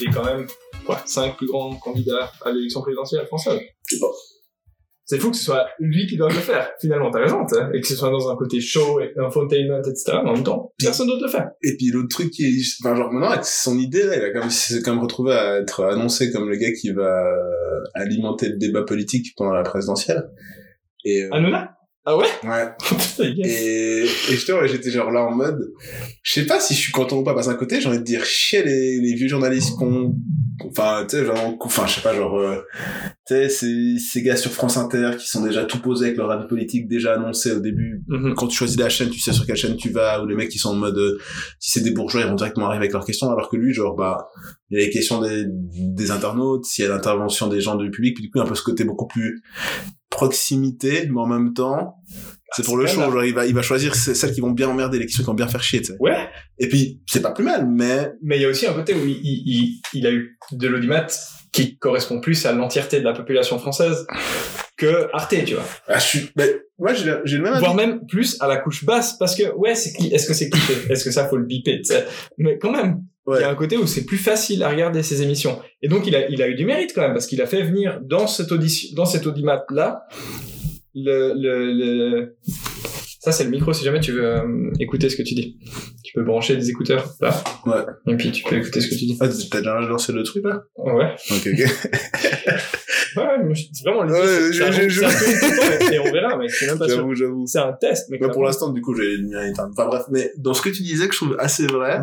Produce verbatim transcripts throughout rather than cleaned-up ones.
des quand même quoi, cinq plus grands candidats à l'élection présidentielle française. C'est bon. C'est fou que ce soit lui qui doit le faire. Finalement, t'as raison, t'sais, et que ce soit dans un côté show, et infotainment, et cetera. Mais en même temps, personne d'autre le fait. Et puis l'autre truc qui est, enfin genre maintenant avec son idée là, il a quand même, s'est quand même retrouvé à être annoncé comme le gars qui va alimenter le débat politique pendant la présidentielle. Et euh... Ah, Nouna? Ah ouais? Ouais. et, et justement, j'étais genre là en mode, je sais pas si je suis content ou pas, parce qu'un côté, j'ai envie de dire chier les, les vieux journalistes qu'on, enfin, tu sais, genre, enfin, je sais pas, genre, euh, tu sais, ces, ces gars sur France Inter qui sont déjà tout posés avec leur avis politique déjà annoncé au début. Mm-hmm. Quand tu choisis la chaîne, tu sais sur quelle chaîne tu vas, ou les mecs qui sont en mode, euh, si c'est des bourgeois, ils vont directement arriver avec leurs questions, alors que lui, genre, bah, il y a les questions des, des internautes, s'il y a l'intervention des gens du public, puis du coup, un peu ce côté beaucoup plus proximité, mais en même temps, c'est pour le show, genre, il va, il va choisir celles qui vont bien emmerder, les questions qui vont bien faire chier, tu sais. Ouais. Et puis, c'est pas plus mal, mais... Mais il y a aussi un côté où il, il, il, il a eu de l'audimat qui correspond plus à l'entièreté de la population française que Arte, tu vois. Ah, je suis, ben, ouais, j'ai, j'ai le même voire avis. même plus à la couche basse, parce que, ouais, c'est, est-ce que c'est cliché? Est-ce que ça, faut le biper, tu sais? Mais quand même. Ouais. Il y a un côté où c'est plus facile à regarder ces émissions. Et donc, il a, il a eu du mérite quand même, parce qu'il a fait venir dans cette audition, dans cette audimat-là, le, le, le, ça c'est le micro si jamais tu veux euh, écouter ce que tu dis. Tu peux brancher des écouteurs, là. Ouais. Et puis tu peux écouter ce que tu dis. Ah, t'as déjà lancé le truc, là? Ouais. Ok, ok. Ouais, c'est vraiment le ouais, c'est, je, je, c'est un peu temps, et on verra, mais c'est même pas j'avoue, sûr. J'avoue, c'est un test. Mais ouais, pour l'instant, du coup, j'ai mis un éteint. Enfin bref, mais dans ce que tu disais que je trouve assez vrai,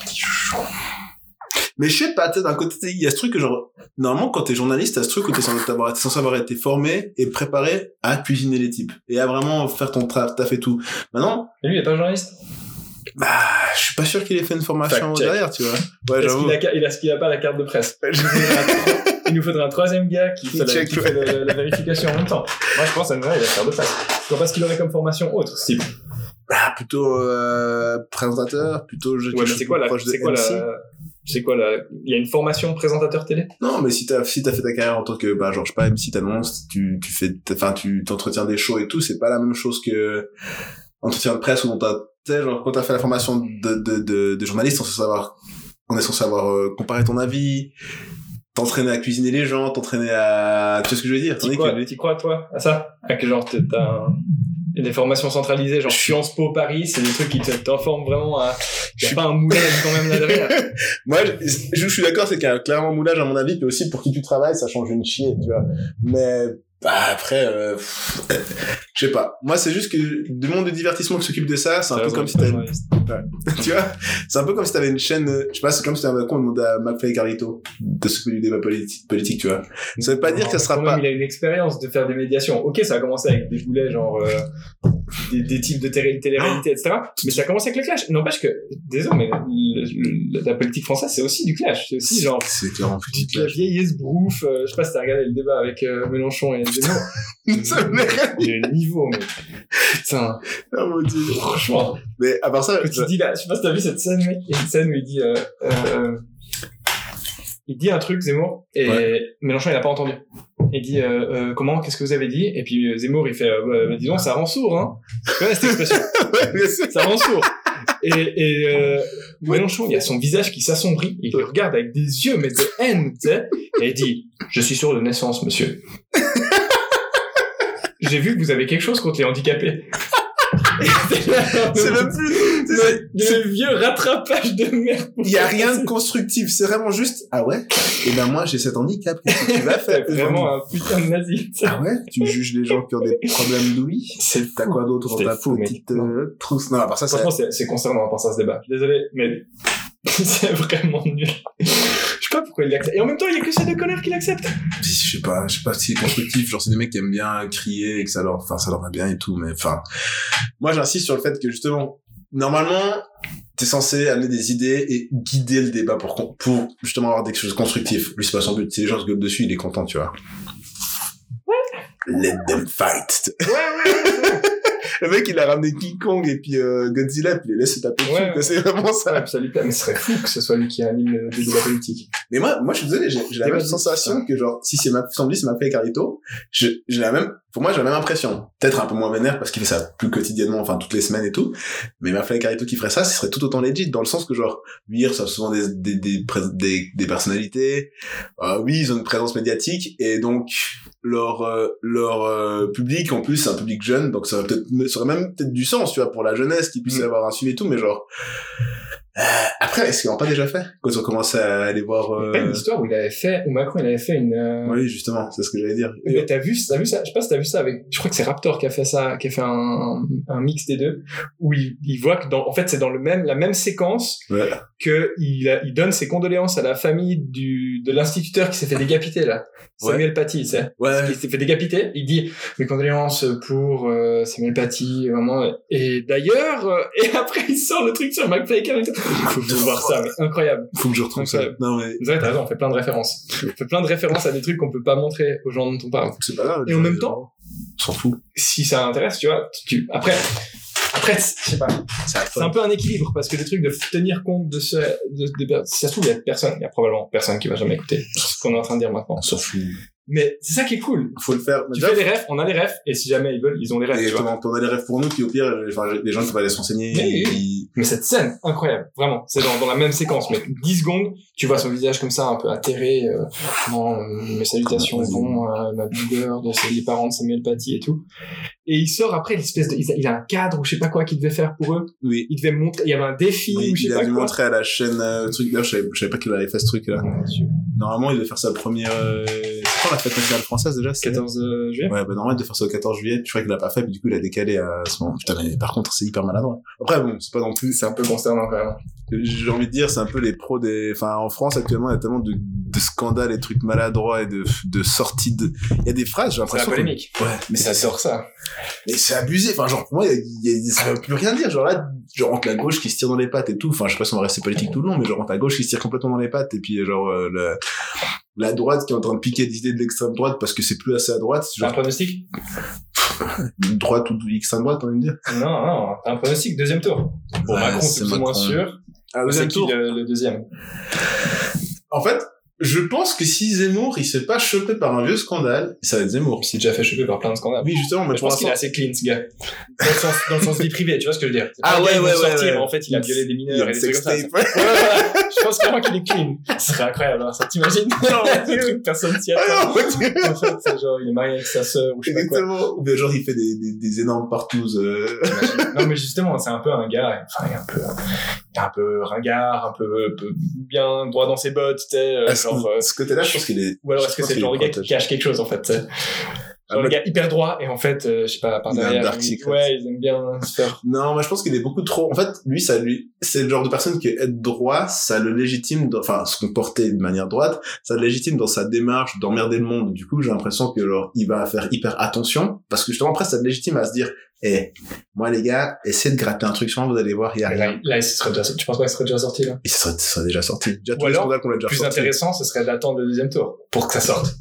mais je sais pas, tu sais, d'un côté, il y a ce truc que genre, normalement, quand t'es journaliste, t'as ce truc où t'es censé avoir, t'es censé avoir été formé et préparé à cuisiner les types. Et à vraiment faire ton taf, taf et tout. Maintenant. Et lui, il est pas journaliste? Bah, je suis pas sûr qu'il ait fait une formation derrière, tu vois. Ouais, est-ce j'avoue. Qu'il a, il a, ce qu'il a pas la carte de presse. Il nous faudrait un troisième gars qui fait, la, qui fait la, la vérification en même temps. Moi, je pense à Noël, il a la carte de presse. Je vois pas ce qu'il aurait comme formation autre, ce type. Bah, plutôt, euh, présentateur, plutôt, je, ouais, mais c'est quoi la, c'est quoi la, c'est quoi la, il y a une formation présentateur télé? Non, mais si t'as, si t'as fait ta carrière en tant que, bah, genre, je sais pas, M C, t'annonces, tu, tu fais, enfin, tu t'entretiens des shows et tout, c'est pas la même chose que entretien de presse où on t'a, tu sais, genre, quand t'as fait la formation de, de, de, de journaliste, on est censé savoir, on est censé savoir euh, comparer ton avis, t'entraîner à cuisiner les gens, t'entraîner à, tu sais ce que je veux dire? T'y crois, que... t'y crois, toi, à ça? À que genre, t'as un... Il y a des formations centralisées, genre Sciences Po Paris, c'est des trucs qui t'informent vraiment à... Il n'y a pas un moulage quand même là derrière. Moi, je, je, je suis d'accord, c'est qu'il y a clairement un moulage à mon avis, mais aussi pour qui tu travailles, ça change une chier, tu vois. Mais, bah, après, euh, pff, je sais pas. Moi, c'est juste que du monde de divertissement qui s'occupe de ça, c'est un peu comme si t'avais... Ouais. Tu vois, c'est un peu comme si t'avais une chaîne, je sais pas, c'est comme si t'avais un compte de McFly et Carlito, de s'occuper du débat politique, politique, tu vois. Ça veut pas non, dire que ça sera quand pas... même, il a une expérience de faire des médiations. Ok, ça a commencé avec des boulets, genre, euh, des, des types de télé- télé-réalité, et cetera. Mais ça a commencé avec le clash. N'empêche que, désolé, mais le, le, la politique française, c'est aussi du clash. C'est aussi, genre, c'est clairement du clash. La vieille esbrouffe, euh, je sais pas si t'as regardé le débat avec euh, Mélenchon et Zemmour. Ça me Il y a un niveau, mais putain. Oh mon dieu. Franchement. Mais à part ça, que tu dis là, je sais pas si t'as vu cette scène, mec. Il y a une scène où il dit, euh, euh, il dit un truc, Zemmour, et ouais. Mélenchon, il a pas entendu. Il dit, euh, euh, comment, qu'est-ce que vous avez dit? Et puis Zemmour, il fait, euh, bah, disons, ça rend sourd, hein. Tu connais cette expression? Ouais, bien sûr. Ça rend sourd. Et, et euh, Mélenchon, il a son visage qui s'assombrit, il le regarde avec des yeux, mais de haine, tu sais, et il dit, je suis sourd de naissance, monsieur. J'ai vu que vous avez quelque chose contre les handicapés. C'est même plus c'est, c'est... le vieux rattrapage de merde. Il y a rien de constructif, c'est vraiment juste ah ouais. Et ben moi j'ai cet handicap, qu'est-ce que tu vas faire? C'est vraiment un putain de nazi. Ah ouais, tu juges les gens qui ont des problèmes d'ouïe. C'est t'as quoi d'autre dans ta fou, petite euh, trousse? Non, à part ça, franchement c'est c'est concernant à part ça ce débat. Désolé, mais c'est vraiment nul. Je sais pas pourquoi il l'accepte. Et en même temps, il y a que ces deux connards qui l'acceptent. Je sais pas, je sais pas si c'est constructif. Genre, c'est des mecs qui aiment bien crier et que ça leur, enfin, ça leur va bien et tout. Mais enfin, moi, j'insiste sur le fait que justement, normalement, t'es censé amener des idées et guider le débat pour, pour justement avoir des choses constructives. Lui, c'est pas son but. Si les gens se gueulent dessus, il est content, tu vois. Ouais. Let them fight. Ouais, ouais, ouais. Le mec, il a ramené King Kong et puis euh, Godzilla, puis il les laisse se taper dessus, ouais, ouais. C'est vraiment ça. Ouais, ça lui plaît, mais ce serait fou que ce soit lui qui anime le débat politique. Mais moi, moi, je suis désolé, j'ai, j'ai la même sensation que genre, si c'est ma, semble c'est ma et Carlito, je, j'ai la même, pour moi, j'ai la même impression. Peut-être un peu moins vénère parce qu'il fait ça plus quotidiennement, enfin, toutes les semaines et tout. Mais McFly et Carlito qui ferait ça, ce serait tout autant legit, dans le sens que, genre, oui, ils reçoivent souvent des, des, des, des, des personnalités. Euh, oui, ils ont une présence médiatique. Et donc, leur, euh, leur, euh, public, en plus, c'est un public jeune. Donc, ça aurait peut-être, ça aurait même peut-être du sens, tu vois, pour la jeunesse, qui puisse mmh. avoir un suivi et tout. Mais genre, Euh, après, est-ce qu'ils l'ont pas déjà fait quand ils ont commencé à aller voir euh... Il y a pas une histoire où il avait fait, où Macron il avait fait une. Euh... Oui, justement, c'est ce que j'allais dire. Mais t'as vu, t'as vu ça Je sais pas si t'as vu ça avec. Je crois que c'est Raptor qui a fait ça, qui a fait un, un mix des deux, où il, il voit que dans, en fait, c'est dans le même, la même séquence ouais. que il, a, il donne ses condoléances à la famille du de l'instituteur qui s'est fait décapiter là, Samuel ouais. Paty, tu sais, ouais. qui s'est fait décapiter. Il dit mes condoléances pour euh, Samuel Paty, vraiment. Et d'ailleurs, euh, et après il sort le truc sur McFly et Carlito. Faut voir ça, mais incroyable. Faut que je retrouve incroyable. ça. Non, mais. Vous avez raison, on fait plein de références. On fait plein de références à des trucs qu'on peut pas montrer aux gens dont on parle. C'est pas grave. Et en même temps, on s'en fout. Si ça intéresse, tu vois, tu, après, après, je sais pas. C'est un peu un équilibre, parce que les trucs de tenir compte de ce, de, de, de si ça se trouve, il y a personne, il y a probablement personne qui va jamais écouter ce qu'on est en train de dire maintenant. On s'en fout. Mais c'est ça qui est cool. Faut le faire. Tu fais les refs, on a les refs, et si jamais ils veulent, ils ont les refs. Exactement. On a les refs pour nous, puis au pire, enfin, les gens qui vont aller s'enseigner. Mais, ils... oui. mais cette scène, incroyable. Vraiment. C'est dans, dans la même séquence, mais dix secondes, tu vois son visage comme ça, un peu atterré, euh, non, euh, mes salutations vont à ma douleur de ses, les parents de Samuel Paty et tout. Et il sort après l'espèce de, il a un cadre ou je sais pas quoi qu'il devait faire pour eux. Oui. Il devait montrer, il y avait un défi oui, ou je sais pas quoi. Il a dû montrer à la chaîne, euh, truc, d'ailleurs, je savais, je savais pas qu'il avait fait ce truc-là. Ouais, normalement, il devait faire sa première, euh, c'est quoi la fête nationale française déjà? quatorze juillet. Ouais, bah, normalement, il devait faire ça au quatorze juillet. Je crois qu'il l'a pas fait, puis du coup, il a décalé à ce moment. Putain, mais par contre, c'est hyper maladroit. Après, bon, c'est pas non plus. C'est un peu consternant quand même. J'ai envie de dire, c'est un peu les pros des, enfin, en France, actuellement, il y a tellement de, de scandales et de trucs maladroits et de, de sorties de, il y a des phrases, j'ai l'impression. C'est la polémique. Que... Ouais. Mais ça sort ça. Mais c'est abusé. Enfin, genre, pour moi, il y a, il y a, ça veut plus rien dire. Genre là, genre, entre la gauche qui se tire dans les pattes et tout. Enfin, je sais pas si on va rester politique tout le long, mais genre, entre la gauche qui se tire complètement dans les pattes et puis, genre, euh, le, la droite qui est en train de piquer des idées de l'extrême droite parce que c'est plus assez à droite. Genre... Un pronostic? Droite ou extrême droite, on va dire? Non, non, un pronostic, deuxième tour. Bon, ouais, Macron, c'est plus ou moins sûr. Ah, deuxième c'est qui tour. Le, le deuxième? En fait, je pense que si Zemmour, il s'est pas chopé par un vieux scandale, ça va être Zemmour. Il s'est déjà fait choper par plein de scandales. Oui, justement, mais je pense qu'il est assez clean, ce gars. Dans le sens, dans le sens vie privée, tu vois ce que je veux dire? Ah ouais, ouais, ouais, sortir, ouais. Mais en fait, il a violé des mineurs et des trucs comme ça. Ouais, ouais, ouais. Je pense vraiment qu'il est clean. Ce serait incroyable, hein. Ça t'imagine? Non, ce truc, personne s'y attend. Ah non, en fait, c'est genre, il est marié avec sa sœur, ou je sais pas quoi. Ou bien genre, il fait des, des, des énormes partous, euh... Non, mais justement, c'est un peu un gars, enfin, il est un peu, il est un peu ringard, un peu, un peu bien droit dans ses bottes, tu sais, euh, genre, euh... ce côté-là, je pense qu'il est, ou alors est-ce que c'est le genre de gars qui cache quelque chose, en fait, tu sais? Genre ah, le gars hyper droit, et en fait, euh, je sais pas, par derrière, il, ouais, ils aiment bien se faire. Non, mais je pense qu'il est beaucoup trop, en fait, lui, ça lui, c'est le genre de personne qui être droit, ça le légitime, dans... enfin, se comporter de manière droite, ça le légitime dans sa démarche d'emmerder le monde. Du coup, j'ai l'impression que, genre, il va faire hyper attention, parce que justement, après, ça le légitime à se dire, eh, hey, moi, les gars, essayez de gratter un truc sur moi, vous allez voir, il y a rien. Là, il serait déjà, tu penses pas qu'il serait déjà sorti, là? Il serait, serait déjà sorti. Déjà, ou alors, qu'on a déjà plus sorti. Intéressant, ce serait d'attendre le deuxième tour, pour que ça sorte.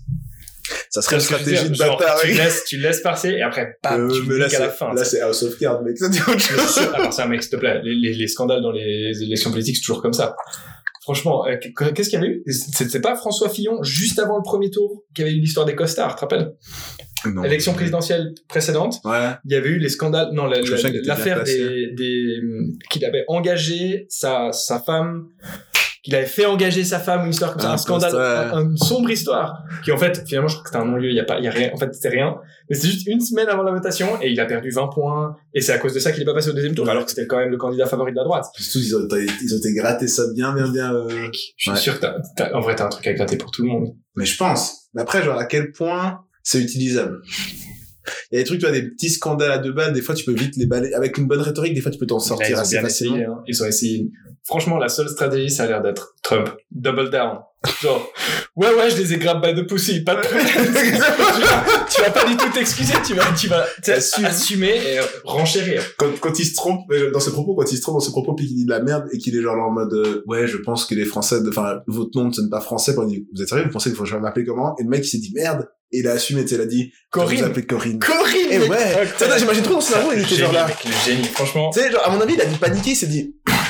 Ça serait une stratégie de bâtard. Tu laisses, tu laisses passer et après, bam, euh, tu mais là, à la fin. Là, c'est House of Cards, mec. Ça dit autre chose. Alors, c'est un mec, s'il te plaît. Les, les, les scandales dans les élections politiques, c'est toujours comme ça. Franchement, euh, qu'est-ce qu'il y avait eu? C'était pas François Fillon, juste avant le premier tour, qui avait eu l'histoire des costards, tu te rappelles? Non. Élection présidentielle précédente. Ouais. Il y avait eu les scandales, non, la, la, l'affaire des, des, qu'il avait engagé sa, sa femme, qu'il avait fait engager sa femme, une histoire comme ça, un, un scandale, un, une sombre histoire, qui en fait, finalement, je crois que c'était un non-lieu, il y a pas, il y a rien, en fait, c'était rien, mais c'est juste une semaine avant la votation, et il a perdu vingt points, et c'est à cause de ça qu'il est pas passé au deuxième tour, ouais. Alors que c'était quand même le candidat favori de la droite. Surtout, ils ont, ils ont été grattés ça bien, bien, bien, euh... Je suis ouais. sûr que t'as, t'as, en vrai, t'as un truc à gratter pour tout le monde. Mais je pense. Mais après, genre, à quel point c'est utilisable? Il y a des trucs, tu vois, des petits scandales à deux balles, des fois tu peux vite les balayer, avec une bonne rhétorique, des fois tu peux t'en sortir assez facilement. Essayé, hein. Ils ont essayé. Franchement, la seule stratégie, ça a l'air d'être Trump. Double down. Genre, ouais, ouais, je les ai grab by the pussy, pas de problème. tu, vas, tu vas pas du tout t'excuser, tu vas, tu vas assumer, assumer et renchérir. Quand, quand il se trompe, dans ses propos, quand il se trompe dans ses propos, puis qu'il dit de la merde, et qu'il est genre là en mode, euh, ouais, je pense que les Français, enfin, votre nom ne sonne pas français, pour dire, vous êtes sérieux, vous pensez qu'il faut que je vais m'appeler comment? Et le mec, il s'est dit, merde. Et il a assumé, tu sais, il a dit, Corinne. Vous appelez Corinne. Corinne! Et ouais! Ça, j'imagine trop dans son cerveau, il était genre là. Le génie, franchement. Tu sais, genre, à mon avis, il a dû paniquer, il s'est dit,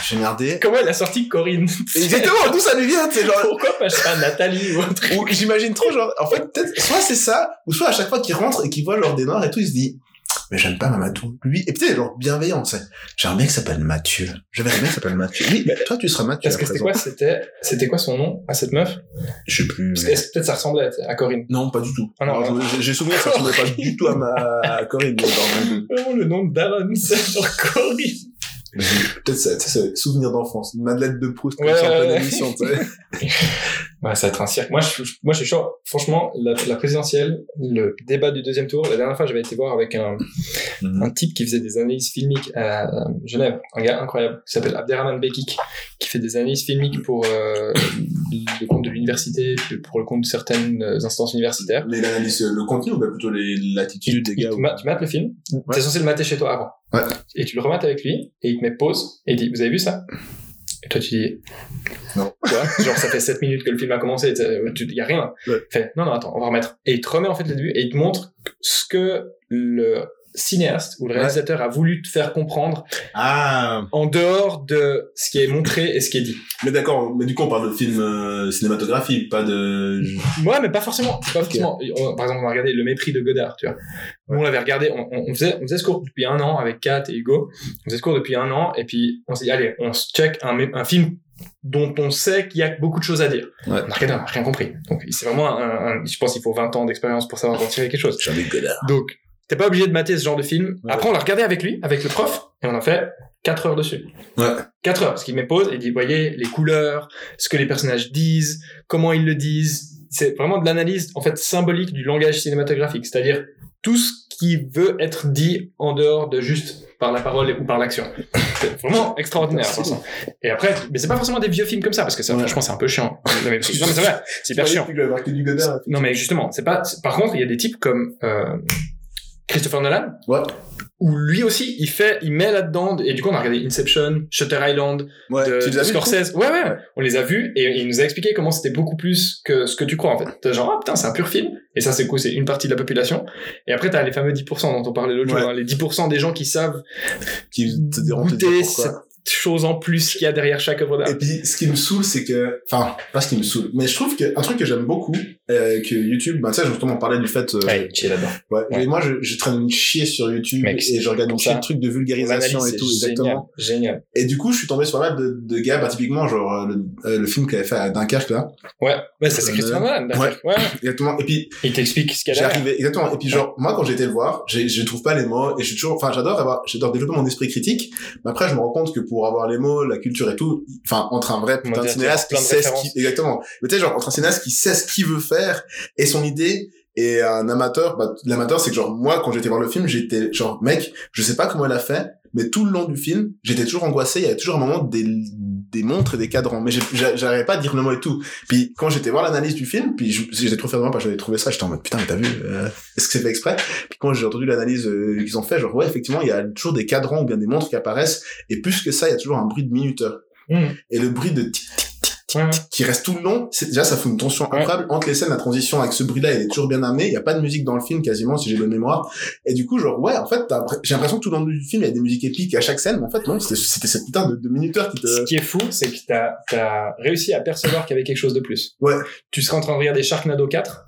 j'ai regardé. Comment il a sorti Corinne? Exactement, d'où ça lui vient, tu sais, genre. Pourquoi pas, je sais pas, Nathalie ou un truc? Ou j'imagine trop, genre, en fait, peut-être, soit c'est ça, ou soit à chaque fois qu'il rentre et qu'il voit, genre, des noirs et tout, il se dit, mais j'aime pas Mamadou. Lui, et peut-être, genre, bienveillant, tu sais. J'ai un mec qui s'appelle Mathieu. J'avais un mec qui s'appelle Mathieu. Oui, mais toi, tu seras Mathieu. Parce que c'était quoi, c'était, c'était quoi son nom à cette meuf? Je sais plus. Parce que est-ce que peut-être ça ressemblait à Corinne? Non, pas du tout. Ah non, alors, non. J'ai, j'ai souvenir que ça ressemblait pas du tout à ma, à Corinne. Vraiment, le nom de Darren, c'est genre Corinne. Peut-être ça, tu sais, souvenir d'enfance. Une Madeleine de Proust, comme ouais, ça, en pleine ouais. émission, tu sais. Ouais, ça va être un cirque. Moi, je, je- moi, je suis chaud. Franchement, la, la présidentielle, le débat du deuxième tour, la dernière fois, j'avais été voir avec un, Mm-hmm. un type qui faisait des analyses filmiques à Genève, un gars incroyable, qui s'appelle Abderrahmane Bekik, qui fait des analyses filmiques pour euh, le compte de l'université, pour le compte de certaines instances universitaires. Mais l'analyse, le contenu ou bien plutôt les, l'attitude des Il gars te ou... ma- tu mates le film, Ouais. t'es censé le mater chez toi avant. Ouais. Et tu le remates avec lui, et il te met pause, et il dit, vous avez vu ça? Et toi, tu dis, Non. quoi? Genre, ça fait sept minutes que le film a commencé, il y a rien. Ouais. Il fait, non, non, attends, on va remettre. Et il te remet, en fait, le début, et il te montre ce que le cinéaste ou le réalisateur ouais. a voulu te faire comprendre ah. en dehors de ce qui est montré et ce qui est dit. Mais d'accord, mais du coup, on parle de film euh, cinématographique, pas de... Ouais, mais pas forcément. Pas okay. forcément. On, par exemple, on a regardé Le Mépris de Godard, tu vois. Ouais. Nous, on l'avait regardé, on, on, faisait, on faisait ce cours depuis un an avec Kat et Hugo. On faisait ce cours depuis un an, et puis on s'est dit, allez, on se check un, un film dont on sait qu'il y a beaucoup de choses à dire. Ouais. On a regardé, on n'a rien compris. Donc, c'est vraiment un, un, je pense qu'il faut vingt ans d'expérience pour savoir en tirer quelque chose. J'avais Godard. Donc, t'es pas obligé de mater ce genre de film. Ouais. Après, on l'a regardé avec lui, avec le prof, et on a fait quatre heures dessus. Ouais. quatre heures, parce qu'il me pose et il dit, voyez, les couleurs, ce que les personnages disent, comment ils le disent. C'est vraiment de l'analyse, en fait, symbolique du langage cinématographique. C'est-à-dire, tout ce qui veut être dit en dehors de juste par la parole ou par l'action. C'est vraiment extraordinaire. Et après, mais c'est pas forcément des vieux films comme ça, parce que ça, ouais. franchement, c'est un peu chiant. Non, mais c'est vrai, c'est hyper chiant. Du Godard, non, mais justement, c'est pas, c'est, par contre, il y a des types comme, euh, Christopher Nolan. Ouais. Où lui aussi, il fait, il met là-dedans, et du coup, on a regardé Inception, Shutter Island, ouais, de, tu de Scorsese. Ouais, ouais, ouais. On les a vus, et il nous a expliqué comment c'était beaucoup plus que ce que tu crois, en fait. T'as genre, ah, putain, c'est un pur film. Et ça, c'est cool, c'est une partie de la population. Et après, t'as les fameux dix pour cent dont on parlait l'autre ouais. jour, hein, les dix pour cent des gens qui savent qui te goûter cette chose en plus qu'il y a derrière chaque œuvre d'art. Et puis, ce qui me saoule, c'est que, enfin, pas ce qui me saoule, mais je trouve que, un truc que j'aime beaucoup, euh, que YouTube, bah, tu sais, justement, on parlait du fait, euh, ouais, chier là-dedans. Ouais. ouais. Et moi, je, je traîne une chier sur YouTube, mec, et je regarde une chier de trucs de vulgarisation et tout, exactement. Génial. génial. Et du coup, je suis tombé sur pas mal de, de gars, bah, typiquement, genre, le, euh, le film qu'il avait fait à Dunkerque, là. Ouais. Ouais, ça, c'est Christopher Nolan, Dunkerque. Ouais. ouais. Exactement. Et puis. Il t'explique ce qu'il y a derrière. J'arrivais, exactement. Et puis, genre, moi, quand j'ai été le voir, j'ai, je trouve pas les mots, et je suis toujours, enfin, j'adore avoir, j'adore développer mon esprit critique, mais après, je me rends compte que pour avoir les mots, la culture et tout, enfin, entre un vrai putain de cinéaste qui sait ce qu'il, exactement. Mais tu sais, genre, entre un cinéaste qui sait ce qu'il veut faire, et son idée, et un amateur, bah, l'amateur, c'est que genre, moi, quand j'étais voir le film, j'étais, genre, mec, je sais pas comment elle a fait, mais tout le long du film, j'étais toujours angoissé, il y avait toujours un moment des, des montres et des cadrans, mais j'arrivais pas à dire le mot et tout. Puis, quand j'étais voir l'analyse du film, puis j'étais trop fier de moi parce que j'avais trouvé ça, j'étais en mode, putain, mais t'as vu, euh, est-ce que c'est fait exprès? Puis quand j'ai entendu l'analyse euh, qu'ils ont fait, genre, ouais, effectivement, il y a toujours des cadrans ou bien des montres qui apparaissent, et plus que ça, il y a toujours un bruit de minuteur. Mmh. Et le bruit de tic tic tic tic ouais. qui reste tout le long, c'est déjà ça fait une tension incroyable ouais. entre les scènes. La transition avec ce bruit-là, elle est toujours bien amenée. Il y a pas de musique dans le film quasiment, si j'ai bonne mémoire. Et du coup, genre ouais, en fait, t'as, j'ai l'impression que tout le long du film il y a des musiques épiques à chaque scène. Mais en fait, non, c'était, c'était cette putain de, de minuteur qui te. Ce qui est fou, c'est que t'as t'as réussi à percevoir qu'il y avait quelque chose de plus. Ouais. Tu serais en train de regarder Sharknado quatre.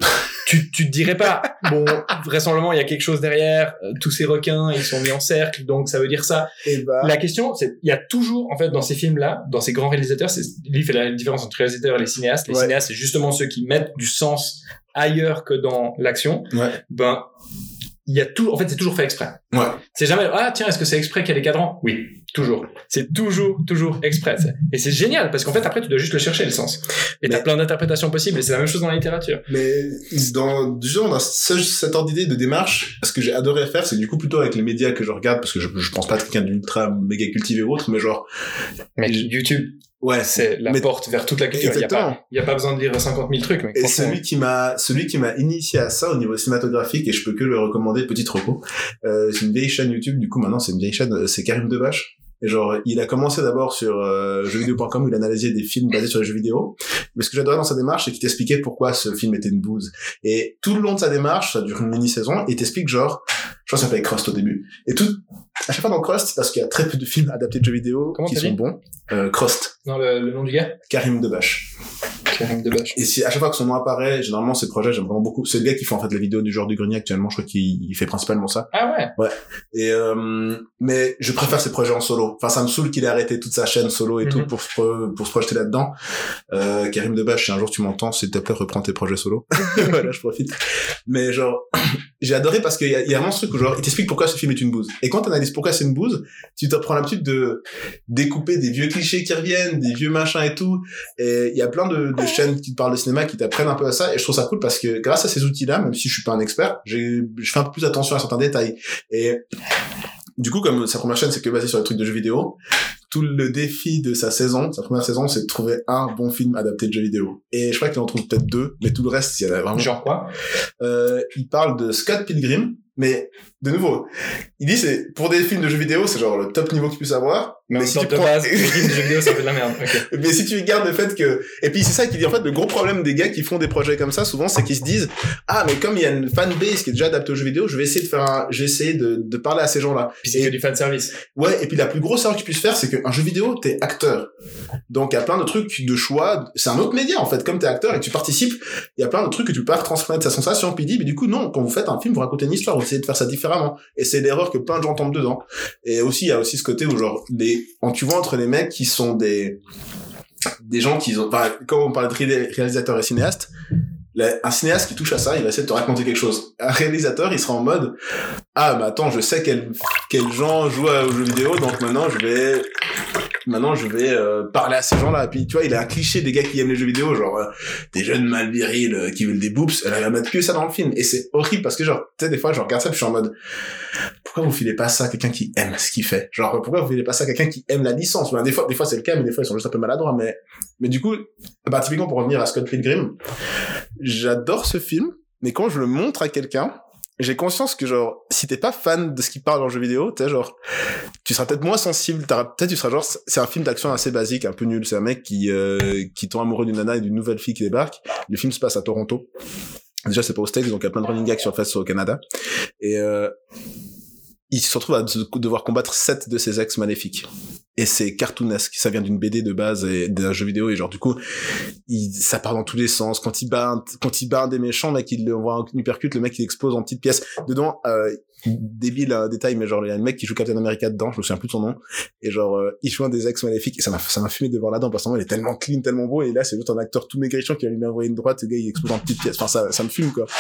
tu, tu te dirais pas, bon, vraisemblablement, il y a quelque chose derrière, euh, tous ces requins, ils sont mis en cercle, donc ça veut dire ça. Et bah... La question, c'est, il y a toujours, en fait, dans ces films-là, dans ces grands réalisateurs, c'est, lui, il fait la différence entre les réalisateurs et les cinéastes. Les ouais. cinéastes, c'est justement ceux qui mettent du sens ailleurs que dans l'action. Ouais. Ben, il y a tout, en fait, c'est toujours fait exprès. Ouais. C'est jamais, ah, tiens, est-ce que c'est exprès qu'il y a des cadrans? Oui. Toujours. C'est toujours, toujours exprès. Et c'est génial, parce qu'en fait, après, tu dois juste le chercher, le sens. Et mais... t'as plein d'interprétations possibles, et c'est la même chose dans la littérature. Mais, dans, genre, dans ce, cet ordre d'idée de démarche, ce que j'ai adoré faire, c'est du coup plutôt avec les médias que je regarde, parce que je, je pense pas être quelqu'un d'ultra méga cultivé ou autre, mais genre... Mais YouTube... Ouais, c'est la mais... porte vers toute la culture. Il y a pas, il y a pas besoin de lire cinquante mille trucs, mec. Et celui qui m'a, celui qui m'a initié à ça au niveau cinématographique, et je peux que le recommander, petite reco, euh, c'est une vieille chaîne YouTube, du coup, maintenant, c'est une vieille chaîne, c'est Karim Debache. Et genre, il a commencé d'abord sur euh, jeux vidéo point com où il analysait des films basés sur les jeux vidéo. Mais ce que j'adorais dans sa démarche, c'est qu'il t'expliquait pourquoi ce film était une bouse. Et tout le long de sa démarche, ça dure une mini-saison, et il t'explique genre, Je pense que ça s'appelle Crust au début. Et tout, à chaque fois dans Crust, parce qu'il y a très peu de films adaptés de jeux vidéo Comment qui sont dit bons. Euh, Crust. Non, le, le nom du gars? Karim Debache. Karim Debache. Et si, à chaque fois que son nom apparaît, généralement, ces projets, j'aime vraiment beaucoup. C'est le gars qui fait, en fait, les vidéos du genre du grenier actuellement. Je crois qu'il il fait principalement ça. Ah ouais? Ouais. Et, euh, mais je préfère ses projets en solo. Enfin, ça me saoule qu'il ait arrêté toute sa chaîne solo et mm-hmm. tout pour se, pour se projeter là-dedans. Euh, Karim Debache, si un jour tu m'entends, s'il te plaît, reprends tes projets solo. Voilà, je profite. Mais genre, j'ai adoré parce qu'il y a, il y a vraiment ce truc où genre, il t'explique pourquoi ce film est une bouse. Et quand t'analyses pourquoi c'est une bouse, tu te prends l'habitude de découper des vieux clichés qui reviennent, des vieux machins et tout. Et il y a plein de, de chaînes qui te parlent de cinéma, qui t'apprennent un peu à ça. Et je trouve ça cool parce que grâce à ces outils-là, même si je suis pas un expert, j'ai, je fais un peu plus attention à certains détails. Et du coup, comme sa première chaîne, c'est que basé sur les trucs de jeux vidéo, tout le défi de sa saison, sa première saison, c'est de trouver un bon film adapté de jeux vidéo. Et je crois qu'il en trouve peut-être deux, mais tout le reste, il y en a vraiment... Genre quoi? Euh, il parle de Scott Pilgrim, mais de nouveau, il dit c'est pour des films de jeux vidéo, c'est genre le top niveau que tu puisses avoir. Mais, mais si tu de prends... base, les films de jeux vidéo, ça fait de la merde. Okay. Mais si tu gardes le fait que, et puis c'est ça qui dit en fait le gros problème des gars qui font des projets comme ça, souvent, c'est qu'ils se disent ah mais comme il y a une fanbase qui est déjà adaptée aux jeux vidéo, je vais essayer de faire un, j'ai essayé de, de parler à ces gens-là. Puis c'est et... que du fan service. Ouais, et puis la plus grosse erreur que tu puisses faire, c'est qu'un jeu vidéo, t'es acteur. Donc il y a plein de trucs de choix. C'est un autre média en fait, comme t'es acteur et que tu participes, il y a plein de trucs que tu peux pas retransmettre sa sensation. Puis il dit mais du coup non, quand vous faites un film, vous racontez une histoire, vous essayez de faire ça différemment. Et c'est l'erreur que plein de gens tombent dedans. Et aussi, il y a aussi ce côté où, genre, les, quand tu vois entre les mecs qui sont des, des gens qui ont, enfin, quand on parle de réalisateurs et cinéastes, là, un cinéaste qui touche à ça, il va essayer de te raconter quelque chose. Un réalisateur, il sera en mode, ah, mais attends, je sais quels, quels gens jouent aux jeux vidéo, donc maintenant, je vais, maintenant, je vais, euh, parler à ces gens-là. Et puis, tu vois, il a un cliché des gars qui aiment les jeux vidéo, genre, euh, des jeunes mal virils, euh, qui veulent des boobs, elle va mettre que ça dans le film. Et c'est horrible parce que, genre, tu sais, des fois, je regarde ça, puis je suis en mode, pourquoi vous filez pas ça à quelqu'un qui aime ce qu'il fait? Genre, pourquoi vous filez pas ça à quelqu'un qui aime la licence? Enfin, des fois, des fois, c'est le cas, mais des fois, ils sont juste un peu maladroits, mais, mais du coup, bah, typiquement, pour revenir à Scott Pilgrim, j'adore ce film, mais quand je le montre à quelqu'un, j'ai conscience que genre, si t'es pas fan de ce qu'il parle en jeu vidéo, tu sais, genre, tu seras peut-être moins sensible, peut-être tu seras genre, c'est un film d'action assez basique, un peu nul, c'est un mec qui, euh, qui tombe amoureux d'une nana et d'une nouvelle fille qui débarque. Le film se passe à Toronto. Déjà, c'est pas aux States, donc il y a plein de running gags sur le fait au Canada. Et, euh, il se retrouve à devoir combattre sept de ses ex maléfiques. Et c'est cartoonesque. Ça vient d'une B D de base et d'un jeu vidéo. Et genre, du coup, il, ça part dans tous les sens. Quand il bat un, quand il bat un des méchants, mec, il le envoie un uppercut, le mec, il explose en petites pièces. Dedans, euh, débile, un détail, mais genre, il y a un mec qui joue Captain America dedans, je me souviens plus de son nom. Et genre, euh, il joue un des ex maléfiques. Et ça m'a, ça m'a fumé de voir là-dedans parce que il est tellement clean, tellement beau. Et là, c'est juste un acteur tout maigrichon qui va lui envoyer une droite. Le gars, il explose en petites pièces. Enfin, ça, ça me fume, quoi.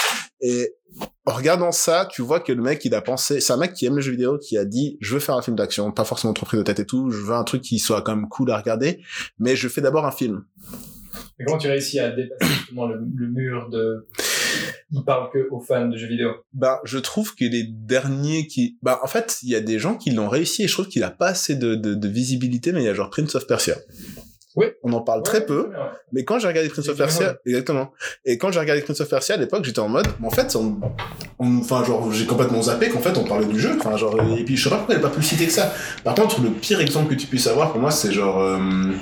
Et en regardant ça, tu vois que le mec, il a pensé, c'est un mec qui aime les jeux vidéo, qui a dit, je veux faire un film d'action, pas forcément trop pris de tête et tout, je veux un truc qui soit quand même cool à regarder, mais je fais d'abord un film. Et comment tu réussis à dépasser justement le, le mur de, il parle que aux fans de jeux vidéo? Bah, je trouve que les derniers qui, bah, en fait, il y a des gens qui l'ont réussi et je trouve qu'il a pas assez de, de, de visibilité, mais il y a genre Prince of Persia. Oui. On en parle ouais, très peu, ouais. Mais quand j'ai regardé Prince c'est of Persia, exactement. Et quand j'ai regardé Prince of Persia à l'époque, j'étais en mode, en fait, on, on, enfin, genre, j'ai complètement zappé qu'en fait, on parlait du jeu, enfin, genre, et puis je sais pas pourquoi elle a pas plus cité que ça. Par contre, le pire exemple que tu puisses avoir pour moi, c'est genre, euh,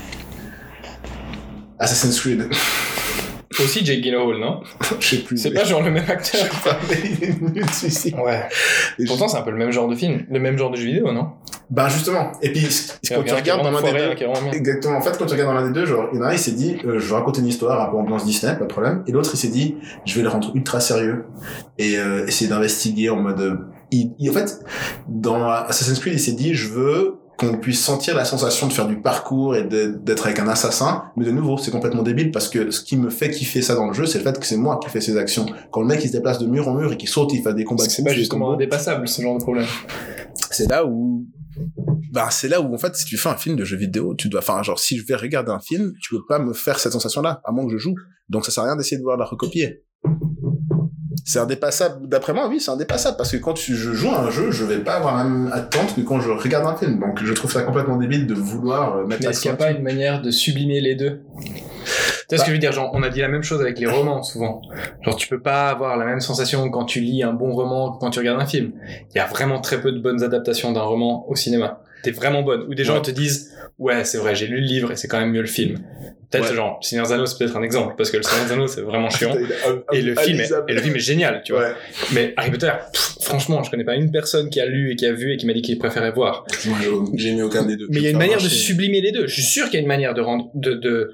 Assassin's Creed. Aussi Jake Gyllenhaal, non? Je sais plus. C'est mais... pas genre le même acteur. Je sais pas, mais il est nul, celui-ci. Ouais. Et pourtant, je... c'est un peu le même genre de film, le même genre de jeu vidéo, non? Ben, justement. Et puis, quand tu regardes dans l'un des deux, exactement. En fait, quand tu regardes dans l'un des deux, genre, il y en a un, il s'est dit, euh, je vais raconter une histoire un peu ambiance Disney, pas de problème. Et l'autre, il s'est dit, je vais le rendre ultra sérieux. Et, euh, essayer d'investiguer en mode, euh, il, il, en fait, dans Assassin's Creed, il s'est dit, je veux qu'on puisse sentir la sensation de faire du parcours et de, d'être avec un assassin, mais de nouveau, c'est complètement débile parce que ce qui me fait kiffer ça dans le jeu, c'est le fait que c'est moi qui fais ces actions. Quand le mec il se déplace de mur en mur et qu'il saute, il fait des combats. C'est pas justement indépassable ce genre de problème. C'est là où, bah c'est là où en fait si tu fais un film de jeu vidéo, tu dois, enfin genre si je vais regarder un film, tu peux pas me faire cette sensation-là, à moins que je joue. Donc ça sert à rien d'essayer de voir la recopier. C'est indépassable. D'après moi, oui, c'est indépassable parce que quand tu, je joue à un jeu, je vais pas avoir la même attente que quand je regarde un film. Donc, je trouve ça complètement débile de vouloir mettre. Mais est-ce qu'il n'y a pas une manière de sublimer les deux? Tu sais bah. ce que je veux dire? Genre, on a dit la même chose avec les romans, souvent. Genre, tu peux pas avoir la même sensation quand tu lis un bon roman que quand tu regardes un film. Il y a vraiment très peu de bonnes adaptations d'un roman au cinéma. t'es vraiment bonne. Ou des gens ouais. te disent, ouais, c'est vrai, j'ai lu le livre et c'est quand même mieux le film. Peut-être ouais. genre, Seigneur des Anneaux, c'est peut-être un exemple, parce que le Seigneur des Anneaux, c'est vraiment chiant. et le film est, et le film est génial, tu vois. Ouais. Mais Harry Potter, pff, franchement, je connais pas une personne qui a lu et qui a vu et qui m'a dit qu'il préférait voir. Moi, j'ai mis aucun des deux. Mais il y a une manière marcher. de sublimer les deux. Je suis sûr qu'il y a une manière de rendre, de, de,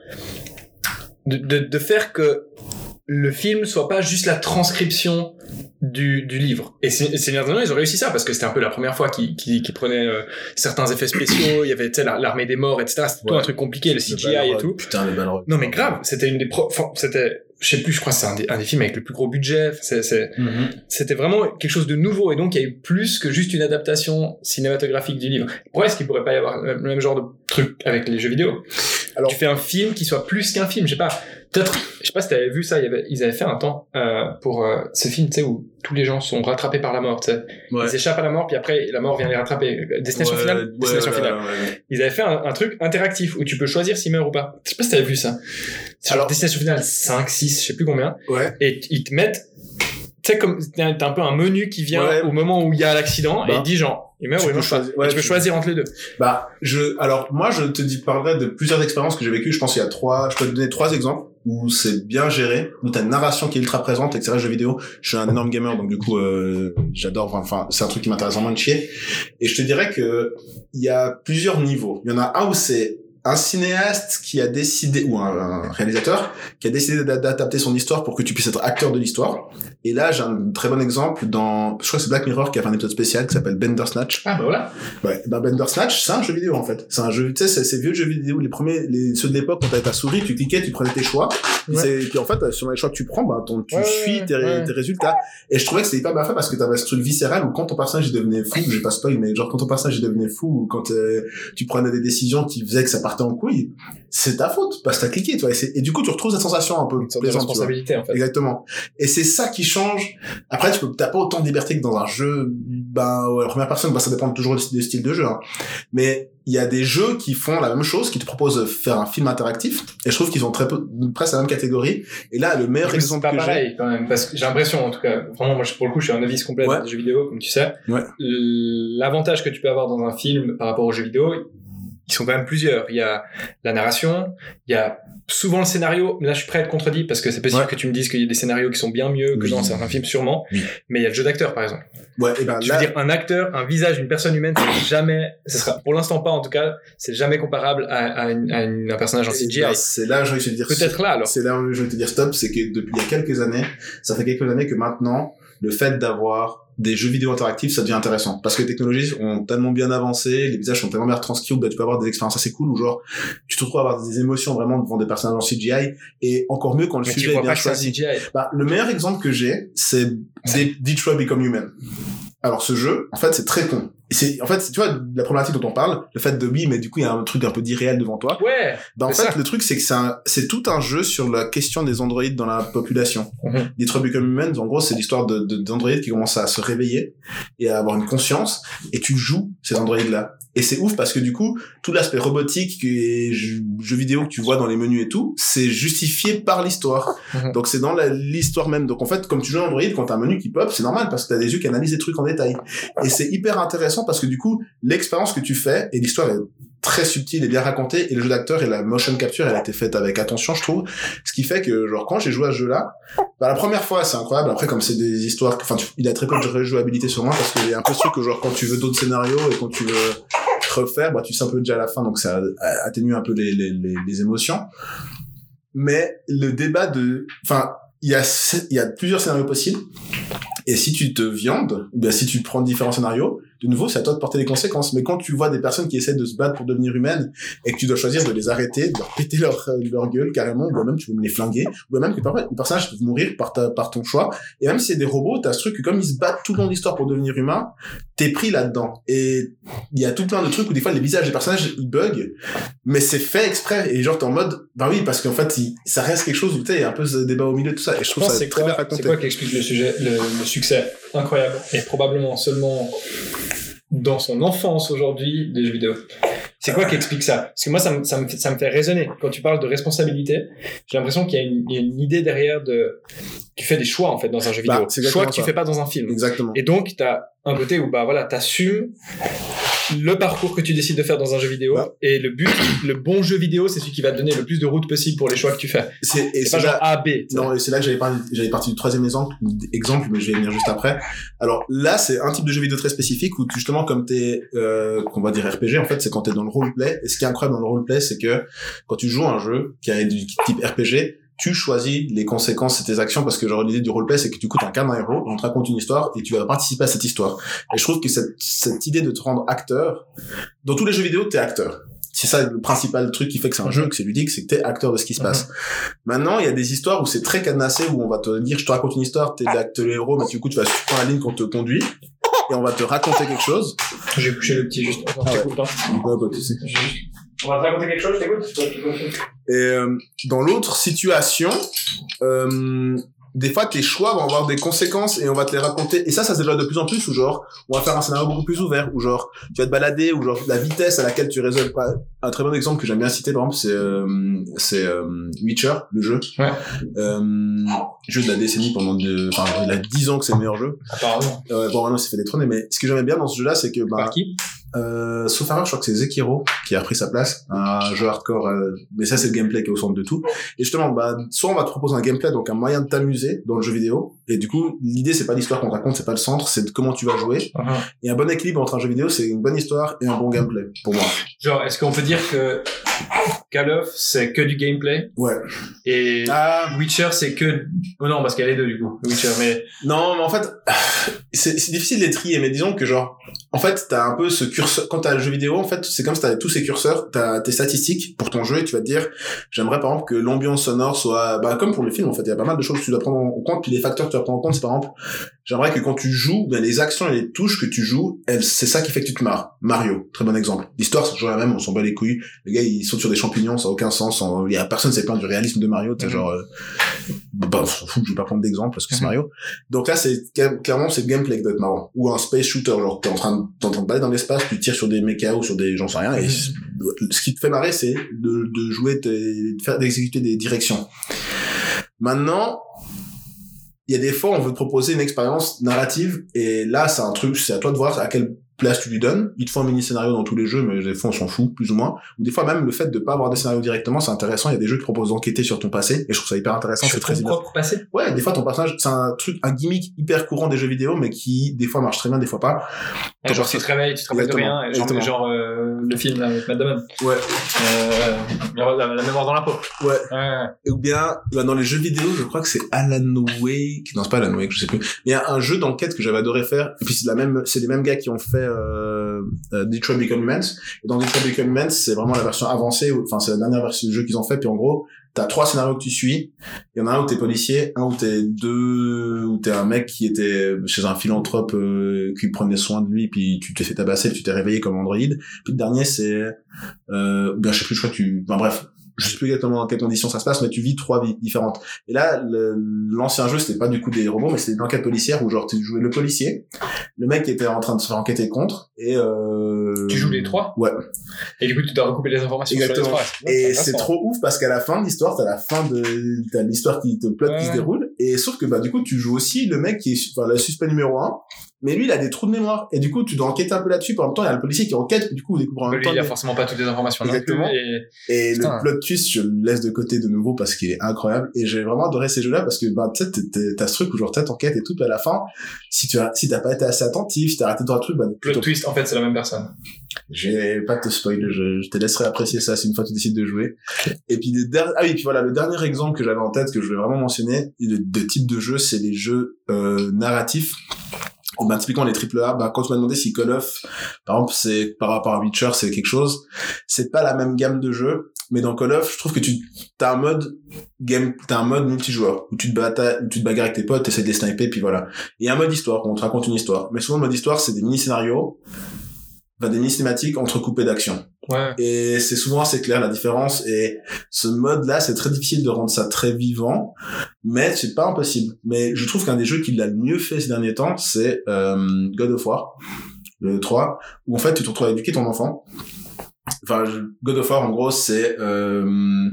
de, de, de faire que le film soit pas juste la transcription du, du livre. Et Seigneur des Anneaux, ils ont réussi ça, parce que c'était un peu la première fois qu'ils, qu'ils, qu'ils prenaient euh, certains effets spéciaux, il y avait, tu sais, l'armée des morts, et cetera. C'était ouais. tout un truc compliqué, le C G I et tout. Putain, le Balrog. Non, mais grave, c'était une des pro... enfin, c'était, je sais plus, je crois que c'est un des, un des films avec le plus gros budget, c'est, c'est, mm-hmm. c'était vraiment quelque chose de nouveau, et donc il y a eu plus que juste une adaptation cinématographique du livre. Pourquoi est-ce qu'il pourrait pas y avoir le même genre de truc avec les jeux vidéo? Alors, tu fais un film qui soit plus qu'un film, je sais pas, peut-être, je sais pas si t'avais vu ça, il y avait, ils avaient fait un temps, euh, pour, euh, ce film, tu sais, où tous les gens sont rattrapés par la mort, tu sais. Ouais. Ils échappent à la mort, puis après, la mort vient les rattraper. Destination ouais, finale, ouais, destination ouais, finale. Ouais, ouais. Ils avaient fait un, un truc interactif où tu peux choisir s'ils meurent ou pas. Je sais pas si t'avais vu ça. C'est alors, genre destination finale cinq, six, je sais plus combien. Ouais. Et ils te mettent, tu sais, comme, t'as un peu un menu qui vient ouais. au moment où il y a l'accident, bah. et il dit genre, il meurt ou il meurt pas. Ouais, tu peux tu... choisir entre les deux. Bah, je, alors, moi, je te dis, parlerai de plusieurs expériences que j'ai vécues. Je pense qu'il y a trois, je peux te donner trois exemples où c'est bien géré, où t'as une narration qui est ultra présente, et que c'est vrai, jeux vidéo. Je suis un énorme gamer, donc du coup, euh, j'adore, enfin, c'est un truc qui m'intéresse vraiment de chier. Et je te dirais que il y a plusieurs niveaux. Il y en a un où c'est un cinéaste qui a décidé, ou un, un réalisateur, qui a décidé d'adapter son histoire pour que tu puisses être acteur de l'histoire. Et là, j'ai un très bon exemple dans, je crois que c'est Black Mirror qui a fait un épisode spécial qui s'appelle Bandersnatch. Ah, bah voilà. Ouais, bah Bandersnatch, c'est un jeu vidéo, en fait. C'est un jeu, tu sais, c'est ces vieux jeux vidéo, les premiers, les, ceux de l'époque, quand t'avais ta souris, tu cliquais, tu prenais tes choix. Ouais. C'est, puis en fait, sur les choix que tu prends, bah, ton, tu ouais, suis tes, ouais. tes résultats. Et je trouvais que c'était hyper bien fait parce que t'avais ce truc viscéral où quand ton personnage il devenait fou, je passe pas, mais genre quand ton personnage il devenait fou, ou quand euh, tu prenais des décisions qui faisaient que ça partait en couille, c'est ta faute parce que t'as cliqué, tu vois. Et, c'est, et du coup, tu retrouves cette sensation un peu une sorte de responsabilité, en fait. Exactement. Et c'est ça qui change. Après, tu peux, t'as pas autant de liberté que dans un jeu, ben, ouais, la première personne, bah, ça dépend toujours du style de jeu, hein. Mais il y a des jeux qui font la même chose, qui te proposent de faire un film interactif, et je trouve qu'ils ont très peu, presque la même catégorie. Et là, le meilleur exemple que j'ai. C'est pas pareil, quand même, parce que j'ai l'impression, en tout cas, vraiment, moi, pour le coup, je suis un novice complet ouais. des jeux vidéo, comme tu sais. Ouais. L'avantage que tu peux avoir dans un film par rapport aux jeux vidéo, ils sont quand même plusieurs. Il y a la narration, il y a souvent le scénario. Là, je suis prêt à être contredit parce que c'est possible ouais. que tu me dises qu'il y a des scénarios qui sont bien mieux que oui. dans certains films, sûrement. Oui. Mais il y a le jeu d'acteur, par exemple. Ouais, et ben je là... veux dire, un acteur, un visage, une personne humaine, c'est jamais, ce sera, pour l'instant pas, en tout cas, c'est jamais comparable à, à, une, à une, un personnage en C G I. Ben, c'est là, je vais te dire. Peut-être là, alors. C'est là où je vais te dire stop, c'est que depuis il y a quelques années, ça fait quelques années que maintenant, le fait d'avoir des jeux vidéo interactifs, ça devient intéressant. Parce que les technologies ont tellement bien avancé, les visages sont tellement bien retranscrits, bah, tu peux avoir des expériences assez cool où genre, tu te retrouves à avoir des émotions vraiment devant des personnages en C G I, et encore mieux quand le mais sujet est bien choisi. Bah, le meilleur exemple que j'ai, c'est Detroit Become Human. Alors, ce jeu, en fait, c'est très con. C'est, en fait, tu vois, la problématique dont on parle, le fait de oui, mais du coup, il y a un truc un peu d'irréel devant toi. Ouais. Bah, en fait, ça. Le truc, c'est que c'est un, c'est tout un jeu sur la question des androïdes dans la population. Mm-hmm. Detroit Become Human, en gros, c'est l'histoire de, de, d'androïdes qui commencent à se réveiller et à avoir une conscience, et tu joues ces androïdes-là. Et c'est ouf parce que du coup, tout l'aspect robotique et jeux, jeux vidéo que tu vois dans les menus et tout, c'est justifié par l'histoire. Mm-hmm. Donc c'est dans la, l'histoire même. Donc en fait, comme tu joues à Android, quand t'as un menu qui pop, c'est normal parce que t'as des yeux qui analysent les trucs en détail. Et c'est hyper intéressant parce que du coup, l'expérience que tu fais et l'histoire est très subtile et bien racontée, et le jeu d'acteur et la motion capture, elle a été faite avec attention, je trouve. Ce qui fait que, genre, quand j'ai joué à ce jeu-là, bah, la première fois, c'est incroyable. Après, comme c'est des histoires, enfin, tu, il a très peu de rejouabilité sur moi parce qu'il y a un peu ce truc que, genre, quand tu veux d'autres scénarios et quand tu veux refaire, bah, tu sais un peu déjà à la fin, donc ça atténue un peu les, les, les, les émotions. Mais le débat de, enfin, il y a, il y a plusieurs scénarios possibles. Et si tu te viandes, ou bien si tu prends différents scénarios, de nouveau, c'est à toi de porter les conséquences. Mais quand tu vois des personnes qui essaient de se battre pour devenir humaines, et que tu dois choisir de les arrêter, de leur péter leur, leur gueule, carrément, ou même tu veux me les flinguer, ou même que parfois, les personnages peuvent mourir par ta, par ton choix. Et même si c'est des robots, t'as ce truc que comme ils se battent tout le long de l'histoire pour devenir humains, t'es pris là-dedans. Et il y a tout plein de trucs où des fois les visages des personnages, ils bug, mais c'est fait exprès. Et genre, t'es en mode, bah oui, parce qu'en fait, il, ça reste quelque chose où, tu sais, il y a un peu ce débat au milieu de tout ça. Et je trouve ça très bien raconté. C'est quoi qui explique le sujet, le, le succès incroyable, et probablement seulement dans son enfance aujourd'hui des jeux vidéo? C'est quoi qui explique ça? Parce que moi, ça me, ça me, fait, ça me fait résonner. Quand tu parles de responsabilité, j'ai l'impression qu'il y a une, il y a une idée derrière de, tu fais des choix, en fait, dans un jeu vidéo. Bah, choix que ça. Tu fais pas dans un film. Exactement. Et donc, t'as un côté où, bah, voilà, t'assumes le parcours que tu décides de faire dans un jeu vidéo, ouais. Et le but, le bon jeu vidéo, c'est celui qui va te donner le plus de routes possible pour les choix que tu fais. C'est, et c'est, c'est pas là, genre A, B. T'sais. Non, et c'est là que j'avais parlé, j'avais parti du troisième exemple, exemple, mais je vais y venir juste après. Alors là, c'est un type de jeu vidéo très spécifique où justement, comme t'es, euh, qu'on va dire R P G, en fait, c'est quand t'es dans le roleplay. Et ce qui est incroyable dans le roleplay, c'est que quand tu joues à un jeu qui a du type R P G, tu choisis les conséquences de tes actions parce que genre l'idée du roleplay c'est que du coup tu incarnes un héros, on te raconte une histoire et tu vas participer à cette histoire. Et je trouve que cette, cette idée de te rendre acteur, dans tous les jeux vidéo t'es acteur. C'est ça le principal truc qui fait que c'est un jeu, que c'est ludique, c'est que t'es acteur de ce qui se passe. Mm-hmm. Maintenant, il y a des histoires où c'est très cadenassé, où on va te dire, je te raconte une histoire, t'es l'acteur, le héros, mais du coup tu vas suivre la ligne qu'on te conduit et on va te raconter quelque chose. J'ai couché le petit juste. Attends, ah ouais. T'écoutes pas. Ouais, bah, tu sais. On va te raconter quelque chose, je t'écoute. Et euh, dans l'autre situation, euh, des fois tes choix vont avoir des conséquences et on va te les raconter. Et ça, ça se développe de plus en plus où genre, on va faire un scénario beaucoup plus ouvert, où genre, tu vas te balader, où genre, la vitesse à laquelle tu résolves pas. Un très bon exemple que j'aime bien citer, par exemple, c'est, euh, c'est, euh, Witcher, le jeu. Ouais. Euh, jeu de la décennie pendant de, enfin, il a dix ans que c'est le meilleur jeu. Apparemment. Euh, bon, maintenant, il s'est fait détrôner, mais ce que j'aimais bien dans ce jeu-là, c'est que, bah. Par qui? Euh, sauf erreur, je crois que c'est Sekiro qui a pris sa place, un jeu hardcore, euh, mais ça c'est le gameplay qui est au centre de tout. Et justement, bah, soit on va te proposer un gameplay, donc un moyen de t'amuser dans le jeu vidéo, et du coup, l'idée c'est pas l'histoire qu'on te raconte, c'est pas le centre, c'est de comment tu vas jouer. Uh-huh. Et un bon équilibre entre un jeu vidéo, c'est une bonne histoire et un bon gameplay, pour moi. Genre, est-ce qu'on peut dire que Call of, c'est que du gameplay? Ouais. Et ah. Witcher, c'est que... Oh non, parce qu'il y a les deux, du coup. Witcher, mais... Non, mais en fait, c'est, c'est difficile de les trier, mais disons que genre, en fait, t'as un peu ce curseur, quand t'as le jeu vidéo, en fait, c'est comme si t'avais tous ces curseurs, t'as tes statistiques pour ton jeu et tu vas te dire, j'aimerais par exemple que l'ambiance sonore soit, bah, comme pour les films, en fait, il y a pas mal de choses que tu dois prendre en compte, puis les facteurs que tu dois prendre en compte, c'est par exemple, j'aimerais que quand tu joues, ben, les actions et les touches que tu joues, elles, c'est ça qui fait que tu te marres. Mario, très bon exemple. L'histoire, c'est toujours la même, on s'en bat les couilles. Le gars, il saute sur des champignons, ça a aucun sens, on... il y a personne s'est plaint du réalisme de Mario, tu sais, mm-hmm. genre, euh... bah, on s'en fout, je vais pas prendre d'exemple parce que mm-hmm. c'est Mario. Donc là, c'est, clairement, c'est le gameplay qui doit être marrant. Ou un space shooter, genre, t'es en train de, t'es en train de balader dans l'espace, tu tires sur des mechas ou sur des, j'en sais rien, et mm-hmm. ce qui te fait marrer, c'est de, de jouer, de faire, d'exécuter des directions. Maintenant, il y a des fois, on veut te proposer une expérience narrative, et là, c'est un truc, c'est à toi de voir à quelle place tu lui donnes. Il te faut un mini-scénario dans tous les jeux, mais des fois, on s'en fout, plus ou moins. Ou des fois, même, le fait de pas avoir des scénarios directement, c'est intéressant. Il y a des jeux qui proposent d'enquêter sur ton passé, et je trouve ça hyper intéressant. C'est très propre passé. Ouais, des fois, ton personnage, c'est un truc, un gimmick hyper courant des jeux vidéo, mais qui, des fois, marche très bien, des fois pas. Ouais, genre, tu te réveilles, tu te rappelles de rien, et genre, genre euh, le film avec Matt Damon. Ouais. Euh, la, la mémoire dans la peau. Ouais. ouais. Ou bien, bah, dans les jeux vidéo, je crois que c'est Alan Wake, non, c'est pas Alan Wake, je sais plus. Mais il y a un jeu d'enquête que j'avais adoré faire, et puis c'est la même, c'est les mêmes gars qui ont fait, euh, Uh, Detroit Become Human. Et dans Detroit Become Human, c'est vraiment la version avancée, enfin c'est la dernière version du jeu qu'ils ont fait, puis en gros t'as trois scénarios que tu suis. Il y en a un où t'es policier, un où t'es deux, où t'es un mec qui était chez un philanthrope euh, qui prenait soin de lui, puis tu t'es fait tabasser, puis tu t'es réveillé comme Android. Puis le dernier c'est euh, ben je sais plus, je crois que tu, enfin bref, je sais plus exactement dans quelles conditions ça se passe, mais tu vis trois vies différentes. Et là, le, l'ancien jeu, c'était pas du coup des robots, mais c'était une enquête policière où genre tu jouais le policier, le mec qui était en train de se faire enquêter contre, et euh... tu joues les trois. Ouais. Et du coup, tu dois recouper les informations. Exactement. Sur les trois. Et c'est, c'est trop ouf parce qu'à la fin de l'histoire, t'as la fin de, t'as l'histoire qui te plot ouais. qui se déroule, et sauf que bah du coup, tu joues aussi le mec qui est, enfin le suspect numéro un. Mais lui, il a des trous de mémoire. Et du coup, tu dois enquêter un peu là-dessus. En même temps, il y a le policier qui enquête. Et du coup, vous découvrez en même lui, temps. Il a forcément pas toutes les informations. Exactement. Non plus, et et Putain. le plot twist, je le laisse de côté de nouveau parce qu'il est incroyable. Et j'ai vraiment adoré ces jeux-là parce que, bah, tu sais, t'as ce truc où genre, t'as t'enquête et tout. Puis à la fin, si tu as, si t'as pas été assez attentif, si t'as raté dans le truc, bah, plot twist, en fait, c'est la même personne. J'ai pas de te spoil. Je, je te laisserai apprécier ça si une fois tu décides de jouer. Et puis, le dernier, ah oui, puis voilà, le dernier exemple que j'avais en tête, que je voulais vraiment mentionner, de, de type de jeu, c'est les jeux, euh, narratifs. Ben, typiquement les triple A, ben, quand tu m'as demandé si Call of, par exemple, c'est, par rapport à Witcher, c'est quelque chose, c'est pas la même gamme de jeux, mais dans Call of, je trouve que tu, t'as un mode game, t'as un mode multijoueur, où tu te bats, où tu te bagarres avec tes potes, t'essaies de les sniper, puis voilà. Et un mode histoire, où on te raconte une histoire. Mais souvent, le mode histoire, c'est des mini-scénarios, enfin, des mini-cinématiques entrecoupées d'actions. Ouais. Et c'est souvent assez clair la différence, et ce mode-là, c'est très difficile de rendre ça très vivant, mais c'est pas impossible. Mais je trouve qu'un des jeux qui l'a le mieux fait ces derniers temps, c'est euh, God of War, le trois, où en fait tu te retrouves à éduquer ton enfant. Enfin, God of War, en gros, c'est euh,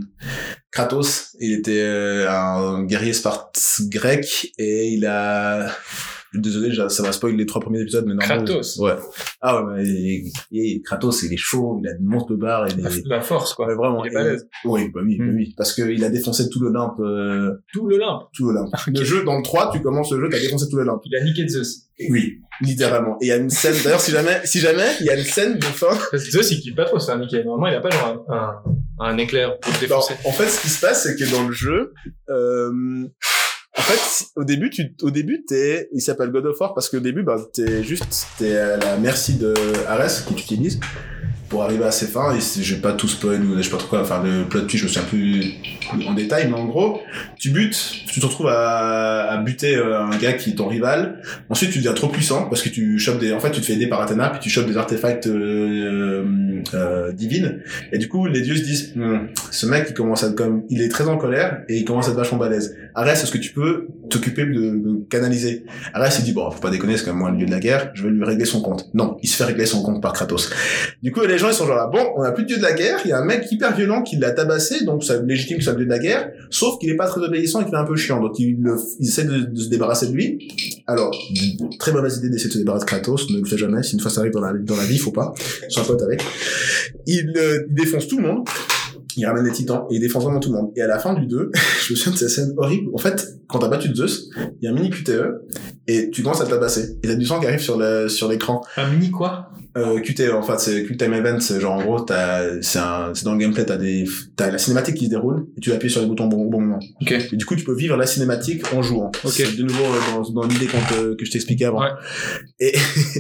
Kratos, il était euh, un guerrier sparte grec, et il a... désolé, ça va spoiler les trois premiers épisodes, mais non. Kratos. Ouais. Ah ouais, mais, et, et Kratos, il est chaud, il a une monstre de barre et des... La force, quoi. Ouais, vraiment. Il est balèze. Et... Oui, bah oui, bah oui. Parce que il a défoncé tout l'Olympe, euh... Tout l'Olympe. Tout l'Olympe. Okay. Le jeu, dans le trois, tu commences le jeu, t'as défoncé tout l'Olympe. Il a niqué Zeus. Oui, littéralement. Et il y a une scène, d'ailleurs, si jamais, si jamais, il y a une scène de fin. Parce que Zeus, il kiffe pas trop se faire niquer. Normalement, il a pas genre un, un, un éclair pour te défoncer. Non, en fait, ce qui se passe, c'est que dans le jeu, euh, en fait, au début, tu, au début, t'es, il s'appelle God of War parce qu'au début, bah, t'es juste, t'es à la merci de Ares qui t'utilise pour arriver à ses fins, et je vais pas tout spoil ou je sais pas trop quoi, enfin le plot twist je me souviens plus en détail, mais en gros tu butes, tu te retrouves à, à buter un gars qui est ton rival, ensuite tu deviens trop puissant parce que tu chopes des, en fait tu te fais aider par Athéna puis tu chopes des artefacts euh, euh, divines, et du coup les dieux se disent hm, ce mec il commence à être comme, il est très en colère et il commence à être vachement balèze, Arès est-ce que tu peux t'occuper de, de canaliser? Arès il dit bon faut pas déconner, c'est quand même moi le dieu de la guerre, je vais lui régler son compte. Non, il se fait régler son compte par Kratos. Du coup les gens ils sont genre là, bon on a plus de dieu de la guerre, il y a un mec hyper violent qui l'a tabassé, donc ça légitime que ça soit le dieu de la guerre, sauf qu'il est pas très obéissant et qu'il est un peu chiant, donc il, le, il essaie de, de se débarrasser de lui. Alors très mauvaise idée d'essayer de se débarrasser de Kratos, ne le fais jamais, si une fois ça arrive dans la, dans la vie, faut pas, sois pote avec. Il, euh, il défonce tout le monde, il ramène les titans et il défonce vraiment tout le monde. Et à la fin du deux, je me souviens de cette scène horrible. En fait, quand t'as battu Zeus, il y a un mini Q T E et tu commences à te tabasser. Et t'as du sang qui arrive sur le, sur l'écran. Un mini quoi? Euh, Q T E, en fait, c'est Quick Time Event, c'est genre, en gros, t'as, c'est un, c'est dans le gameplay, t'as des, t'as la cinématique qui se déroule, et tu appuies sur les boutons au bon, bon moment. Ok. Et du coup, tu peux vivre la cinématique en jouant. Ok. C'est de nouveau dans, dans l'idée qu'on te, que je t'expliquais avant. Ouais. Et,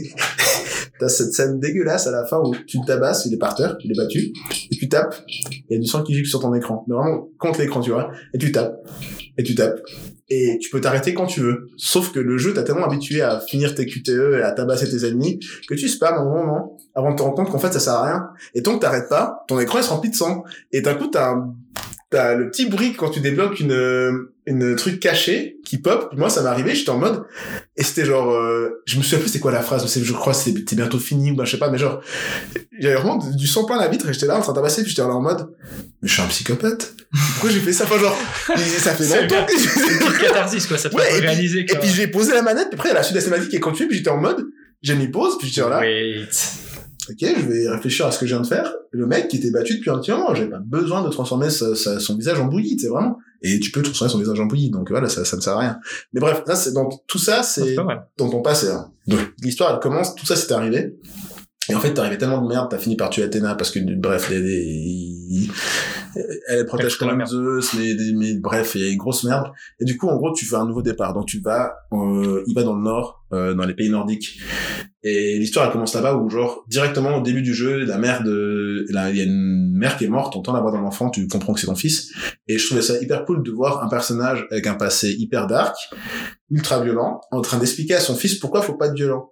t'as cette scène dégueulasse à la fin où tu te tabasses, il est par terre, il est battu, et tu tapes, il y a du sang qui gicle sur ton écran. Mais vraiment, contre l'écran, tu vois. Et tu tapes. Et tu tapes. Et tu peux t'arrêter quand tu veux. Sauf que le jeu t'a tellement habitué à finir tes Q T E et à tabasser tes ennemis que tu spams un moment avant de te rendre compte qu'en fait ça sert à rien. Et tant que t'arrêtes pas, ton écran il se remplit de sang. Et d'un coup t'as un, t'as le petit bruit quand tu débloques une, une truc caché qui pop. Moi ça m'est arrivé, j'étais en mode, et c'était genre, euh, je me souviens plus c'est quoi la phrase, je crois que c'était bientôt fini ou ben, je sais pas, mais genre, j'avais vraiment du sang plein la vitre et j'étais là en train de tabasser, puis j'étais là en mode, mais je suis un psychopathe. Pourquoi j'ai fait ça? Enfin, genre, ça fait longtemps que c'est une petite catharsis, quoi, ça te fait réaliser que... Et puis j'ai posé la manette, puis après, il y a la suite de la cinématique qui est continuée, puis j'étais en mode, j'ai mis pause, puis j'étais là. Wait. Ok, je vais réfléchir à ce que je viens de faire. Le mec qui était battu depuis un petit moment, j'avais pas besoin de transformer sa, sa, son visage en bouillie, tu sais, vraiment. Et tu peux transformer son visage en bouillie, donc voilà, ça, ça ne sert à rien. Mais bref, là, c'est, donc, tout ça, c'est, dans ton passé, hein. Donc, l'histoire, elle commence, tout ça, c'était arrivé. Et en fait, t'es arrivé tellement de merde, t'as fini par tuer Athéna parce que, bref, les, les, elle protège quand même Zeus, mais, mais bref, il y a une grosse merde. Et du coup, en gros, tu fais un nouveau départ. Donc, tu vas, euh, il va dans le nord, euh, dans les pays nordiques. Et l'histoire, elle commence là-bas où, genre, directement au début du jeu, la mère de, là, il y a une mère qui est morte, t'entends la voix d'un enfant, tu comprends que c'est ton fils. Et je trouvais ça hyper cool de voir un personnage avec un passé hyper dark, ultra violent, en train d'expliquer à son fils pourquoi faut pas être violent.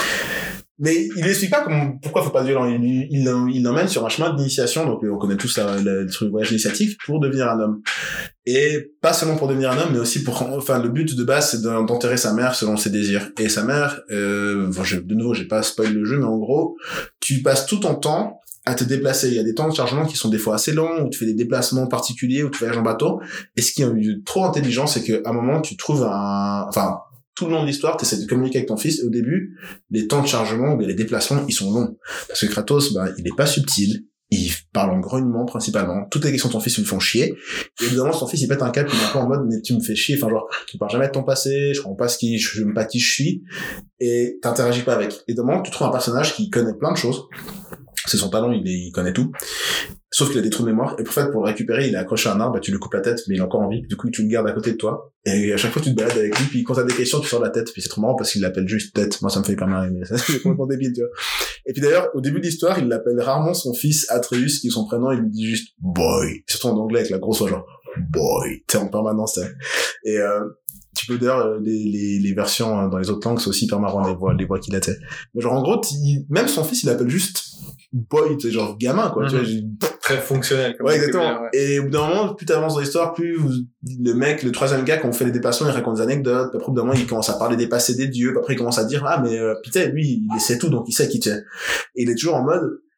Mais il explique pas comment, pourquoi faut pas être violent. Il, il, il l'emmène sur un chemin d'initiation, donc on connaît tous la, la, le truc voyage initiatique, pour devenir un homme. Et pas seulement pour devenir un homme, mais aussi pour, enfin, le but de base, c'est d'enterrer sa mère selon ses désirs. Et sa mère, euh, bon, je, de nouveau, j'ai pas spoil le jeu, mais en gros, tu passes tout ton temps à te déplacer. Il y a des temps de chargement qui sont des fois assez longs, où tu fais des déplacements particuliers, où tu voyages en bateau. Et ce qui est trop intelligent, c'est qu'à un moment, tu trouves un, enfin, tout le long de l'histoire, tu essaies de communiquer avec ton fils, et au début, les temps de chargement, ou les déplacements, ils sont longs. Parce que Kratos, ben, il est pas subtil, il parle en grognement, principalement. Toutes les questions de ton fils, ils me font chier. Et évidemment, ton fils, il pète un câble, il est un peu en mode, mais tu me fais chier, enfin, genre, tu parles jamais de ton passé, je comprends pas ce qui, je sais même pas qui je suis, et t'interagis pas avec. Et de moment, tu trouves un personnage qui connaît plein de choses. C'est son talent, il, est, il connaît tout. Sauf qu'il a des trous de mémoire. Et pour fait, pour le récupérer, il est accroché à un arbre, bah, tu lui coupes la tête, mais il est encore en vie. Du coup, tu le gardes à côté de toi. Et à chaque fois, tu te balades avec lui, puis quand t'as des questions, tu sors la tête. Puis c'est trop marrant parce qu'il l'appelle juste tête. Moi, ça me fait hyper marrer, mais ça, c'est complètement débile, tu vois. Et puis d'ailleurs, au début de l'histoire, il l'appelle rarement son fils Atreus, qui est son prénom, il lui dit juste boy. Surtout en anglais, avec la grosse voix, genre boy. T'es en permanence, t'sais. Et, euh, tu peux d'ailleurs, les, les, les versions dans les autres langues, c'est aussi hyper marrant, les voix, les voix qu'il a, t'sais. Mais genre, en gros, il, même son fils, il l'appelle juste boy, tu sais, genre gamin, quoi, mm-hmm. Tu vois, j'ai... Très fonctionnel. Comme ouais, exactement. Clair, ouais. Et au bout d'un moment, plus t'avances dans l'histoire, plus vous... le mec, le troisième gars, quand on fait les déplacements, il raconte des anecdotes, puis après, au bout d'un moment, il commence à parler des passés des dieux, puis après, il commence à dire, ah, mais, euh, putain, lui, il sait tout, donc il sait qui tu es. Et il est toujours en mode,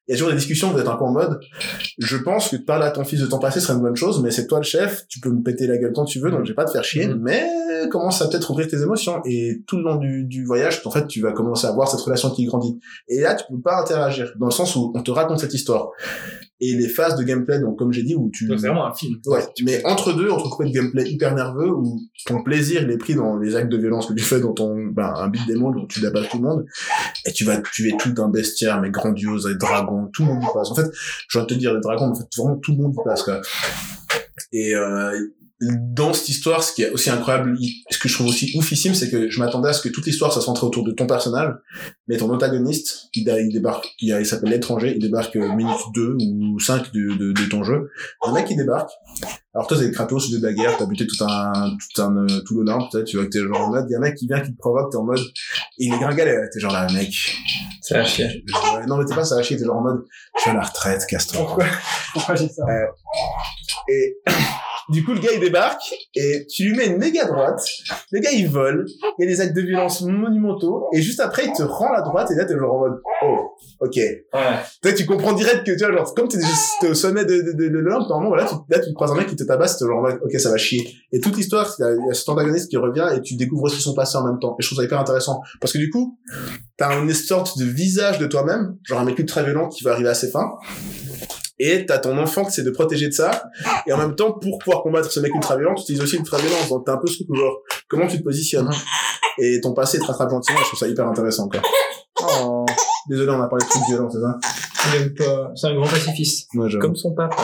il y a toujours des discussions, vous êtes un peu en mode, je pense que de parler à ton fils de ton passé serait une bonne chose, mais c'est toi le chef, tu peux me péter la gueule quand tu veux, donc je vais pas te faire chier, mmh. mais commence à peut-être ouvrir tes émotions, et tout le long du, du voyage, en fait, tu vas commencer à voir cette relation qui grandit. Et là, tu peux pas interagir, dans le sens où on te raconte cette histoire. Et les phases de gameplay, donc comme j'ai dit, où tu... Donc, c'est vraiment un film. Ouais, mais entre deux, on te trouve de gameplay hyper nerveux, où ton plaisir, il est pris dans les actes de violence que tu fais dans ton, ben, un beat démon, où tu dabasses tout le monde, et tu vas tuer tout d'un bestiaire, mais grandiose, avec dragons, tout le monde y passe. En fait, je vais te dire, les dragons, en fait, vraiment, tout le monde y passe, quoi. Et, euh, dans cette histoire, ce qui est aussi incroyable, ce que je trouve aussi oufissime, c'est que je m'attendais à ce que toute l'histoire ça se centrait autour de ton personnage, mais ton antagoniste, il, il débarque, il, il s'appelle l'étranger, il débarque minute deux ou cinq de, de, de ton jeu. Un mec qui débarque. Alors toi, c'est Kratos, dieu de la guerre, t'as buté tout un, tout un, tout l'Olympe, peut-être, tu vois que t'es genre en mode, il y a un mec qui vient, qui te provoque, t'es en mode, et il est gringalé, t'es genre là, mec. Ça va chier. Je, non, mais t'es pas, ça va chier, t'es genre en mode, je suis à la retraite, casse-toi. Pourquoi? Pourquoi j'ai ça? Euh, et, du coup, le gars, il débarque, et tu lui mets une méga droite, le gars, il vole, il y a des actes de violence monumentaux, et juste après, il te rend la droite, et là, t'es genre en mode, oh, ok. Ouais. Toi, tu comprends direct que, tu vois, genre, comme t'es, t'es au sommet de, de, de, de l'Olympe, normalement, voilà, tu, là, tu croises un mec qui te tabasse, t'es genre en mode, ok, ça va chier. Et toute l'histoire, il y a, il y a cet antagoniste qui revient, et tu découvres aussi son passé en même temps. Et je trouve ça hyper intéressant. Parce que du coup, t'as une sorte de visage de toi-même, genre un mec ultra violent qui va arriver à ses fins. Et t'as ton enfant qui essaie de protéger de ça, et en même temps, pour pouvoir combattre ce mec ultra violent, tu utilises aussi l'ultra violence, donc t'as un peu ce truc où genre, comment tu te positionnes, et ton passé te rattrape gentiment, je trouve ça hyper intéressant, quoi. Oh. Désolé, on a parlé de trucs violents, c'est ça? Il aime pas, c'est un grand pacifiste. Ouais, comme son papa.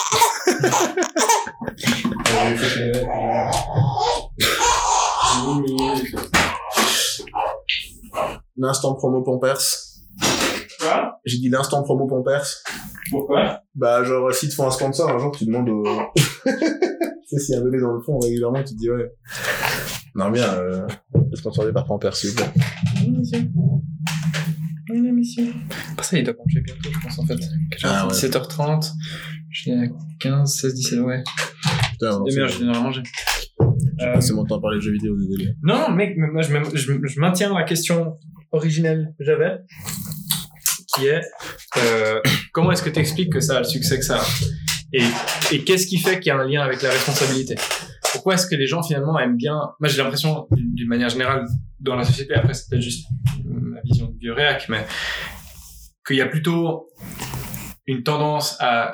L'instant promo Pampers. Quoi? J'ai dit l'instant promo Pampers. Pourquoi? Bah, genre, si tu fais un sponsor, un jour, tu demandes au... tu sais, s'il y a un bébé dans le fond, régulièrement, tu te dis, ouais. Non, bien, euh, sponsorisé par Pampers, s'il vous plaît. Oui, monsieur. Oui, monsieur. Pour ça, il doit manger bientôt, je pense, en fait. Ah, ouais. dix-sept heures trente. Je suis à quinze, seize, dix-sept, ouais. Putain, c'est demi-heure, je viens de manger. J'ai euh... passé mon temps à parler de jeux vidéo, désolé. Non, non, mec, moi, je, je, je maintiens la question originelle que j'avais, qui est euh, comment est-ce que tu expliques que ça a le succès que ça a, et, et qu'est-ce qui fait qu'il y a un lien avec la responsabilité? Pourquoi est-ce que les gens finalement aiment bien... Moi j'ai l'impression, d'une manière générale, dans la société, après c'est peut-être juste ma vision de vieux réac, mais qu'il y a plutôt une tendance à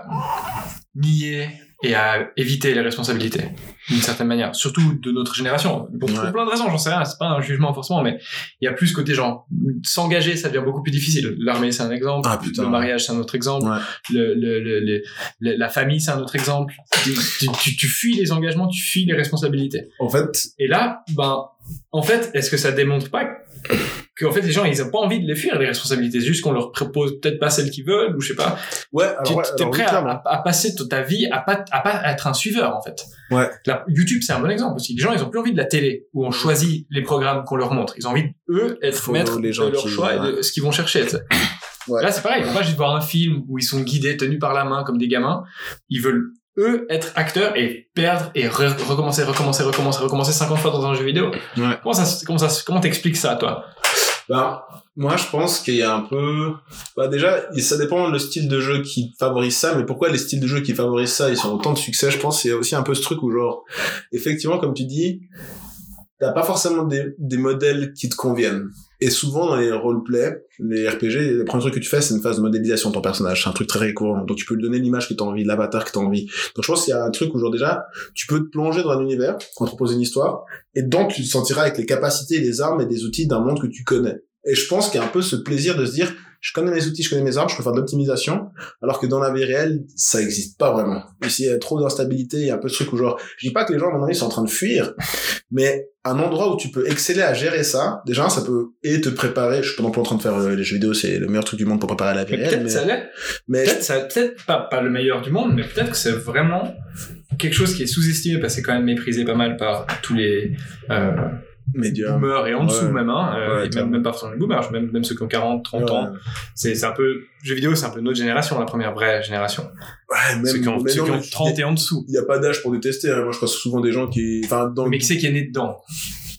nier et à éviter les responsabilités d'une certaine manière, surtout de notre génération, pour, ouais. pour plein de raisons, j'en sais rien, c'est pas un jugement forcément, mais il y a plus côté genre s'engager, ça devient beaucoup plus difficile. L'armée c'est un exemple, ah, putain, le mariage c'est un autre exemple, ouais. le, le, le, le, le la famille c'est un autre exemple. tu, tu, tu fuis les engagements, tu fuis les responsabilités. En fait, et là, ben, en fait, est-ce que ça démontre pas qu'en fait les gens ils ont pas envie de les fuir les responsabilités, c'est juste qu'on leur propose peut-être pas celles qu'ils veulent ou je sais pas. Ouais, alors tu ouais, t'es alors, prêt oui, à, à, à passer toute ta vie à pas à pas être un suiveur en fait. Ouais. La, YouTube c'est un bon exemple aussi. Les gens ils ont plus envie de la télé où on choisit les programmes qu'on leur montre. Ils ont envie eux être maîtres de leur qui... choix ouais. et de ce qu'ils vont chercher. Ouais. Là c'est pareil. Ils vont pas juste voir un film où ils sont guidés, tenus par la main comme des gamins. Ils veulent eux être acteurs et perdre et re- recommencer, recommencer, recommencer, recommencer cinquante fois dans un jeu vidéo. Ouais. Comment ça, comment ça, comment t'expliques ça, toi? Ben, moi, je pense qu'il y a un peu, bah, déjà, ça dépend le style de jeu qui favorise ça, mais pourquoi les styles de jeu qui favorisent ça, ils ont autant de succès, je pense, il y a aussi un peu ce truc où genre, effectivement, comme tu dis, t'as pas forcément des, des modèles qui te conviennent. Et souvent, dans les roleplay, les R P G, le premier truc que tu fais, c'est une phase de modélisation de ton personnage. C'est un truc très récurrent. Donc, tu peux lui donner l'image que t'as envie, l'avatar que t'as envie. Donc, je pense qu'il y a un truc où, genre, déjà, tu peux te plonger dans un univers, qu'on te propose une histoire, et donc, tu te sentiras avec les capacités, les armes et des outils d'un monde que tu connais. Et je pense qu'il y a un peu ce plaisir de se dire, je connais mes outils, je connais mes armes, je peux faire de l'optimisation, alors que dans la vie réelle, ça existe pas vraiment. Ici, il y a trop d'instabilité, il y a un peu de truc où genre, je dis pas que les gens, à mon avis, sont en train de fuir, mais un endroit où tu peux exceller à gérer ça, déjà, ça peut, et te préparer, je suis pas non plus en train de faire euh, les jeux vidéo, c'est le meilleur truc du monde pour préparer la vie mais réelle. Peut-être mais ça l'est. Mais peut-être ça, peut-être pas, pas le meilleur du monde, mais peut-être que c'est vraiment quelque chose qui est sous-estimé, parce que c'est quand même méprisé pas mal par tous les, euh, médias, boomers et en dessous ouais. même hein euh, ouais, et même même pas forcément les boomers, même même ceux qui ont quarante trente ouais. ans, c'est c'est un peu jeux vidéo, c'est un peu notre génération, la première vraie génération. Ouais, même ceux qui ont, ceux non, qui ont trente et en dessous. Il y a pas d'âge pour détester, hein. Moi je crois souvent des gens qui enfin dans mais qui c'est qui est né dedans.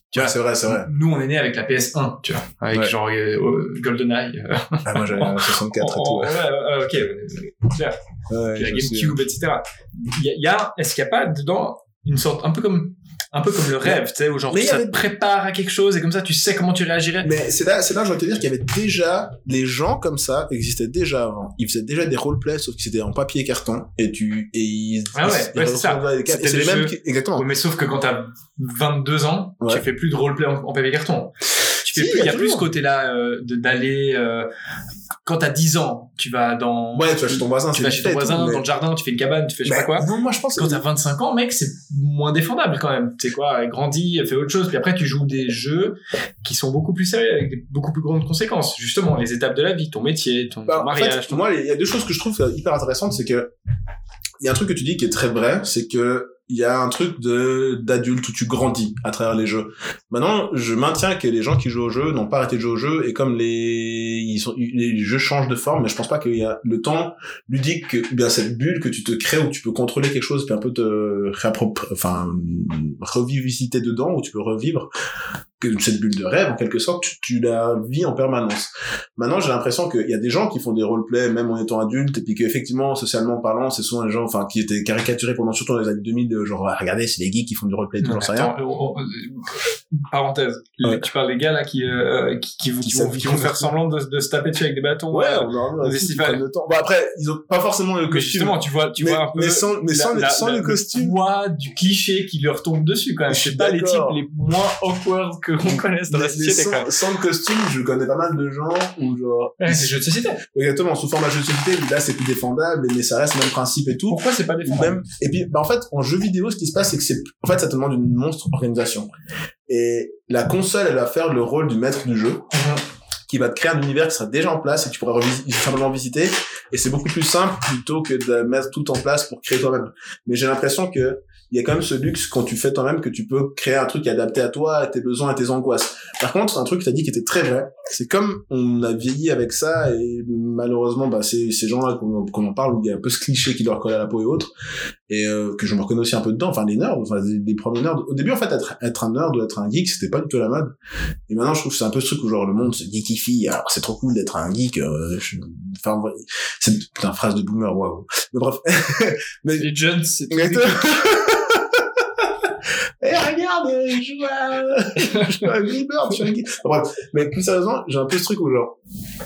Tu ouais, vois, c'est vrai, c'est vrai. Nous, on est né avec la P S un, tu vois, avec ouais. genre euh, GoldenEye. Euh, ah, moi, j'avais la soixante-quatre et tout. Ouais, ouais, ouais ok, clair. Ouais, Puis la GameCube, et cetera. Il y a, il y a, est-ce qu'il y a pas dedans une sorte, un peu comme, un peu comme le rêve, tu sais, où genre, ça avait... te prépare à quelque chose et comme ça, tu sais comment tu réagirais. Mais c'est là, c'est là, je vais te dire qu'il y avait déjà, les gens comme ça existaient déjà avant. Ils faisaient déjà des roleplays, sauf que c'était en papier et carton, et tu, et ils, ah ouais, ils, ouais, ils c'est ça. C'était et c'est les mêmes qui... exactement. Ouais, mais sauf que quand t'as vingt-deux ans, ouais. tu fais plus de roleplay en, en papier et carton. Tu fais si, plus, il y a, y a plus ce côté-là, euh, de, d'aller, euh, quand t'as dix ans, tu vas dans... Ouais, tu vas chez ton voisin, tu vas chez ton voisin, tout, mais... dans le jardin, tu fais une cabane, tu fais je sais bah, pas quoi. Non, moi je pense que... Quand t'as vingt-cinq ans, mec, c'est moins défendable quand même. Tu sais quoi, grandis, fais autre chose, puis après tu joues des jeux qui sont beaucoup plus sérieux, avec des beaucoup plus grandes conséquences. Justement, les étapes de la vie, ton métier, ton, bah, ton mariage. En fait, ton... moi, il y a deux choses que je trouve hyper intéressantes, c'est que il y a un truc que tu dis qui est très vrai, c'est que il y a un truc de d'adulte où tu grandis à travers les jeux. Maintenant, je maintiens que les gens qui jouent aux jeux n'ont pas arrêté de jouer aux jeux et comme les ils sont les jeux changent de forme, mais je pense pas qu'il y a le temps ludique que bien cette bulle que tu te crées où tu peux contrôler quelque chose puis un peu te réapproprier, enfin reviviciter dedans où tu peux revivre que cette bulle de rêve en quelque sorte tu, tu la vis en permanence. Maintenant, j'ai l'impression qu'il y a des gens qui font des roleplays même en étant adultes et puis qu'effectivement socialement parlant, c'est souvent les gens enfin qui étaient caricaturés pendant surtout dans les années deux mille genre regardez c'est les geeks qui font du roleplay tout j'en sais rien. Parenthèse, ouais. Tu parles des gars là qui euh, qui, qui, qui, qui vont, qui vont faire semblant de, de se taper dessus avec des bâtons. Ouais, euh, on a le temps. Bon après, ils ont pas forcément le costume. Mais justement, tu vois, tu mais, vois un peu mais sans mais sans, la, sans la, le costume, le poids du cliché qui leur tombe dessus quand même. C'est pas les types les moins awkward que qu'on connaisse dans la société sans, quand même. Sans le costume, je connais pas mal de gens où genre ouais, c'est jeux de société. Exactement, sous format jeu de société, là c'est plus défendable mais ça reste le même principe et tout. Pourquoi c'est pas défendable même et puis bah en fait en jeu vidéo ce qui se passe c'est que c'est en fait ça te demande une monstre organisation. Et la console, elle va faire le rôle du maître du jeu, mm-hmm. qui va te créer un univers qui sera déjà en place et que tu pourras revis- simplement visiter. Et c'est beaucoup plus simple plutôt que de mettre tout en place pour créer toi-même. Mais j'ai l'impression que il y a quand même ce luxe quand tu fais toi-même que tu peux créer un truc qui est adapté à toi, à tes besoins, à tes angoisses. Par contre, un truc que t'as dit qui était très vrai, c'est comme on a vieilli avec ça et malheureusement, bah, c'est ces gens-là qu'on, qu'on en parle où il y a un peu ce cliché qui leur colle à la peau et autres. Et euh, que je me reconnais aussi un peu dedans, enfin les nerds, enfin les, les premiers nerds. Au début en fait être être un nerd ou être un geek c'était pas du tout la mode. Et maintenant je trouve que c'est un peu ce truc où genre le monde se geekifie. Alors c'est trop cool d'être un geek. Euh, je... Enfin c'est putain phrase de boomer waouh. Mais bref. Mais les jeunes c'est. Eh regarde, je joue à je joue à Angry Birds, je suis un geek. Enfin, bref, mais plus sérieusement j'ai un peu ce truc où genre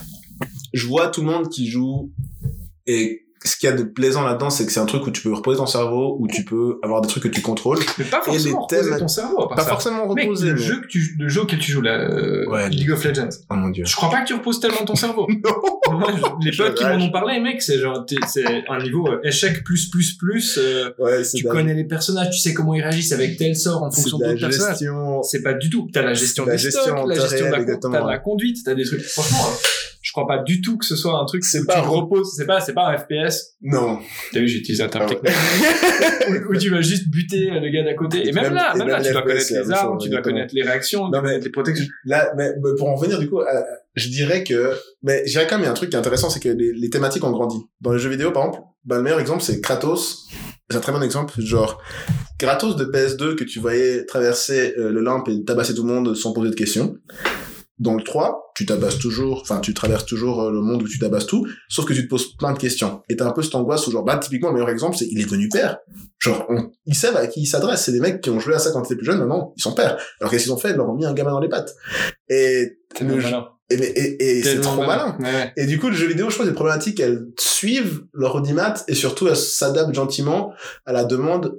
je vois tout le monde qui joue et ce qu'il y a de plaisant là-dedans, c'est que c'est un truc où tu peux reposer ton cerveau, où tu peux avoir des trucs que tu contrôles. Mais pas forcément reposer thèmes... ton cerveau. Pas ça. forcément reposer. Mec, le mais... jeu que tu, le jeu auquel tu joues là, euh, ouais, League of Legends. Oh mon dieu. Je crois pas que tu reposes tellement ton cerveau. Non. Moi, je, les potes qui m'en ont parlé, mec, c'est genre, c'est un niveau euh, échec plus plus plus. Euh, ouais, c'est tu connais les personnages, tu sais comment ils réagissent avec tel sort en fonction d'autres personnages. C'est pas du tout. T'as la gestion la des gestion stocks, la gestion de la, t'as la conduite, t'as des trucs. Franchement. Euh, je crois pas du tout que ce soit un truc c'est où pas tu reposes, c'est pas, c'est pas un F P S. Non. T'as vu, j'ai utilisé un terme technique. où, où tu vas juste buter le gars d'à côté. Et même, même là, même, même là, tu dois connaître les armes, tu dois connaître les réactions, tu dois connaître les protections. Là, mais, mais pour en revenir, du coup, euh, je dirais que, mais, je dirais quand même, il y a un truc qui est intéressant, c'est que les, les thématiques ont grandi. Dans les jeux vidéo, par exemple, bah, le meilleur exemple, c'est Kratos. C'est un très bon exemple. Genre, Kratos de P S deux que tu voyais traverser euh, le lampe et tabasser tout le monde sans poser de questions. Dans le trois, tu tabasses toujours, enfin, tu traverses toujours le monde où tu tabasses tout, sauf que tu te poses plein de questions. Et t'as un peu cette angoisse où, genre, bah, typiquement, le meilleur exemple, c'est, il est devenu père. Genre, on, ils savent à qui ils s'adressent. C'est des mecs qui ont joué à ça quand ils étaient plus jeunes, maintenant, ils sont pères. Alors, qu'est-ce qu'ils ont fait? Ils leur ont mis un gamin dans les pattes. Et, le jeu, et, et, et c'est trop malin. malin. Ouais. Et du coup, le jeu vidéo, je pense, les problématiques, elles suivent leur audimat et surtout, elles s'adaptent gentiment à la demande,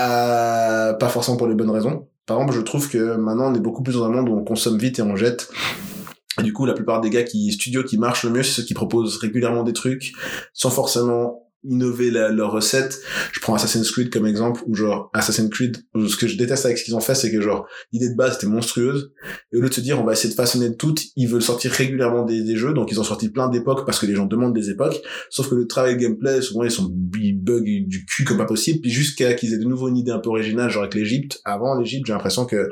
à, pas forcément pour les bonnes raisons. Par exemple, je trouve que maintenant, on est beaucoup plus dans un monde où on consomme vite et on jette. Et du coup, la plupart des gars qui, studios qui marchent le mieux, c'est ceux qui proposent régulièrement des trucs, sans forcément innover la, leur recette. Je prends Assassin's Creed comme exemple, où genre, Assassin's Creed, ce que je déteste avec ce qu'ils ont fait, c'est que genre, l'idée de base était monstrueuse, et au lieu de se dire, on va essayer de façonner de tout, ils veulent sortir régulièrement des, des jeux, donc ils ont sorti plein d'époques parce que les gens demandent des époques, sauf que le travail de gameplay, souvent, ils sont, ils bug du cul comme pas possible, puis jusqu'à qu'ils aient de nouveau une idée un peu originale, genre avec l'Égypte. Avant l'Égypte, j'ai l'impression que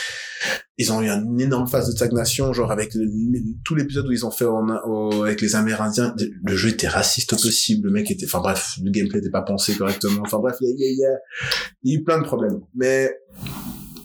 ils ont eu une énorme phase de stagnation, genre avec le, le, tout l'épisode où ils ont fait en, en, avec les Amérindiens, le jeu était raciste au possible, le mec était, enfin bref, le gameplay était pas pensé correctement, enfin bref, il y a, il y a, il y a, il y a eu plein de problèmes. Mais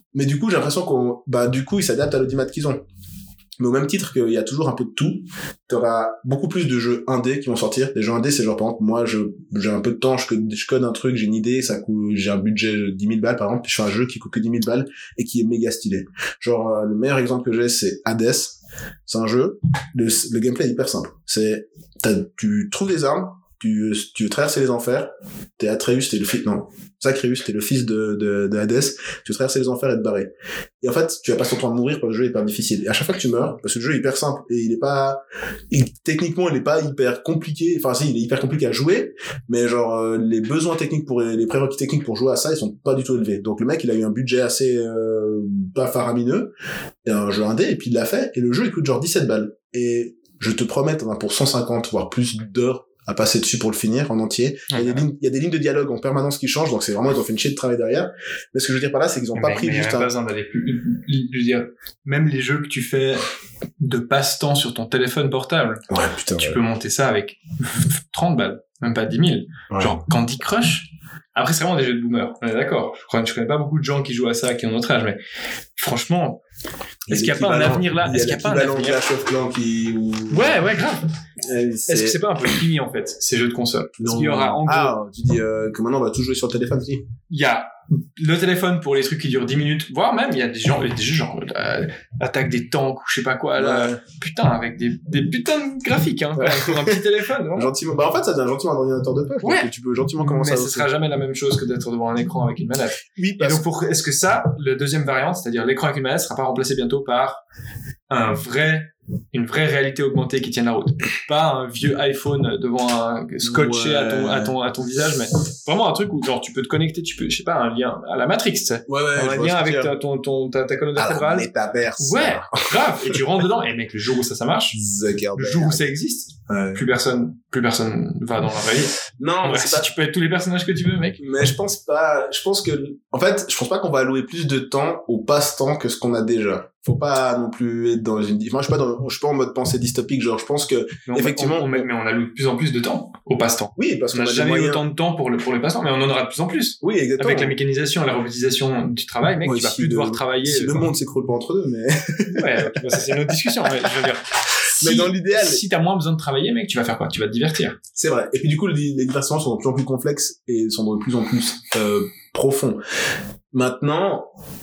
mais du coup, j'ai l'impression qu'on, bah, du coup, ils s'adaptent à l'audimat qu'ils ont. Mais au même titre qu'il y a toujours un peu de tout, t'auras beaucoup plus de jeux indés qui vont sortir. Des jeux indés, c'est genre, par exemple, moi, je, j'ai un peu de temps, je code, je code un truc, j'ai une idée, ça coûte, j'ai un budget de dix mille balles, par exemple, puis je fais un jeu qui coûte que dix mille balles et qui est méga stylé. Genre, euh, le meilleur exemple que j'ai, c'est Hades. C'est un jeu, le, le gameplay est hyper simple. C'est, t'as, tu trouves des armes, tu, tu veux traverser les enfers, t'es Atreus, t'es le fils, non, Zachreus, t'es le fils de, de, de Hades, tu veux traverser les enfers et te barrer. Et en fait, tu vas passer ton temps à mourir parce que le jeu est hyper difficile. Et à chaque fois que tu meurs, parce que le jeu est hyper simple, et il est pas, il, techniquement, il est pas hyper compliqué, enfin si, il est hyper compliqué à jouer, mais genre, euh, les besoins techniques pour, les prérequis techniques pour jouer à ça, ils sont pas du tout élevés. Donc le mec, il a eu un budget assez, euh, pas faramineux, et un jeu indé, et puis il l'a fait, et le jeu, il coûte genre dix-sept balles. Et je te promets, t'en as pour cent cinquante, voire plus d'heures à passer dessus pour le finir en entier. Il y a des lignes, il y a des lignes de dialogue en permanence qui changent, donc c'est vraiment, ils ont fait une chier de travail derrière. Mais ce que je veux dire par là, c'est qu'ils ont mais pas pris mais juste un... pas besoin d'aller plus, je veux dire, même les jeux que tu fais de passe-temps sur ton téléphone portable. Ouais, putain. Tu ouais. peux monter ça avec trente balles, même pas dix mille. Ouais. Genre Candy Crush. Après, c'est vraiment des jeux de boomers. On est d'accord. Je crois, je connais pas beaucoup de gens qui jouent à ça, qui ont notre âge, mais franchement, est-ce qu'il y a pas un avenir là? Est-ce qu'il y a pas un avenir? Clash of Clans qui, ou... Ouais, ouais, grave. C'est... Est-ce que c'est pas un peu fini, en fait, ces jeux de console? Non. Parce qu'il y aura en gros... Ah, tu dis, euh, que maintenant on va tout jouer sur le téléphone, si. Il y a le téléphone pour les trucs qui durent dix minutes, voire même, il y a des gens, des jeux genre, euh, attaque des tanks ou je sais pas quoi, là. Ouais. Putain, avec des, des putains de graphiques, hein, ouais. Pour un petit téléphone, vraiment. Gentiment. Bah, en fait, ça devient gentiment un ordinateur de poche. Ouais. Donc tu peux gentiment commencer mais à... Mais ce sera jamais la même chose que d'être devant un écran avec une manette. Oui, parce... Et donc, pour, est-ce que ça, la deuxième variante, c'est-à-dire l'écran avec une manette, sera pas remplacé bientôt par un vrai, une vraie réalité augmentée qui tienne la route. Pas un vieux iPhone devant un, scotché ouais. à ton, à ton, à ton visage, mais vraiment un truc où, genre, tu peux te connecter, tu peux, je sais pas, un lien à la Matrix, tu sais. Ouais, ouais, un lien avec ta, ton, ton, ta, ta colonne vertébrale. Métaverse. Ouais, grave. Et tu rentres dedans, et mec, le jour où ça, ça marche, le jour où ça existe, ouais. plus personne, plus personne va dans la vraie vie. Non, ouais, c'est si pas... tu peux être tous les personnages que tu veux, mec. Mais je pense pas, je pense que, en fait, je pense pas qu'on va allouer plus de temps au passe-temps que ce qu'on a déjà. Faut pas non plus être dans une, moi, je suis pas dans, je suis pas en mode pensée dystopique, genre, je pense que, mais on, effectivement. On, on, mais on alloue de plus en plus de temps au passe-temps. Oui, parce qu'on on n'a jamais moyens... eu autant de temps pour le, pour les passe-temps, mais on en aura de plus en plus. Oui, exactement. Avec la mécanisation et la robotisation du travail, mec, ouais, tu vas plus de... devoir travailler. Si le monde s'écroule pas entre deux, mais. Ouais, okay, ça, c'est une autre discussion, mais je veux dire. Mais si, dans l'idéal. Si t'as moins besoin de travailler, mec, tu vas faire quoi? Tu vas te divertir. C'est vrai. Et puis, du coup, les, les divertissements sont de plus en plus complexes et sont de plus en plus, euh, profonds. Maintenant,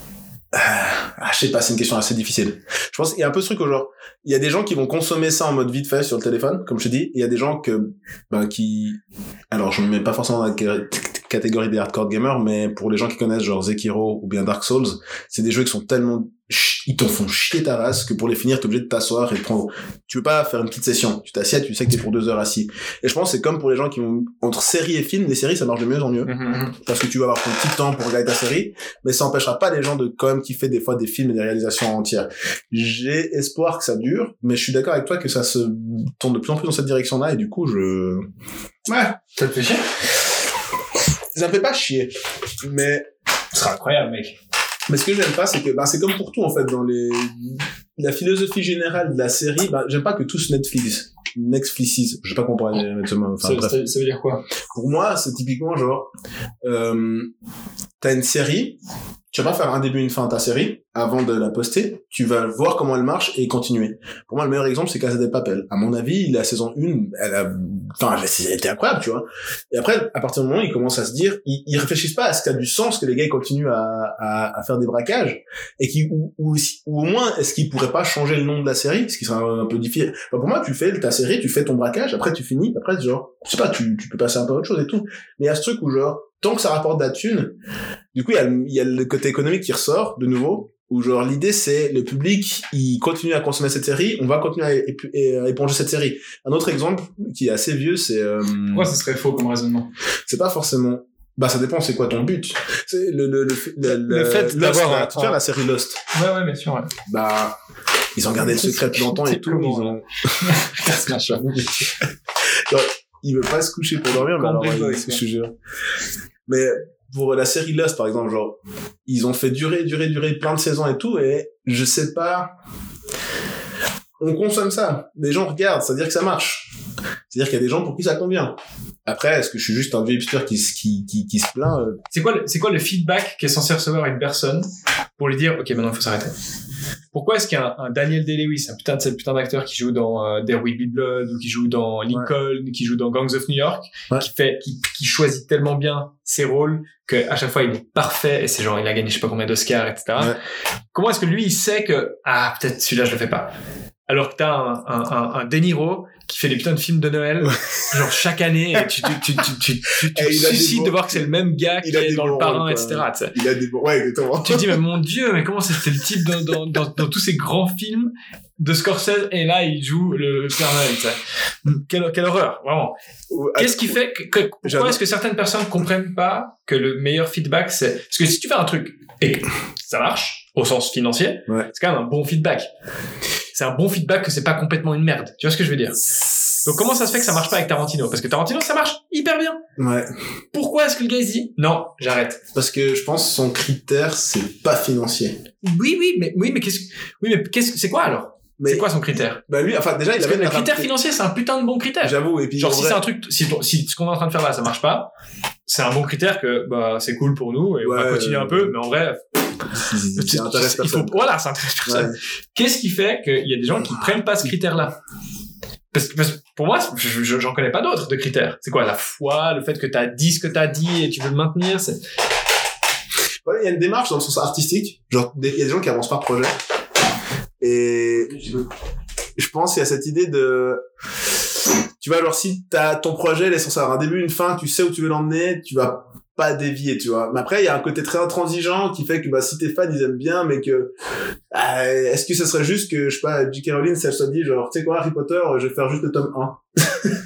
ah, je sais pas, c'est une question assez difficile. Je pense qu'il y a un peu ce truc au genre, il y a des gens qui vont consommer ça en mode vite fait sur le téléphone, comme je te dis, et il y a des gens que, ben, qui, alors je ne mets pas forcément dans la catégorie des hardcore gamers, mais pour les gens qui connaissent genre Sekiro ou bien Dark Souls, c'est des jeux qui sont tellement, ils t'en font chier ta race que pour les finir, t'es obligé de t'asseoir et de prendre, tu veux pas faire une petite session, tu t'assieds, tu sais que t'es pour deux heures assis. Et je pense que c'est comme pour les gens qui vont, entre séries et films, les séries ça marche de mieux en mieux, mm-hmm. parce que tu vas avoir ton petit temps pour regarder ta série, mais ça empêchera pas les gens de quand même kiffer des fois des films et des réalisations entières. J'ai espoir que ça dure, mais je suis d'accord avec toi que ça se tourne de plus en plus dans cette direction-là, et du coup, je... Ouais. Ça te fait chier? Ça me fait pas chier, mais... Ce sera incroyable, mec. Mais ce que j'aime pas, c'est que, bah, c'est comme pour tout, en fait, dans les, la philosophie générale de la série, bah, j'aime pas que tous Netflix, Netflixes, je sais pas comment on pourrait mettre ce mot, enfin, ça, bref. Ça, ça veut dire quoi? Pour moi, c'est typiquement genre, euh, t'as une série, tu vas pas faire un début et une fin à ta série avant de la poster, tu vas voir comment elle marche et continuer. Pour moi, le meilleur exemple, c'est Casa de Papel. À mon avis, la saison un, elle a, enfin, elle était incroyable, tu vois. Et après, à partir du moment où ils commencent à se dire, ils, ils réfléchissent pas à ce qui a du sens que les gars ils continuent à, à, à faire des braquages, et qui, ou, ou, ou au moins, est-ce qu'ils pourraient pas changer le nom de la série, ce qui serait un, un peu difficile. Enfin, pour moi, tu fais ta série, tu fais ton braquage, après tu finis, après, genre, je sais pas, tu, tu peux passer un peu à autre chose et tout. Mais il y a ce truc où genre, tant que ça rapporte de la thune, du coup, il y a, il y a le côté économique qui ressort, de nouveau, où genre, l'idée, c'est, le public, il continue à consommer cette série, on va continuer à, ép- à éponger cette série. Un autre exemple, qui est assez vieux, c'est, euh... Pourquoi ce serait faux comme raisonnement? C'est pas forcément, bah, ça dépend, c'est quoi ton but? C'est le, le, le, le, le, le fait Lost, d'avoir là, un... tu vois la série Lost. Ouais, ouais, bien sûr, ouais. Bah, ils ont gardé le secret plus longtemps et tout, ils ont... Genre, il veut pas se coucher pour dormir, mais alors, je te jure. Mais, pour la série Lost, par exemple, genre, ils ont fait durer, durer, durer plein de saisons et tout, et je sais pas, on consomme ça. Les gens regardent, c'est-à-dire que ça marche. C'est-à-dire qu'il y a des gens pour qui ça convient. Après, est-ce que je suis juste un vieux hipster qui, qui, qui, qui se plaint euh... C'est quoi, le, c'est quoi le feedback qu'est censé recevoir une personne pour lui dire, ok, maintenant il faut s'arrêter? Pourquoi est-ce qu'il y a un, un Daniel Day-Lewis, un putain de cette putain d'acteur qui joue dans euh, There Will Be Blood, ou qui joue dans Lincoln, ouais. qui joue dans Gangs of New York, ouais. qui fait, qui, qui choisit tellement bien ses rôles que à chaque fois il est parfait et c'est genre il a gagné je sais pas combien d'Oscars, et cetera. Ouais. Comment est-ce que lui il sait que ah peut-être celui-là je le fais pas? Alors que t'as un, un, un, un De Niro qui fait des putains de films de Noël, genre chaque année, et tu, tu, tu, tu, tu, tu, tu te suscites de voir que c'est le même gars qui est dans Le Parrain, et cetera. T'sais. Il a des bons, ouais, exactement. Tu te dis, mais mon Dieu, mais comment c'est, c'est le type dans, dans, dans, dans tous ces grands films de Scorsese, et là, il joue le Père Noël, t'sais. Quelle, quelle horreur, vraiment. Qu'est-ce qui fait que, que pourquoi J'adore. Est-ce que certaines personnes comprennent pas que le meilleur feedback, c'est, parce que si tu fais un truc, et que ça marche, au sens financier, ouais. c'est quand même un bon feedback. C'est un bon feedback que c'est pas complètement une merde. Tu vois ce que je veux dire? Donc comment ça se fait que ça marche pas avec Tarantino? Parce que Tarantino, ça marche hyper bien. Ouais. Pourquoi est-ce que le gars il se dit non, j'arrête? Parce que je pense que son critère c'est pas financier. Oui, oui, mais oui, mais qu'est-ce, oui, mais qu'est-ce que c'est quoi alors? Mais c'est quoi son critère? Bah lui, enfin déjà, il Parce avait le critère financier, c'est un putain de bon critère. J'avoue. Et puis genre si vrai... c'est un truc, si, si ce qu'on est en train de faire là, ça marche pas, c'est un bon critère que bah c'est cool pour nous et ouais, on va continuer euh... un peu, mais en vrai. Ça intéresse personne. Faut, voilà, ça intéresse personne. Ouais. Qu'est-ce qui fait qu'il y a des gens qui prennent pas ce critère-là? Parce que, parce que pour moi, je, je, j'en connais pas d'autres de critères. C'est quoi? La foi, le fait que t'as dit ce que t'as dit et tu veux le maintenir, c'est... Ouais, il y a une démarche dans le sens artistique. Genre, il y a des gens qui avancent par projet. Et je pense qu'il y a cette idée de... Tu vois, genre, si t'as ton projet, il est censé avoir un début, une fin, tu sais où tu veux l'emmener, tu vas pas dévier, tu vois. Mais après, il y a un côté très intransigeant qui fait que, bah, si tes fans, ils aiment bien, mais que, euh, est-ce que ce serait juste que, je sais pas, J K Rowling, ça se dit, genre, tu sais quoi, Harry Potter, je vais faire juste le tome un.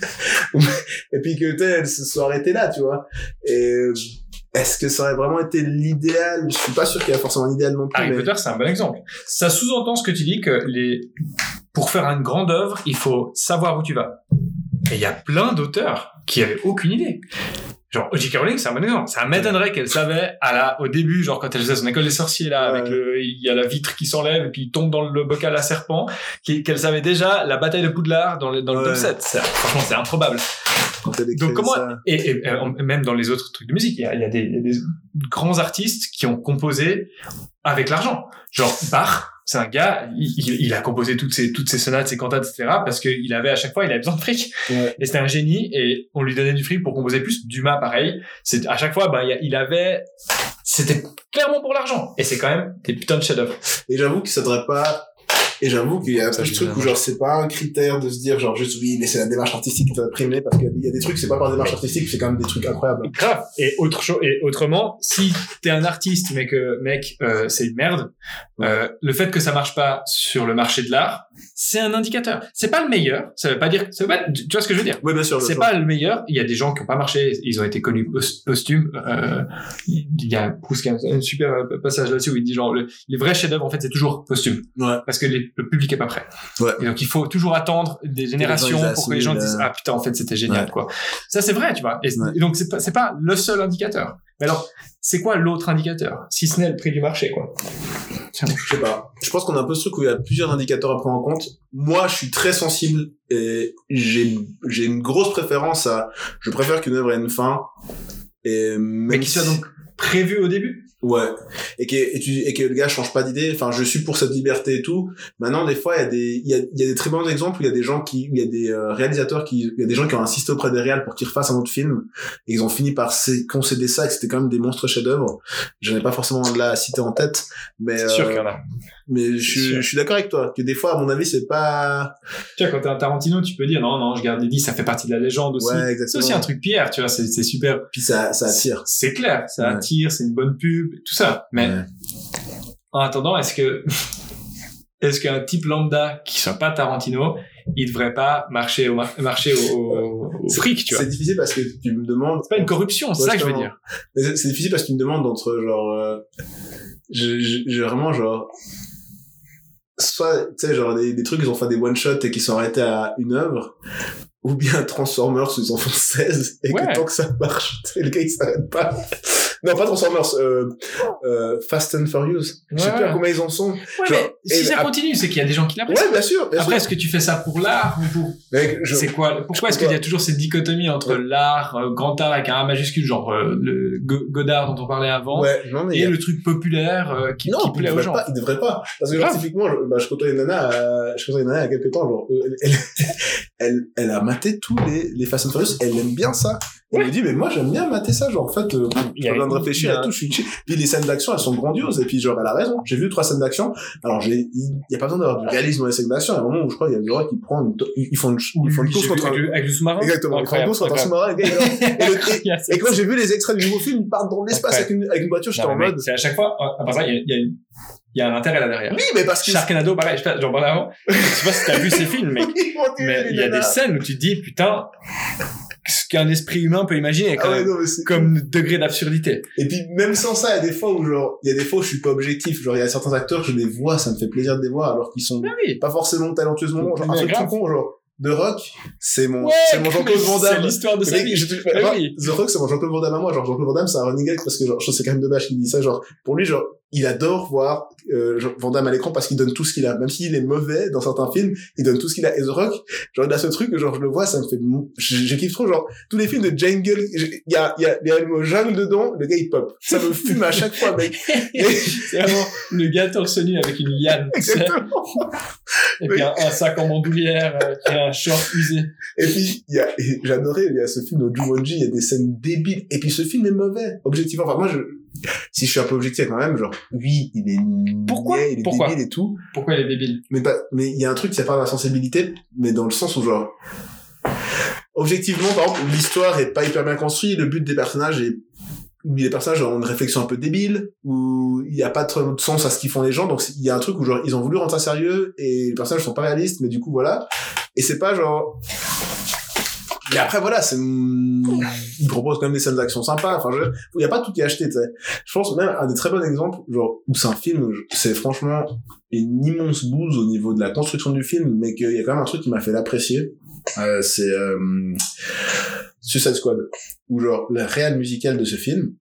Et puis que, tu sais, elle se soit arrêtée là, tu vois. Et, est-ce que ça aurait vraiment été l'idéal? Je suis pas sûr qu'il y a forcément un idéal non plus. Harry mais... Potter, c'est un bon exemple. Ça sous-entend ce que tu dis, que les, pour faire une grande œuvre, il faut savoir où tu vas. Et il y a plein d'auteurs qui avaient aucune idée. Genre, J K Rowling, c'est un bon exemple. Ça m'étonnerait qu'elle savait, à la, au début, genre, quand elle faisait son école des sorciers, là, ouais. avec le, il y a la vitre qui s'enlève et puis il tombe dans le bocal à serpent, qu'elle savait déjà la bataille de Poudlard dans le, dans le ouais. tome sept. C'est, franchement, c'est improbable. Donc, comment, et, et, et, même dans les autres trucs de musique, il y a, il y a des, il y a des grands artistes qui ont composé avec l'argent. Genre, Bach. C'est un gars, il, il, il a composé toutes ses, toutes ses sonates, ses cantates, et cetera, parce qu'il avait, à chaque fois, il avait besoin de fric. Ouais. Et c'était un génie, et on lui donnait du fric pour composer plus. Dumas, pareil. C'est, à chaque fois, bah, il avait, c'était clairement pour l'argent. Et c'est quand même des putains de chefs-d'œuvre. Et j'avoue que ça devrait pas, et j'avoue qu'il y a un petit truc où genre c'est pas un critère de se dire genre juste oui mais c'est la démarche artistique qui t'a primé parce qu'il y a des trucs c'est pas par démarche artistique c'est quand même des trucs incroyables. Grave. Et autre chose et autrement si t'es un artiste mais que mec euh, c'est une merde euh, le fait que ça marche pas sur le marché de l'art c'est un indicateur. C'est pas le meilleur. Ça veut pas dire ça veut pas tu vois ce que je veux dire. Oui bien sûr. C'est pas le meilleur. Il y a des gens qui ont pas marché ils ont été connus posthumes. Euh, il y a Proust qui a un super passage là-dessus où il dit genre le, les vrais chefs-d'œuvre en fait c'est toujours posthume. Ouais. Parce que les le public est pas prêt. Ouais. Et donc il faut toujours attendre des générations pour que les gens disent ah putain en fait c'était génial ouais. quoi. Ça c'est vrai tu vois. Et, ouais. et donc c'est pas c'est pas le seul indicateur. Mais alors c'est quoi l'autre indicateur si ce n'est le prix du marché quoi. Je sais pas. Je pense qu'on a un peu ce truc où il y a plusieurs indicateurs à prendre en compte. Moi je suis très sensible et j'ai j'ai une grosse préférence à je préfère qu'une œuvre ait une fin et même mais qui soit donc prévu au début. Ouais. Et que, et tu, et que le gars change pas d'idée. Enfin, je suis pour cette liberté et tout. Maintenant, des fois, il y a des, il y a, il y a des très bons exemples où il y a des gens qui, il y a des euh, réalisateurs qui, il y a des gens qui ont insisté auprès des réals pour qu'ils refassent un autre film. Et ils ont fini par concéder ça et que c'était quand même des monstres chefs-d'œuvre. J'en ai pas forcément là à citer en tête. Mais, c'est euh, sûr qu'il y en a. Mais je, je suis d'accord avec toi. Que des fois, à mon avis, c'est pas... Tu vois, quand t'es un Tarantino, tu peux dire, non, non, je garde les dix, ça fait partie de la légende aussi. Ouais, exactement. C'est aussi un truc pierre, tu vois, c'est, c'est super. Puis ça, ça attire. C'est, c'est clair. Ça ouais. attire, c'est une bonne pub, tout ça. Mais, ouais. en attendant, est-ce que, est-ce qu'un type lambda qui soit pas Tarantino, il devrait pas marcher au, mar- marcher au, au, au fric, tu vois? C'est difficile parce que tu me demandes... C'est pas une corruption, c'est ouais, ça que je veux dire. Mais c'est, c'est difficile parce que tu me demandes entre, genre, euh, je, je, je, vraiment, genre, soit, tu sais, genre, des, des trucs, ils ont fait des one-shots et qui sont arrêtés à une œuvre, ou bien Transformers, où ils en font seize, et ouais. que tant que ça marche, le gars, il s'arrête pas. Non, pas Transformers, euh, euh, Fast and Furious. Je sais Ouais, plus à ouais. combien ils en sont. Ouais, Genre, mais si et- ça ap- continue, c'est qu'il y a des gens qui l'apprécient. Ouais, bien sûr, bien Après, sûr. est-ce que tu fais ça pour l'art ou pour... Mec, je- C'est quoi? Pourquoi est-ce qu'il y a toujours cette dichotomie entre Ouais. l'art, euh, grand art avec un A majuscule, genre euh, le Go- Godard dont on parlait avant, Ouais, non, mais il et y a- le truc populaire euh, qui, non, qui il plaît aux devrait gens? pas, il devrait pas. Parce que, genre, Grave. typiquement, je, bah, je côtoie une nana, euh, je côtoie une nana il y a quelques temps, genre, euh, elle, elle, elle a maté tous les, les Fast and Furious, elle aime bien ça. Elle me dit, mais moi, j'aime bien mater ça, genre, en fait, euh, Il y j'ai a- besoin de réfléchir il y a- et tout, je suis chill. Puis les scènes d'action, elles sont grandioses, et puis, genre, elle a raison. J'ai vu trois scènes d'action. Alors, j'ai, il y a pas besoin d'avoir du réalisme dans les scènes d'action. Il y a un moment où je crois, il y a Laura qui prend une, to- ils font une, ils font une course J'ai vu contre un, avec le, avec le sous-marin. exactement, ils font une course contre un sous-marin, et, et, le- et, et quand j'ai vu les extraits du nouveau film, ils partent dans l'espace avec une, avec une voiture, j'étais Non, en mais mec, mode, c'est à chaque fois, à part ça, il y a, il y a une- il y a un intérêt là derrière. oui, mais parce que Sharknado, pareil, je sais pas, j'en parlais avant. Je sais pas si t'as vu ces films, mec. ils vont tuer Mais les il y a des nanas. scènes où tu te dis, putain, ce qu'un esprit humain peut imaginer, quand Ah ouais, même, non, mais c'est- comme degré d'absurdité. Et puis, même sans ça, il y a des fois où, genre, il y a des fois où je suis pas objectif. Genre, il y a certains acteurs, je les vois, ça me fait plaisir de les voir, alors qu'ils sont Ah oui. pas forcément talentueusement bons. Genre, un Mais truc grave. tout con, genre, The Rock, c'est mon, Ouais, c'est mon Jean-Claude Van c'est Damme. l'histoire de Le sa mec, vie. je te- Ah enfin, oui. The Rock, c'est mon Jean-Claude Van Damme à moi. Genre, Jean-Claude Van Damme, c'est un running gag parce que, genre, je sais, c'est Karim Debache qui dit ça. Genre, pour lui, genre, il adore voir euh, Jean- Van Damme à l'écran parce qu'il donne tout ce qu'il a. Même s'il est mauvais dans certains films, il donne tout ce qu'il a. Et The Rock, genre, il a ce truc que, genre, je le vois, ça me fait, mou- je, je kiffe trop, genre, tous les films de Jungle, je- il y a, il y a, il y a le mot jungle dedans, le gars, il pop. Ça me fume à chaque fois, mec. Et- C'est vraiment le gars torse nu avec une liane, tu sais. Exactement. Et puis un, un sac en bandoulière euh, et un short usé. Et puis, il y a, et j'adorais, il y a ce film au Jumanji, il y a des scènes débiles. Et puis, ce film est mauvais, objectivement. Enfin, moi, je, si je suis un peu objectif quand même, genre, oui, il est, Pourquoi niais, il est Pourquoi débile et tout. Pourquoi il est débile? Mais pas, mais il y a un truc, c'est pas dans la sensibilité, mais dans le sens où, genre, objectivement, par exemple, l'histoire est pas hyper bien construite, le but des personnages est, où les personnages ont une réflexion un peu débile, où il y a pas trop de sens à ce qu'ils font les gens, donc il y a un truc où genre, ils ont voulu rendre ça sérieux, et les personnages sont pas réalistes, mais du coup, voilà. Et c'est pas genre, mais après, voilà, c'est, ils proposent quand même des scènes d'action sympas, enfin, je, il y a pas tout qui est acheté, tu sais. Je pense même, un des très bons exemples, genre, où c'est un film, c'est franchement une immense bouse au niveau de la construction du film, mais qu'il y a quand même un truc qui m'a fait l'apprécier. Euh, c'est, euh, Suicide Squad. Où genre, la réal musicale de ce film,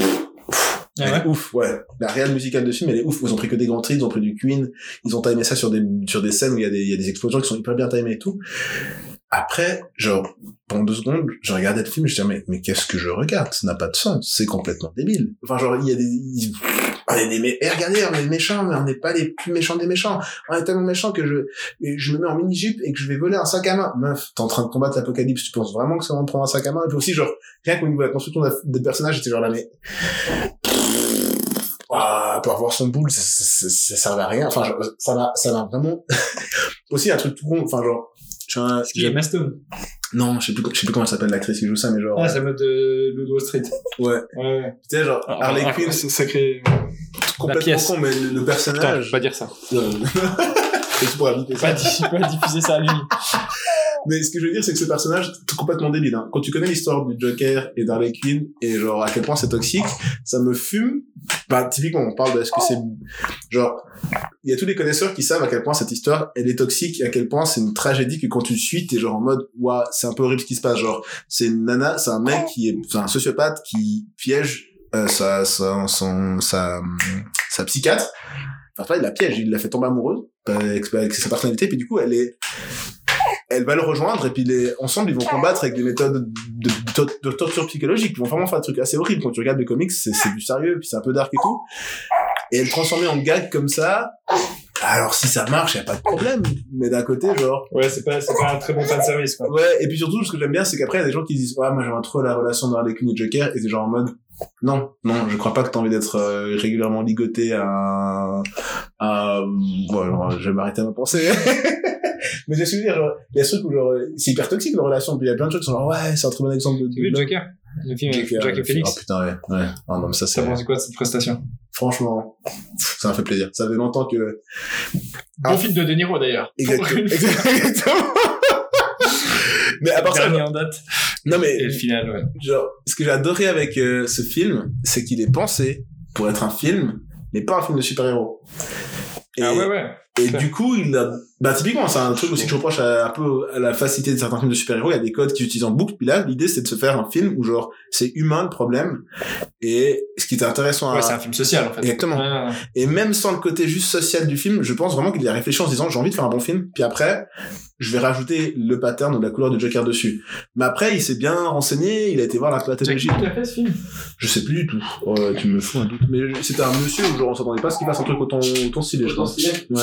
elle Ah est ouf, ouais. La réal musicale de ce film, elle est ouf. Ils ont pris que des grands titres, ils ont pris du Queen, ils ont timé ça sur des, sur des scènes où il y a des, il y a des explosions qui sont hyper bien timées et tout. Après, genre, pendant deux secondes, je regardais le film, je disais, mais, mais qu'est-ce que je regarde? Ça n'a pas de sens. C'est complètement débile. Enfin, genre, il y a des, il- on est des, mé- eh, regardez, on est méchants, mais on n'est pas les plus méchants des méchants. On est tellement méchants que je, je me mets en mini-jupe et que je vais voler un sac à main. Meuf, t'es en train de combattre l'apocalypse, tu penses vraiment que c'est vraiment de prendre un sac à main? Et puis aussi, genre, rien qu'au niveau de la construction de la- des personnages, j'étais genre là, mais, ah, pour avoir son boule, ça, ça, ça, ça servait à rien. Enfin, genre, ça m'a, ça m'a vraiment, aussi un truc tout con, enfin, genre, je suis un, Il y a Emma Stone. non, je sais plus, je sais plus comment elle s'appelle l'actrice qui joue ça, mais genre, Ah, c'est le mode de Loup de Wall Street. ouais. Ouais, ouais. Tu sais, genre, Ah, Harley ah, Quinn, c'est sacré. complètement pièce. con, mais le, le Putain, je personnage, peux pas dire ça. Euh, et tu pourras éviter Pas, ça. di- pas diffuser ça à lui. Mais ce que je veux dire, c'est que ce personnage, c'est complètement débile, hein. Quand tu connais l'histoire du Joker et d'Harley Quinn, et genre, à quel point c'est toxique, ça me fume. Bah, typiquement, on parle de est-ce que c'est, genre, il y a tous les connaisseurs qui savent à quel point cette histoire, elle est toxique, et à quel point c'est une tragédie que quand tu suis, t'es genre en mode, ouah, c'est un peu horrible ce qui se passe, genre, c'est une nana, c'est un mec qui est, c'est un sociopathe qui piège, euh, sa, sa, son, sa, sa psychiatre. Enfin, pas, il la piège, il la fait tomber amoureuse, avec, avec sa personnalité, puis du coup, elle est, elle va le rejoindre et puis les, ensemble ils vont combattre avec des méthodes de, de, de, de torture psychologique. Ils vont vraiment faire des trucs assez horribles. Quand tu regardes les comics, c'est, c'est du sérieux, puis c'est un peu dark et tout. Et elle transformée en gag comme ça. Alors si ça marche, y a pas de problème. Mais d'un côté, genre. Ouais, c'est pas, c'est pas un très bon fan service, quoi. Ouais. Et puis surtout, ce que j'aime bien, c'est qu'après il y a des gens qui disent ouais, moi j'aime trop la relation de Harley Quinn et Joker. Et c'est genre en mode non, non, je crois pas que t'as envie d'être euh, régulièrement ligoté à, à, bon, alors, je vais m'arrêter à ma pensée. Mais j'ai ce que je veux dire, genre, il y a ce truc où genre, c'est hyper toxique la relation, puis il y a plein de trucs qui sont genre, ouais, c'est un très bon exemple de, Tu as vu de- Joker? Le film avec Joker, Jack le et film. Phoenix? Oh putain, ouais, ouais. Ah non, mais ça, Ça c'est, pense quoi de cette prestation? franchement, pff, ça m'a fait plaisir. Ça fait longtemps que, Bon Ah. film de De Niro, d'ailleurs. exactement, Pour une fois. exactement. Mais à part ça, Dernier genre, en date. non mais, Et le final, ouais. genre, ce que j'ai adoré avec euh, ce film, c'est qu'il est pensé pour être un film, mais pas un film de super-héros. Et, Ah ouais, ouais. Et du coup, il a, bah, typiquement, c'est un truc aussi que je reproche à, un peu à la facilité de certains films de super-héros. Il y a des codes qu'ils utilisent en boucle. Puis là, l'idée, c'est de se faire un film où, genre, c'est humain, le problème. Et ce qui est intéressant à... Ouais, c'est un film social, en fait. Exactement. Ouais. Et même sans le côté juste social du film, je pense vraiment qu'il y a réfléchi en se disant, j'ai envie de faire un bon film. Puis après, je vais rajouter le pattern ou la couleur du Joker dessus. Mais après, il s'est bien renseigné, il a été voir la pathologie. Qui a fait ce film? Je sais plus du tout. Oh, tu me fous un doute. Mais c'était un monsieur où, genre, on s'attendait pas à ce qu'il fasse un truc autant, autant stylé, je pense. Ouais.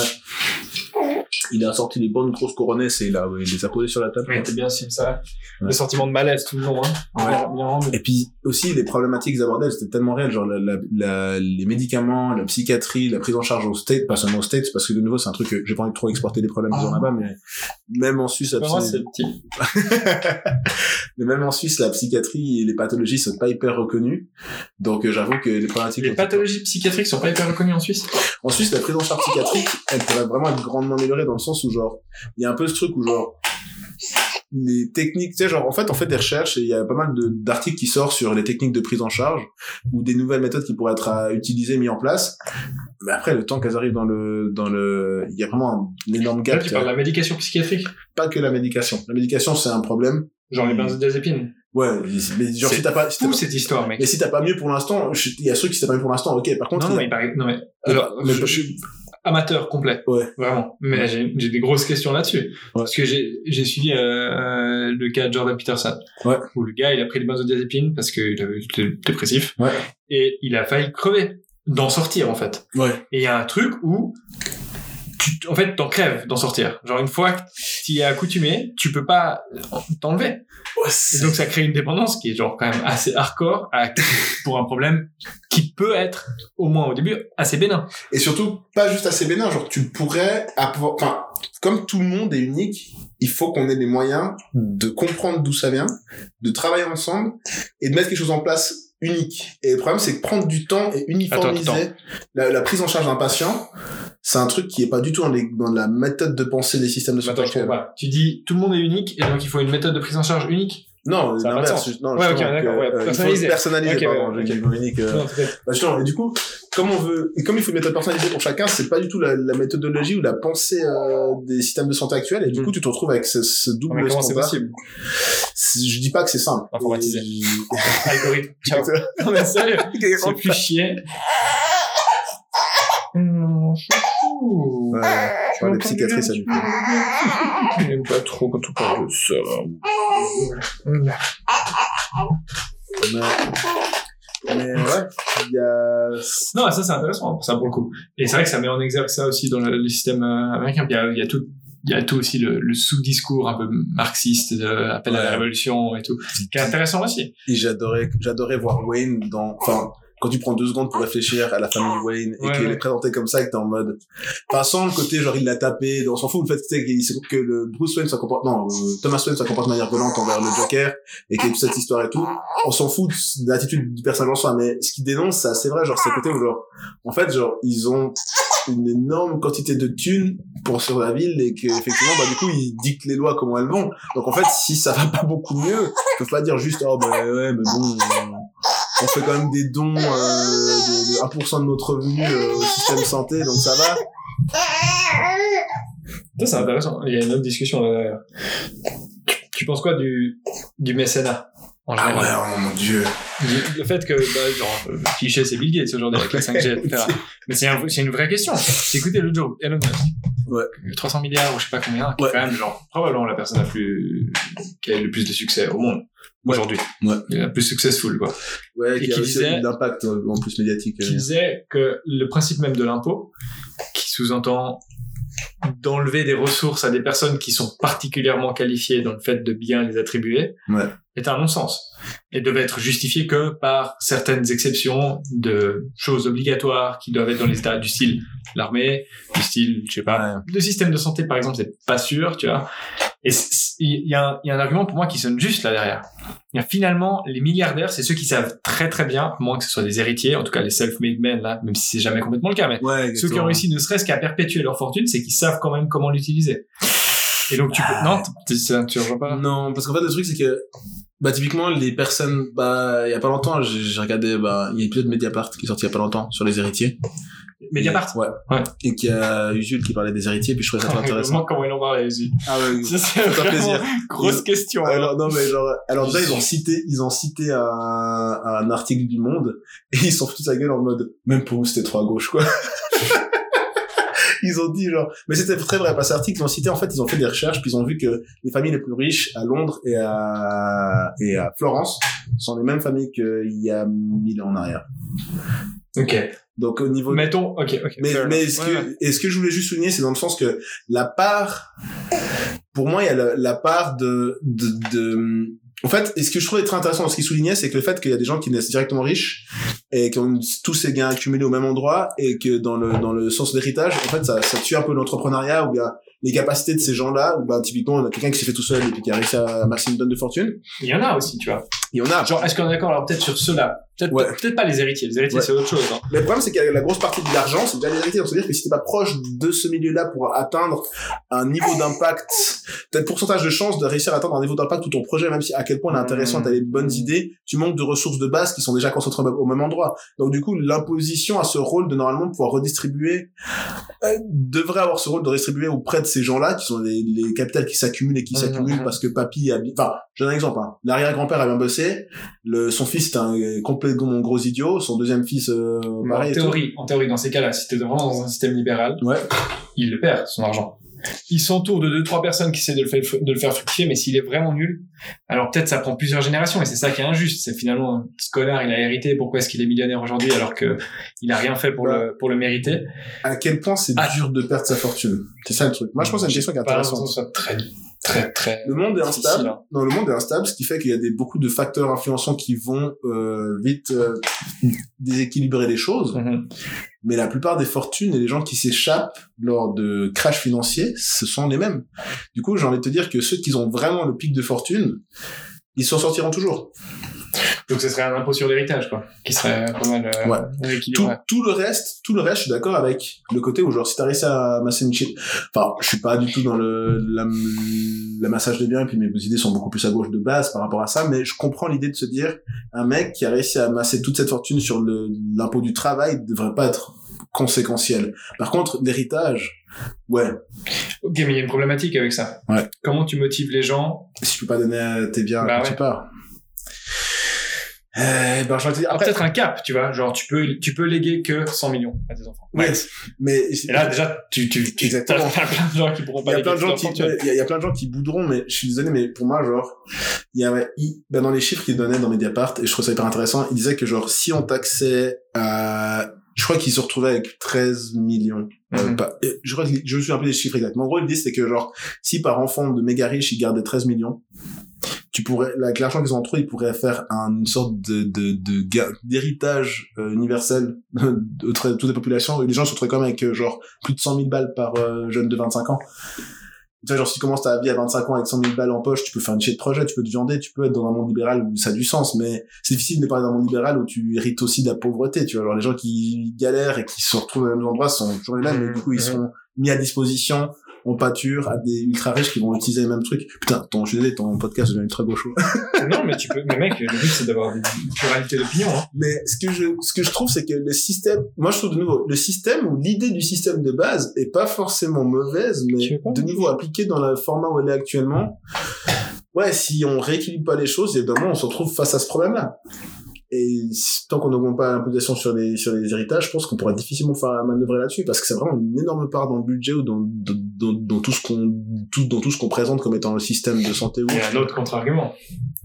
Il a sorti les bonnes grosses coronesses et là, ouais, il les a posées sur la table. Ouais, c'était bien si ça. Ouais. Le sentiment de malaise tout le long, hein. Ouais. Bien rendu. Et puis aussi les problématiques qu'ils abordaient, c'était tellement réel, genre la, la, la, les médicaments, la psychiatrie, la prise en charge au States, pas seulement au States, parce que de nouveau c'est un truc que j'ai pas envie de trop exporter les problèmes qu'ils ont là-bas, mais même en Suisse, la Moi, psy... c'est petit. mais même en Suisse, la psychiatrie et les pathologies sont pas hyper reconnues. Donc euh, j'avoue que les problématiques. Les pathologies psychiatriques sont pas hyper reconnues en Suisse. En Suisse, la prise en charge psychiatrique, elle pourrait vraiment être grandement améliorée dans le sens où genre il y a un peu ce truc où genre les techniques, tu sais, genre en fait on fait des recherches et il y a pas mal de d'articles qui sortent sur les techniques de prise en charge ou des nouvelles méthodes qui pourraient être à utiliser, mis en place. Mais après le temps qu'elles arrivent dans le dans le il y a vraiment un énorme gap. Là, tu parles de la médication psychiatrique. Pas que la médication. La médication c'est un problème. Genre les benzodiazépines. Ouais, mais genre c'est si t'as pas si t'as fou pas... cette histoire, mec. Mais si t'as pas mieux pour l'instant, il y a ceux qui t'as pas mieux pour l'instant. OK, par contre non, non, a... mais il paraît... non mais alors mais je, je... je suis amateur complet. Ouais. Vraiment. Mais ouais. j'ai j'ai des grosses questions là-dessus. Ouais. Parce que j'ai j'ai suivi euh, le cas de Jordan Peterson. Ouais. Où le gars, il a pris des benzodiazépines parce qu'il avait été dépressif. Ouais. Et il a failli crever d'en sortir en fait. Ouais. Et il y a un truc où tu, en fait, t'en crèves d'en sortir. Genre, une fois que t'y es accoutumé, tu peux pas t'enlever. Ouais, et donc, ça crée une dépendance qui est genre quand même assez hardcore à, pour un problème qui peut être, au moins au début, assez bénin. Et surtout, pas juste assez bénin, genre, tu pourrais, avoir, enfin, comme tout le monde est unique, il faut qu'on ait les moyens de comprendre d'où ça vient, de travailler ensemble et de mettre quelque chose en place unique. Et le problème, c'est que prendre du temps et uniformiser attends, attends. La, la prise en charge d'un patient, c'est un truc qui est pas du tout dans, les, dans la méthode de pensée des systèmes de santé actuels. Tu dis, tout le monde est unique, et donc il faut une méthode de prise en charge unique. Non, ça l'inverse. Non, ouais, ok, d'accord, ouais, euh, personnalisé. Il faut personnaliser, okay, pardon, ouais, j'ai okay. dit unique. Euh... Non, bah, justement, et du coup, comme on veut, et comme il faut une méthode personnalisée pour chacun, c'est pas du tout la, la méthodologie ou la pensée euh, des systèmes de santé actuels, et du mmh. coup, tu te retrouves avec ce, ce double mais comment standard. c'est possible? Je dis pas que c'est simple. Informatisé. Et... Algorithme. Ciao. Non, mais sérieux. C'est plus chier. Mmh, ouais, tu vois, les psychiatries, ça du coup. J'aime pas trop quand on parle de ça. Mais, mais ouais, il y a... Non, ça c'est intéressant, ça pour le coup. Et c'est vrai que ça met en exergue ça aussi dans le, le système américain. Il y a, il y a tout, il y a tout aussi le, le sous-discours un peu marxiste de l'appel ouais. à la révolution et tout, qui est intéressant aussi. Et j'adorais, j'adorais voir Wayne dans, enfin, quand tu prends deux secondes pour réfléchir à la famille Wayne et ouais, qu'il ouais. est présenté comme ça et que t'es en mode, enfin, sans le côté genre il l'a tapé, on s'en fout le fait que, que le Bruce Wayne ça comporte, non, euh, Thomas Wayne ça comporte de manière violente envers le Joker et qu'il y a toute cette histoire et tout, on s'en fout de l'attitude du personnage en soi, mais ce qu'il dénonce c'est assez vrai, genre c'est le côté où genre, en fait genre ils ont une énorme quantité de thunes pour sur la ville et que effectivement bah du coup ils dictent les lois comment elles vont, donc en fait si ça va pas beaucoup mieux, ils peuvent pas dire juste oh bah ouais mais bon euh, on fait quand même des dons euh, de, de un pour cent de notre revenu euh, au système santé, donc ça va. Ça, c'est intéressant. Il y a une autre discussion là derrière. Tu, tu penses quoi du, du mécénat en général? Ah ouais, oh mon dieu. Du, le fait que, bah, genre, le cliché, c'est Bill Gates aujourd'hui avec la cinq G, et cetera. Mais c'est, un, c'est une vraie question. J'ai écouté l'autre jour, Elon Musk. Ouais. trois cents milliards ou je sais pas combien, qui ouais. est quand même, genre, probablement la personne la plus, qui a le plus de succès au monde. Ouais. Aujourd'hui. Ouais. Il est la plus successful, quoi. Ouais, et qui a aussi disait, l'impact en plus médiatique. Qui disait que le principe même de l'impôt, qui sous-entend d'enlever des ressources à des personnes qui sont particulièrement qualifiées dans le fait de bien les attribuer, ouais. est un non-sens. Et devait être justifié que par certaines exceptions de choses obligatoires qui doivent être dans les états du style l'armée, du style, je sais pas, ouais. le système de santé, par exemple, c'est pas sûr, tu vois. Et il y a un, il y a un argument pour moi qui sonne juste là derrière. Il y a finalement, les milliardaires, c'est ceux qui savent très très bien, à moins que ce soit des héritiers, en tout cas les self-made men, là, même si c'est jamais complètement le cas, mais ouais, ceux qui ont réussi ne serait-ce qu'à perpétuer leur fortune, c'est qu'ils savent quand même comment l'utiliser. Et donc tu peux, ah, non, tu, tu rejoins pas? Non, parce qu'en fait, le truc, c'est que, bah, typiquement, les personnes, bah, il y a pas longtemps, j'ai, j'ai regardé, bah, il y a une épisode de Mediapart qui est sorti il y a pas longtemps sur les héritiers. Mediapart. Ouais. ouais. Et qu'il y a Usul qui parlait des héritiers, puis je trouvais ça très intéressant. Comment ils en parlaient, Usul? Ah ouais. Ça, c'est vraiment plaisir. Grosse ils... question. Alors, non, mais genre, alors déjà, ils ont cité, ils ont cité un, un article du Monde, et ils sont foutus sa gueule en mode, même pour vous, c'était trop à gauche, quoi. Ils ont dit genre, mais c'était très vrai, parce que l'article ils ont cité, en fait, ils ont fait des recherches, puis ils ont vu que les familles les plus riches à Londres et à, et à Florence sont les mêmes familles qu'il y a mille ans en arrière. Ok. Donc, au niveau... Mettons, ok, ok. Mais, mais ce ouais, que, ouais. et ce que je voulais juste souligner, c'est dans le sens que la part, pour moi, il y a la, la part de, de, de, en fait, et ce que je trouvais très intéressant dans ce qu'il soulignait, c'est que le fait qu'il y a des gens qui naissent directement riches et qui ont tous ces gains accumulés au même endroit et que dans le, dans le sens d'héritage, en fait, ça, ça tue un peu l'entrepreneuriat ou bien les capacités de ces gens-là, ou ben, typiquement, on a quelqu'un qui s'est fait tout seul et puis qui a réussi à amasser une tonne de fortune. Il y en a aussi, tu vois. Il y en a. Genre, est-ce qu'on est d'accord, alors peut-être sur ceux-là? Peut-être, ouais. peut-être pas les héritiers. Les héritiers, ouais. c'est autre chose, hein. Mais le problème, c'est que la grosse partie de l'argent, c'est déjà les héritiers. Donc, c'est-à-dire que si t'es pas proche de ce milieu-là pour atteindre un niveau d'impact, t'as le pourcentage de chance de réussir à atteindre un niveau d'impact où ton projet, même si à quel point il est intéressant, t'as les bonnes idées, tu manques de ressources de base qui sont déjà concentrées au même endroit. Donc, du coup, l'imposition a ce rôle de, normalement, pouvoir redistribuer, euh, devrait avoir ce rôle de redistribuer auprès de ces gens-là, qui sont les, les capitales qui s'accumulent et qui mmh, s'accumulent mmh. parce que papy a, enfin, j'ai un exemple, hein. L'arrière-grand-père a bien bossé, le, son fils c'est un complètement gros idiot, son deuxième fils, euh, pareil. En théorie, en théorie, dans ces cas-là, si t'es vraiment dans un système libéral, ouais. il le perd, son argent. Il s'entoure de deux, trois personnes qui essaient de le faire, de le faire fructifier, mais s'il est vraiment nul, alors peut-être ça prend plusieurs générations, et c'est ça qui est injuste. C'est finalement un petit connard, il a hérité, pourquoi est-ce qu'il est millionnaire aujourd'hui alors que il a rien fait pour ouais. le, pour le mériter? À quel point c'est ah. dur de perdre sa fortune? C'est ça le truc. Moi, je pense que c'est une question qui est intéressante. Ça soit très, très, très. Le monde est instable. Hein. Non, le monde est instable, ce qui fait qu'il y a des, beaucoup de facteurs influençants qui vont, euh, vite, euh, déséquilibrer les choses. Mm-hmm. Mais la plupart des fortunes et les gens qui s'échappent lors de crash financiers, ce sont les mêmes. Du coup, j'ai envie de te dire que ceux qui ont vraiment le pic de fortune, ils s'en sortiront toujours. Donc, ce serait un impôt sur l'héritage, quoi, qui serait pas mal euh, ouais. rééquilibré. Tout, tout le reste, tout le reste, je suis d'accord avec le côté où, genre, si t'as réussi à masser une shit, enfin, je suis pas du tout dans le, la, la massage des biens, et puis mes idées sont beaucoup plus à gauche de base par rapport à ça, mais je comprends l'idée de se dire, un mec qui a réussi à masser toute cette fortune sur le, l'impôt du travail devrait pas être conséquentiel. Par contre, l'héritage, ouais. Ok, mais il y a une problématique avec ça. Ouais. Comment tu motives les gens? Si tu peux pas donner tes biens bah quand ouais. tu pars. Euh, ben, je vais te dire, après, peut-être un cap, tu vois, genre tu peux tu peux léguer que cent millions à tes enfants. Ouais, mais et là déjà tu tu tu exactement. T'as plein de gens qui pourront pas. Il y a plein de gens qui il y, a, il y a plein de gens qui bouderont, mais je suis désolé, mais pour moi genre il y a il, ben dans les chiffres qu'ils donnaient dans Mediapart et je trouve ça hyper intéressant, ils disaient que genre si on taxait à je crois qu'ils se retrouvaient avec treize millions. Mm-hmm. Euh, pas, je crois que je me souviens un peu des chiffres exacts. Mais en gros, l'idée c'est que genre si par enfant de méga riche ils gardaient treize millions, tu pourrais, avec l'argent qu'ils ont en trop, ils pourraient faire une sorte de, de, de, d'héritage euh, universel de, de, de toutes les populations. Et les gens se retrouvent quand même avec, euh, genre, plus de cent mille balles par euh, jeune de vingt-cinq ans. Tu vois, genre, si tu commences ta vie à vingt-cinq ans avec cent mille balles en poche, tu peux faire une chaîne de projet, tu peux te viander, tu peux être dans un monde libéral où ça a du sens, mais c'est difficile de parler d'un monde libéral où tu hérites aussi de la pauvreté, tu vois. Alors, les gens qui galèrent et qui se retrouvent au même endroit sont toujours les mêmes, mais du coup, ils sont mis à disposition en pâture à des ultra riches qui vont utiliser les mêmes trucs. Putain, ton, je suis désolé, ton podcast devient ultra gaucho. Non, mais tu peux, mais mec, le but c'est d'avoir une pluralité d'opinion, hein. Mais ce que je, ce que je trouve, c'est que le système, moi je trouve de nouveau, le système ou l'idée du système de base est pas forcément mauvaise, mais de nouveau appliquée dans le format où elle est actuellement. Ouais, si on rééquilibre pas les choses, évidemment, on se retrouve face à ce problème-là. Et tant qu'on n'augmente pas l'imposition sur les sur les héritages, je pense qu'on pourra difficilement faire manœuvrer là-dessus parce que c'est vraiment une énorme part dans le budget ou dans dans, dans, dans tout ce qu'on tout dans tout ce qu'on présente comme étant le système de santé. Il y a un autre contre-argument.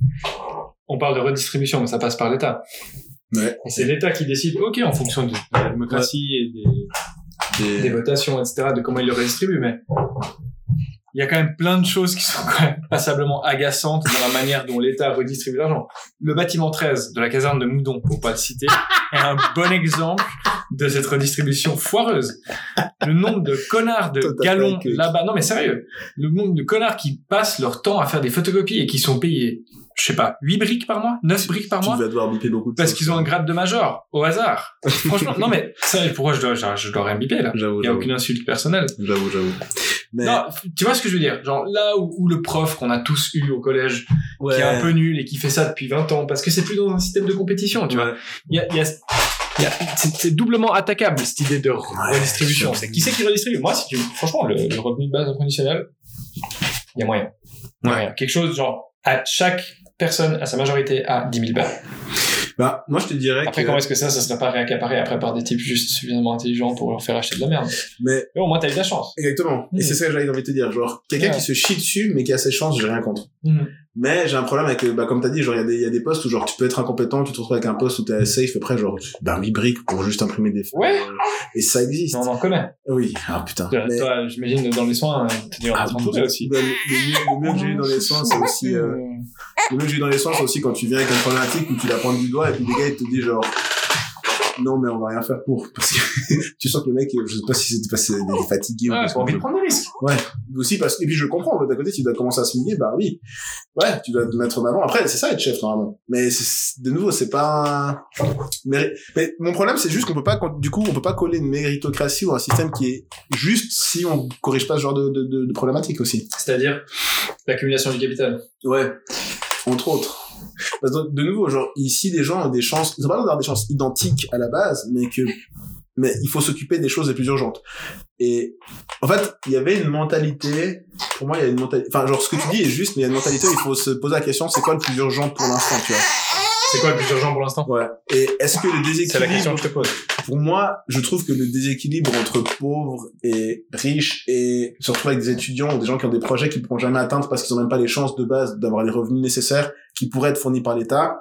On parle de redistribution, mais ça passe par l'État. Ouais. Et c'est l'État qui décide, ok, en fonction de la démocratie ouais. et des, des... des votations, et cetera, de comment il le redistribue, mais il y a quand même plein de choses qui sont quand même passablement agaçantes dans la manière dont l'État redistribue l'argent. Le bâtiment treize de la caserne de Moudon, pour pas le citer, est un bon exemple de cette redistribution foireuse. Le nombre de connards de galons là-bas, non mais sérieux, le nombre de connards qui passent leur temps à faire des photocopies et qui sont payés, je sais pas, huit briques par mois, neuf briques par mois. Tu vas devoir biper beaucoup de parce choses, qu'ils ont un grade de major, au hasard. Franchement, non mais, sérieux, pourquoi je dois, je, je dois rien biper, là? J'avoue, Il y a aucune insulte personnelle. J'avoue, j'avoue. Mais... Non, tu vois ce que je veux dire? Genre, là où, où le prof qu'on a tous eu au collège, ouais. qui est un peu nul et qui fait ça depuis vingt ans, parce que c'est plus dans un système de compétition, tu ouais. vois. Il y a, il y a, y a, c'est, c'est doublement attaquable, cette idée de redistribution. C'est qui c'est qui redistribue? Moi, si tu, franchement, le, le revenu de base inconditionnel, il y a moyen. Il y a moyen. Quelque chose, genre, à chaque personne, à sa majorité, à dix mille balles. Bah, moi, je te dirais Après, que... comment est-ce que ça, ça serait pas réaccaparé après par des types juste suffisamment intelligents pour leur faire acheter de la merde? Mais, mais au moins, t'as eu de la chance. Exactement. Mmh. Et c'est ça que j'avais envie de te dire. Genre, quelqu'un ouais. qui se chie dessus, mais qui a ses chances, j'ai rien contre. Mmh. Mais j'ai un problème avec, bah, comme t'as dit, genre, il y a des, il y a des postes où, genre, tu peux être incompétent, tu te retrouves avec un poste où t'es safe, après, genre, ben, huit briques pour juste imprimer des feuilles. Ouais. Et ça existe. On en connaît. Oui. Ah, putain. Toi, mais... toi j'imagine, dans les soins, tu dis, on ah, va te aussi. Le, le, le mieux que j'ai eu dans les soins, c'est aussi, euh, le mieux que j'ai eu dans les soins, c'est aussi quand tu viens avec une problématique où tu la prends du doigt et puis les gars, ils te disent, genre, non, mais on va rien faire pour, parce que tu sens que le mec, je sais pas si c'était parce qu'il est fatigué ouais, ou pas envie de prendre des risques. Ouais. Aussi parce que, et puis je comprends, d'un côté, tu dois commencer à se mouiller, bah oui. Ouais, tu dois te mettre en avant. Après, c'est ça être chef, normalement. Mais c'est, de nouveau, c'est pas un... mais, mais mon problème, c'est juste qu'on peut pas, du coup, on peut pas coller une méritocratie ou un système qui est juste si on corrige pas ce genre de, de, de, de problématique aussi. C'est-à-dire, l'accumulation du capital. Ouais. Entre autres. Parce que de nouveau, genre, ici, les gens ont des chances, ils ont pas l'air d'avoir des chances identiques à la base, mais que, mais il faut s'occuper des choses les plus urgentes. Et, en fait, il y avait une mentalité, pour moi, il y a une mentalité, enfin, genre, ce que tu dis est juste, mais il y a une mentalité où il faut se poser la question, c'est quoi le plus urgent pour l'instant, tu vois? C'est quoi le plus urgent pour l'instant? Ouais. Et est-ce que le déséquilibre... C'est la question que je te pose. Pour moi, je trouve que le déséquilibre entre pauvres et riches et se retrouver avec des étudiants ou des gens qui ont des projets qu'ils ne pourront jamais atteindre parce qu'ils n'ont même pas les chances de base d'avoir les revenus nécessaires qui pourraient être fournis par l'État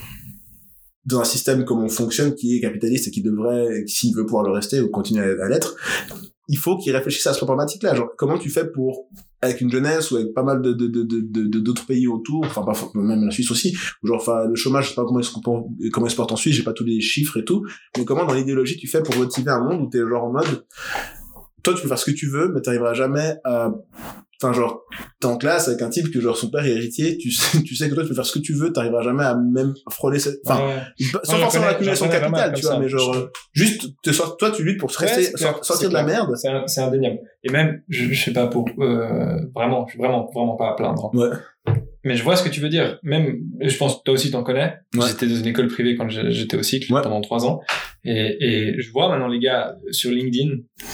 dans un système comme on fonctionne qui est capitaliste et qui devrait, s'il veut pouvoir le rester ou continuer à, à l'être, il faut qu'ils réfléchissent à cette problématique-là. Genre, comment tu fais pour, avec une jeunesse ou avec pas mal de, de, de, de, de d'autres pays autour, enfin, pas, même la Suisse aussi, où genre, enfin, le chômage, je sais pas comment il se comporte, comment il se porte en Suisse, j'ai pas tous les chiffres et tout, mais comment dans l'idéologie tu fais pour motiver un monde où t'es genre en mode, toi, tu peux faire ce que tu veux, mais t'arriveras jamais à, enfin, genre, t'es en classe avec un type que, genre, son père est héritier, tu sais, tu sais que toi, tu peux faire ce que tu veux, t'arriveras jamais à même frôler cette, enfin, ouais. sans ouais, forcément l'accumulation capital, tu vois, mais genre, euh, juste, te sort, toi, tu luttes pour te rester, ouais, clair, sortir de la merde. C'est, un, c'est indéniable. Et même, je, je sais pas pour, euh, vraiment, je suis vraiment, vraiment pas à plaindre. Ouais. Mais je vois ce que tu veux dire. Même, je pense que toi aussi t'en connais. Ouais. J'étais dans une école privée quand j'étais au cycle ouais. pendant trois ans. Et, et je vois maintenant les gars sur LinkedIn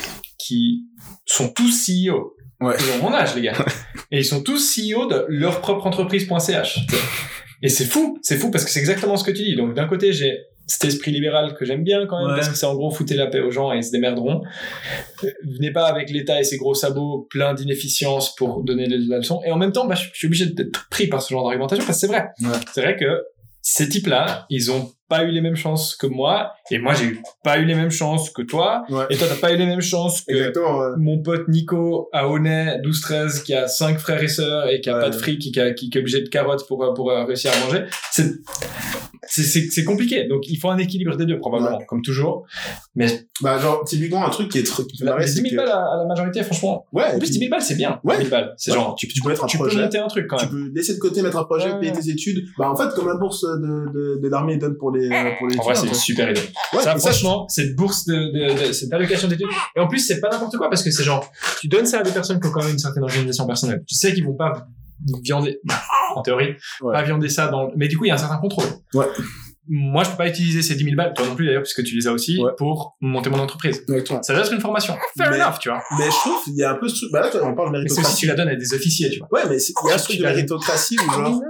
qui sont tous C E O. Ouais. Ils ont mon âge, les gars. Et ils sont tous C E O de leur propre entreprise.ch. Et c'est fou. C'est fou parce que c'est exactement ce que tu dis. Donc, d'un côté, j'ai cet esprit libéral que j'aime bien quand même, ouais. parce que c'est en gros foutez la paix aux gens et ils se démerderont. Venez pas avec l'État et ses gros sabots pleins d'inefficience pour donner la leçon. Et en même temps, bah, je suis obligé d'être pris par ce genre d'argumentation parce que c'est vrai. Ouais. C'est vrai que ces types-là, ils ont pas eu les mêmes chances que moi, et moi j'ai eu pas eu les mêmes chances que toi, ouais. et toi t'as pas eu les mêmes chances que ouais. mon pote Nico à Aulnay, douze treize, qui a cinq frères et sœurs et qui a ouais. pas de fric, qui, qui, qui, qui est obligé de carottes pour, pour euh, réussir à manger. C'est, c'est, c'est, c'est compliqué. Donc il faut un équilibre des deux, probablement, ouais. comme toujours. Mais, bah, genre, typiquement, un truc qui est très, qui la, dix mille que... balles à, à la majorité, franchement. Ouais. En plus, puis... dix mille balles, c'est bien. Ouais. dix mille balles. C'est ouais. genre, tu, tu peux mettre un tu projet. Tu peux monter un truc, quand même. Tu peux laisser de côté, mettre un projet, ouais. payer tes études. Bah, en fait, comme la bourse de, de, de l'armée donne pour les, pour les en vrai, c'est une super idée. Ouais, ça, franchement, ça, cette bourse de, de, de, cette allocation d'études. Et en plus, c'est pas n'importe quoi parce que c'est genre, tu donnes ça à des personnes qui ont quand même une certaine organisation personnelle. Tu sais qu'ils vont pas viander, en théorie, ouais. pas viander ça dans, mais du coup, il y a un certain contrôle. Ouais. Moi, je peux pas utiliser ces dix mille balles, toi non plus d'ailleurs, puisque tu les as aussi, ouais. pour monter mon entreprise. Exactement. Ça doit être une formation. Fair mais, enough, tu vois. Mais je trouve qu'il y a un peu ce truc, bah là, on parle de méritocratie. Mais c'est aussi, tu la donnes à des officiers, tu vois. Ouais, mais il y a ce truc de méritocratie où genre...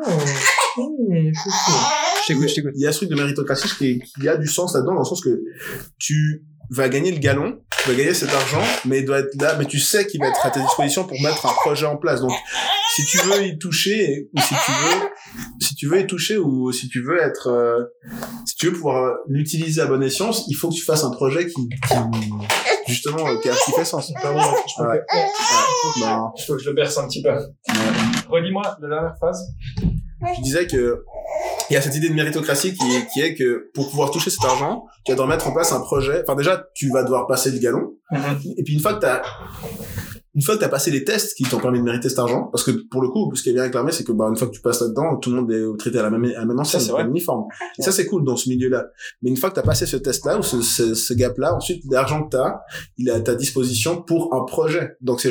Je t'écoute, je t'écoute. Il y a ce truc de méritocratie qui, qui a du sens là-dedans, dans le sens que tu vas gagner le galon, tu vas gagner cet argent, mais il doit être là, mais tu sais qu'il va être à ta disposition pour mettre un projet en place. Donc, si tu veux y toucher, ou si tu veux, si tu veux y toucher, ou si tu veux être, euh, si tu veux pouvoir l'utiliser à bon escient, il faut que tu fasses un projet qui, qui justement, euh, qui, a, qui fait sens. Pardon, je peux ouais. que... ouais. Ouais. Non. Il faut que je le berce un petit peu. Ouais. Redis-moi la dernière phrase. Je disais que il y a cette idée de méritocratie qui est, qui est que pour pouvoir toucher cet argent, tu vas devoir mettre en place un projet. Enfin, déjà, tu vas devoir passer le galon. Mm-hmm. Et puis, une fois que t'as, une fois que t'as passé les tests qui t'ont permis de mériter cet argent, parce que pour le coup, ce qui est bien réclamé, c'est que, bah, une fois que tu passes là-dedans, tout le monde est traité à la même, à la même enseigne, à la même uniforme. Et ça, c'est cool dans ce milieu-là. Mais une fois que t'as passé ce test-là, ou ce, ce, ce gap-là, ensuite, l'argent que t'as, il est à ta disposition pour un projet. Donc, c'est genre,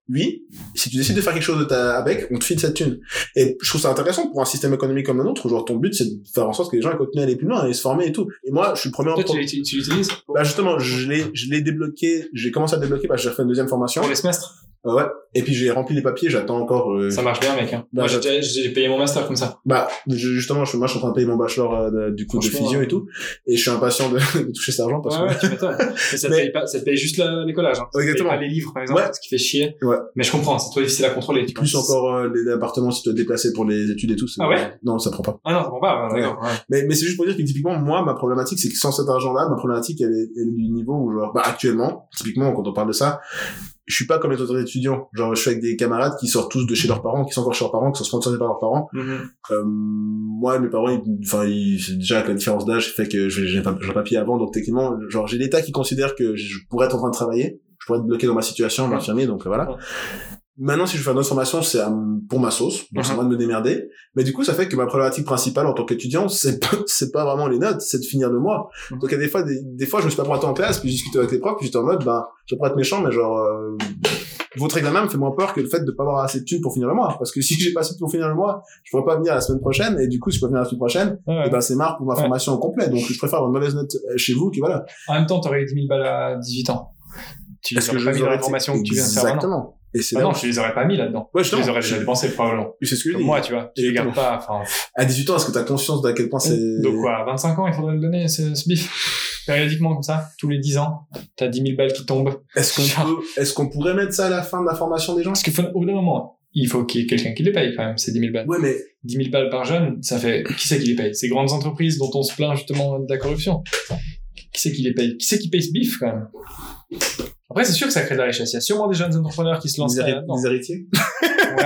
oui, si tu décides de faire quelque chose de ta, avec, on te file cette thune. Et je trouve ça intéressant pour un système économique comme le nôtre, genre ton but c'est de faire en sorte que les gens aient continué à aller plus loin et se former et tout. Et moi, je suis le premier Toi, en pro... tu, tu, tu l'utilises? Bah justement, je l'ai, je l'ai débloqué, j'ai commencé à le débloquer parce que j'ai refait une deuxième formation. Pour les semestres? Euh, ouais. Et puis j'ai rempli les papiers, j'attends encore. Euh... Ça marche bien, mec. Hein. Bah, moi, j'ai, déjà, j'ai payé mon master comme ça. Bah justement, je, moi, je suis en train de payer mon bachelor euh, de, du coup de physio ouais. et tout, et je suis impatient de, de toucher cet argent parce ouais, que. Ouais, tu m'étonnes. Mais ça te Mais... paye pas, ça te paye juste la, l'écolage. Hein. Ça Exactement. te paye pas les livres, par exemple, Ouais. ce qui fait chier. Ouais. Mais je comprends, c'est trop difficile à contrôler. Tu Plus vois. encore euh, les appartements si tu dois te déplacer pour les études et tout. C'est... Ah ouais? Non, ça prend pas. Ah non, ça prend pas. Ouais, d'accord. Ouais. Mais mais c'est juste pour dire que typiquement moi ma problématique c'est que sans cet argent-là, ma problématique elle est, elle est du niveau où genre bah actuellement typiquement quand on parle de ça. Je suis pas comme les autres étudiants. Genre, je suis avec des camarades qui sortent tous de chez leurs parents, qui sont encore chez leurs parents, qui sont sponsorisés par leurs parents. Mm-hmm. Euh, moi, mes parents, enfin, ils, ils, déjà, avec la différence d'âge, fait que j'ai, j'ai pas, j'ai un papier avant, donc techniquement, genre, j'ai l'État qui considère que je pourrais être en train de travailler. Je pourrais être bloqué dans ma situation, m'infirmer, donc voilà. Ouais. Maintenant, si je veux faire une autre formation, c'est pour ma sauce, donc mm-hmm. c'est moi de me démerder. Mais du coup, ça fait que ma problématique principale en tant qu'étudiant, c'est pas, c'est pas vraiment les notes, c'est de finir le mois. Mm-hmm. Donc, il y a des fois, des, des fois, je me suis pas pointé en classe, puis je discutais avec les profs, puis j'étais en mode, ben, je vais pas être méchant, mais genre, euh, votre examen me fait moins peur que le fait de pas avoir assez de thunes pour finir le mois. Parce que si j'ai pas assez de pour finir le mois, je pourrais pas venir la semaine prochaine, et du coup, si je peux venir la semaine prochaine, ouais. et ben, c'est marre pour ma ouais. formation au complet. Donc, je préfère avoir une mauvaise note chez vous, que voilà. En même temps, t'aurais eu dix mille balles à dix-huit ans. Tu les aurais pas mis dans la formation que tu viens de faire. Exactement. Et c'est ah là non, où... je les aurais pas mis là-dedans. Ouais, je les aurais déjà dépensés, probablement. C'est ce que je dis. Moi, tu vois, tu les gardes pas, enfin. À dix-huit ans, est-ce que t'as conscience d'à quel point c'est... Donc quoi, à vingt-cinq ans, il faudrait le donner, ce, ce bif. Périodiquement, comme ça, tous les dix ans, t'as dix mille balles qui tombent. Est-ce qu'on peut, est-ce qu'on pourrait mettre ça à la fin de la formation des gens? Parce qu'au bout d'un moment, il faut qu'il y ait quelqu'un qui les paye, quand même, ces dix mille balles. Ouais, mais... dix mille balles par jeune, ça fait, qui c'est qui les paye? Ces grandes entreprises dont on se plaint, justement, de la corruption. Qui c'est qui les paye? Qui c'est qui paye ce bif, quand même? Après, c'est sûr que ça crée de la richesse. Il y a sûrement des jeunes entrepreneurs qui se lancent là. Des héritiers? Ouais,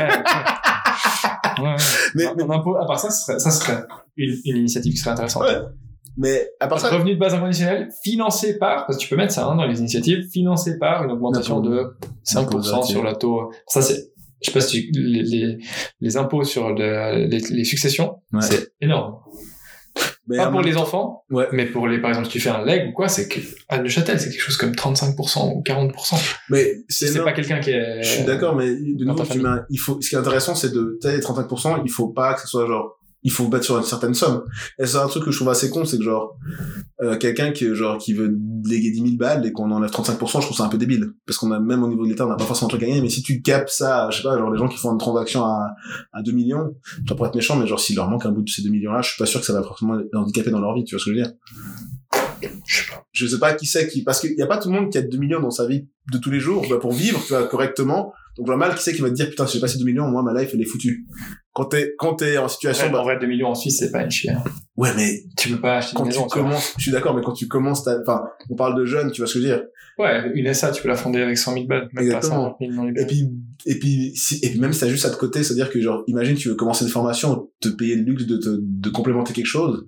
ouais, ouais. Mais, un, mais... Un impôt, à part ça, ce serait, ça serait une, une initiative qui serait intéressante. Ouais. Mais, à part ça. Revenu de base inconditionnel, financé par, parce que tu peux mettre ça, hein, dans les initiatives, financé par une augmentation de cinq pour cent sur la taux. Ça, c'est, je sais pas si tu, les, les, les impôts sur le, les, les successions, ouais. c'est énorme. Mais pas pour les enfants, ouais. mais pour les, par exemple, si tu fais un leg ou quoi, c'est que, à Neuchâtel, c'est quelque chose comme trente-cinq pour cent ou quarante pour cent. Mais c'est, c'est pas quelqu'un qui est... Je suis d'accord, mais de nouveau, tu mets, il faut, ce qui est intéressant, c'est de, tu sais, les trente-cinq pour cent, il faut pas que ce soit genre, il faut battre sur une certaine somme. Et c'est un truc que je trouve assez con, c'est que genre, euh, quelqu'un qui, genre, qui veut léguer dix mille balles et qu'on enlève trente-cinq pour cent, je trouve ça un peu débile. Parce qu'on a, même au niveau de l'État, on n'a pas forcément un truc à gagner, mais si tu capes ça, je sais pas, genre, les gens qui font une transaction à, à deux millions, ça pourrait être méchant, mais genre, s'il leur manque un bout de ces deux millions-là, je suis pas sûr que ça va forcément les handicaper dans leur vie, tu vois ce que je veux dire? Je sais pas. Je sais pas qui c'est qui, parce qu'il y a pas tout le monde qui a deux millions dans sa vie de tous les jours, bah, pour vivre, tu vois, correctement. Donc, je vois mal qui c'est qui va te dire, putain, si j'ai passé deux millions, moi, ma life, elle est foutue. Quand t'es, quand t'es en situation, ouais, bah... En vrai, deux millions en Suisse, c'est pas une chienne. Ouais, mais... Tu peux pas acheter quand une maison, tu commences, je suis d'accord, mais quand tu commences ta, enfin, on parle de jeunes, tu vois ce que je veux dire? Ouais, une S A, tu peux la fonder avec cent mille balles. Même exactement. Pas cinquante mille et puis, et puis, si, et puis même si t'as juste ça de côté, c'est-à-dire que genre, imagine, tu veux commencer une formation, te payer le luxe de te, de complémenter quelque chose.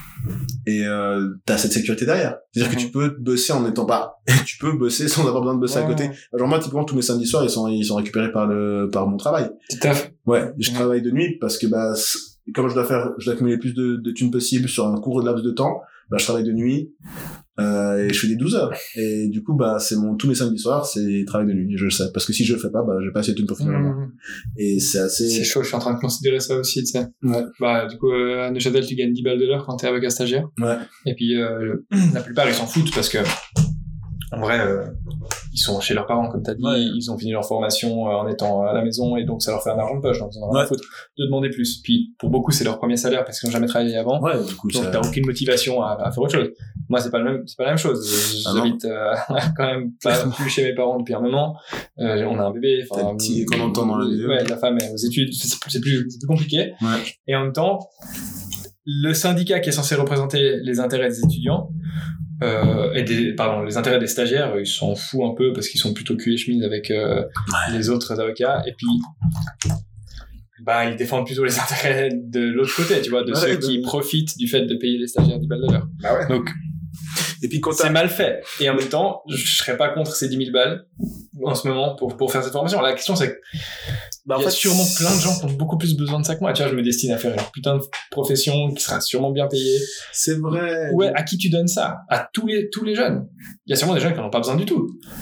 Et euh, t'as cette sécurité derrière. C'est-à-dire mmh. que tu peux bosser en étant pas, tu peux bosser sans avoir besoin de bosser ouais. à côté. Genre moi, typiquement, tous mes samedis soirs, ils sont ils sont récupérés par le par mon travail. Tout à fait. Ouais, je mmh. travaille de nuit parce que bah comme je dois faire, je dois accumuler plus de, de thunes possible sur un court laps de temps. Bah je travaille de nuit euh, et je fais des douze heures. Et du coup bah c'est mon tous mes samedis soirs, c'est travail de nuit. Je le sais parce que si je le fais pas, bah j'ai pas assez de thunes pour finir. Mmh. Et c'est assez. C'est chaud. Je suis en train de considérer ça aussi, tu sais. Ouais. Bah du coup euh, à Neuchâtel, tu gagnes dix balles de l'heure quand t'es avec un stagiaire. Ouais. Et puis euh, la plupart ils s'en foutent parce que en vrai euh, ils sont chez leurs parents comme t'as dit, ouais. Ils ont fini leur formation euh, en étant à la maison et donc ça leur fait un argent de poche, donc ils en ont rien à foutre de demander plus. Puis pour beaucoup c'est leur premier salaire parce qu'ils n'ont jamais travaillé avant. Ouais, du coup, donc ça... t'as aucune motivation à, à faire autre chose. Moi c'est pas le même, c'est pas la même chose. J'habite euh, quand même pas plus chez mes parents depuis un moment. Euh, on a un bébé. Enfin, un petit qu'on entend dans les yeux. Ouais, la femme est aux études, c'est, c'est plus, c'est plus compliqué. Ouais. Et en même temps, le syndicat qui est censé représenter les intérêts des étudiants. Euh, et des, pardon, les intérêts des stagiaires, ils s'en foutent un peu parce qu'ils sont plutôt cul et chemise avec euh, ouais. les autres avocats. Et puis, bah, ils défendent plutôt les intérêts de l'autre côté, tu vois, de ouais, ceux qui oui. profitent du fait de payer les stagiaires dix balles de l'heure. Bah ouais. Donc, et puis quand c'est mal fait. Et en même temps, je serais pas contre ces dix mille balles en ce moment pour, pour faire cette formation. La question, c'est que bah, il y a fait, sûrement plein de gens qui ont beaucoup plus besoin de ça que moi. Tu vois, je me destine à faire une putain de profession qui sera sûrement bien payée. C'est vrai. Ouais, à qui tu donnes ça? À tous les, tous les jeunes. Il y a sûrement des jeunes qui n'en ont pas besoin du tout.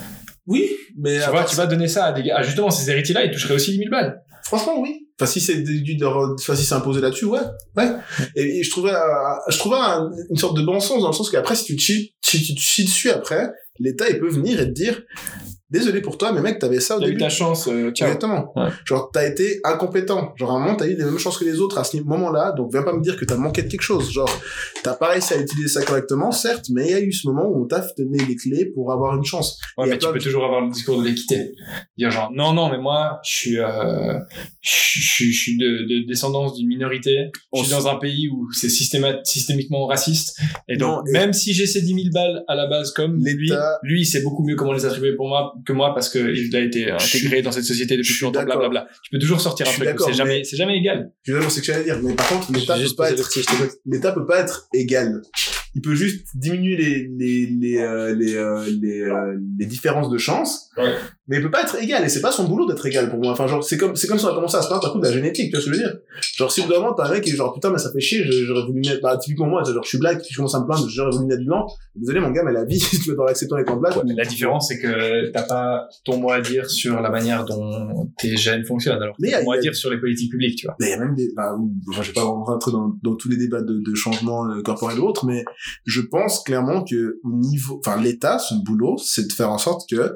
Oui, mais... Tu vois, tu vas donner ça à des gars, ah, justement, ces héritiers-là, ils toucheraient aussi dix mille balles. Franchement, oui. Enfin, si c'est déduit de leur, enfin, si c'est imposé là-dessus, ouais, ouais. Et, et je trouvais, euh, je trouvais un, une sorte de bon sens dans le sens qu'après, si tu te chies, si tu te chies dessus après, l'État, il peut venir et te dire, désolé pour toi, mais mec, t'avais ça au début. T'as eu ta chance, euh, ciao. Exactement. Ouais. Genre, t'as été incompétent. Genre, à un moment, t'as eu les mêmes chances que les autres à ce moment-là, donc viens pas me dire que t'as manqué de quelque chose. Genre, t'as pas réussi à utiliser ça correctement, certes, mais il y a eu ce moment où on t'a donné les clés pour avoir une chance. Ouais, mais tu peux de... toujours avoir le discours de l'équité. Dire genre, non, non, mais moi, je suis, euh, je suis, je suis de, de descendance d'une minorité. Je suis dans un pays où c'est systéma- systémiquement raciste. Et donc, non, et même si j'ai ces dix mille balles à la base comme lui, lui, il sait beaucoup mieux comment les attribuer pour moi, que moi, parce que il a été intégré suis, dans cette société depuis plus longtemps, blablabla. Tu peux toujours sortir un truc, c'est jamais, c'est jamais égal. Je suis d'accord, c'est ce que j'allais dire. Mais par contre, l'État peut pas être, l'État peut pas être égal. Il peut juste diminuer les, les, les, euh, les, euh, les, euh, les différences de chance. Ouais. Mais il peut pas être égal. Et c'est pas son boulot d'être égal pour moi. Enfin, genre, c'est comme, c'est comme si on a commencé à se plaindre d'un coup de la génétique, tu vois ce que je veux dire? Genre, si au bout d'un moment, t'as un mec qui est genre, putain, mais ça fait chier, j'aurais voulu mettre, bah, typiquement moi, genre, je suis black, si je commence à me plaindre, j'aurais voulu mettre blanc. Désolé, mon gars, mais la vie, si tu veux pas l'accepter en étant black. Ouais, mais la différence, c'est que t'as pas ton mot à dire sur la manière dont tes gènes fonctionnent. Alors, t'as ton mot à dire sur les politiques publiques, tu vois. Mais il y a même des, bah, enfin, je vais pas rentrer dans, dans tous les débats de, de changement euh, corporel ou autre, mais je pense clairement que au niveau, enfin, l'État, son boulot, c'est de faire en sorte que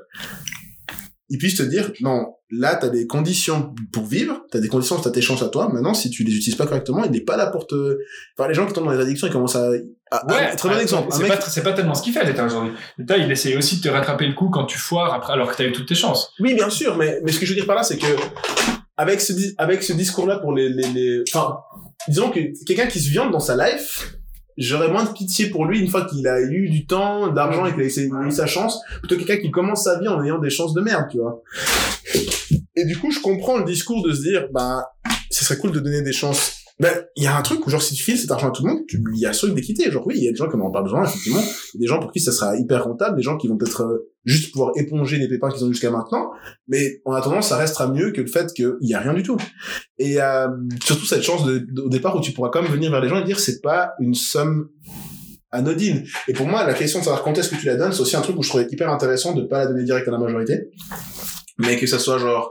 ils puissent te dire, non, là, t'as des conditions pour vivre, t'as des conditions, t'as tes chances à toi, maintenant, si tu les utilises pas correctement, il n'est pas là pour te, enfin, les gens qui tombent dans les addictions, ils commencent à, à, ouais, à très bon exemple. C'est, mec... pas, c'est pas tellement ce qu'il fait, l'État, aujourd'hui. L'État, il essaye aussi de te rattraper le coup quand tu foires après, alors que t'as eu toutes tes chances. Oui, bien sûr, mais, mais ce que je veux dire par là, c'est que, avec ce, avec ce discours-là pour les, les, les, enfin, disons que quelqu'un qui se viande dans sa life, j'aurais moins de pitié pour lui une fois qu'il a eu du temps, de l'argent et qu'il a eu sa chance, plutôt que quelqu'un qui commence sa vie en ayant des chances de merde, tu vois. Et du coup, je comprends le discours de se dire, bah, ce serait cool de donner des chances. Ben, il y a un truc où, genre, si tu files cet argent à tout le monde, il y a un truc d'équité. Genre, oui, il y a des gens qui n'en ont pas besoin, effectivement. Il y a des gens pour qui ça sera hyper rentable, des gens qui vont peut-être euh, juste pouvoir éponger les pépins qu'ils ont jusqu'à maintenant. Mais, en attendant, ça restera mieux que le fait qu'il y a rien du tout. Et, euh, surtout cette chance de, de, au départ où tu pourras quand même venir vers les gens et dire, c'est pas une somme anodine. Et pour moi, la question de savoir quand est-ce que tu la donnes, c'est aussi un truc où je trouvais hyper intéressant de pas la donner direct à la majorité. Mais que ça soit genre,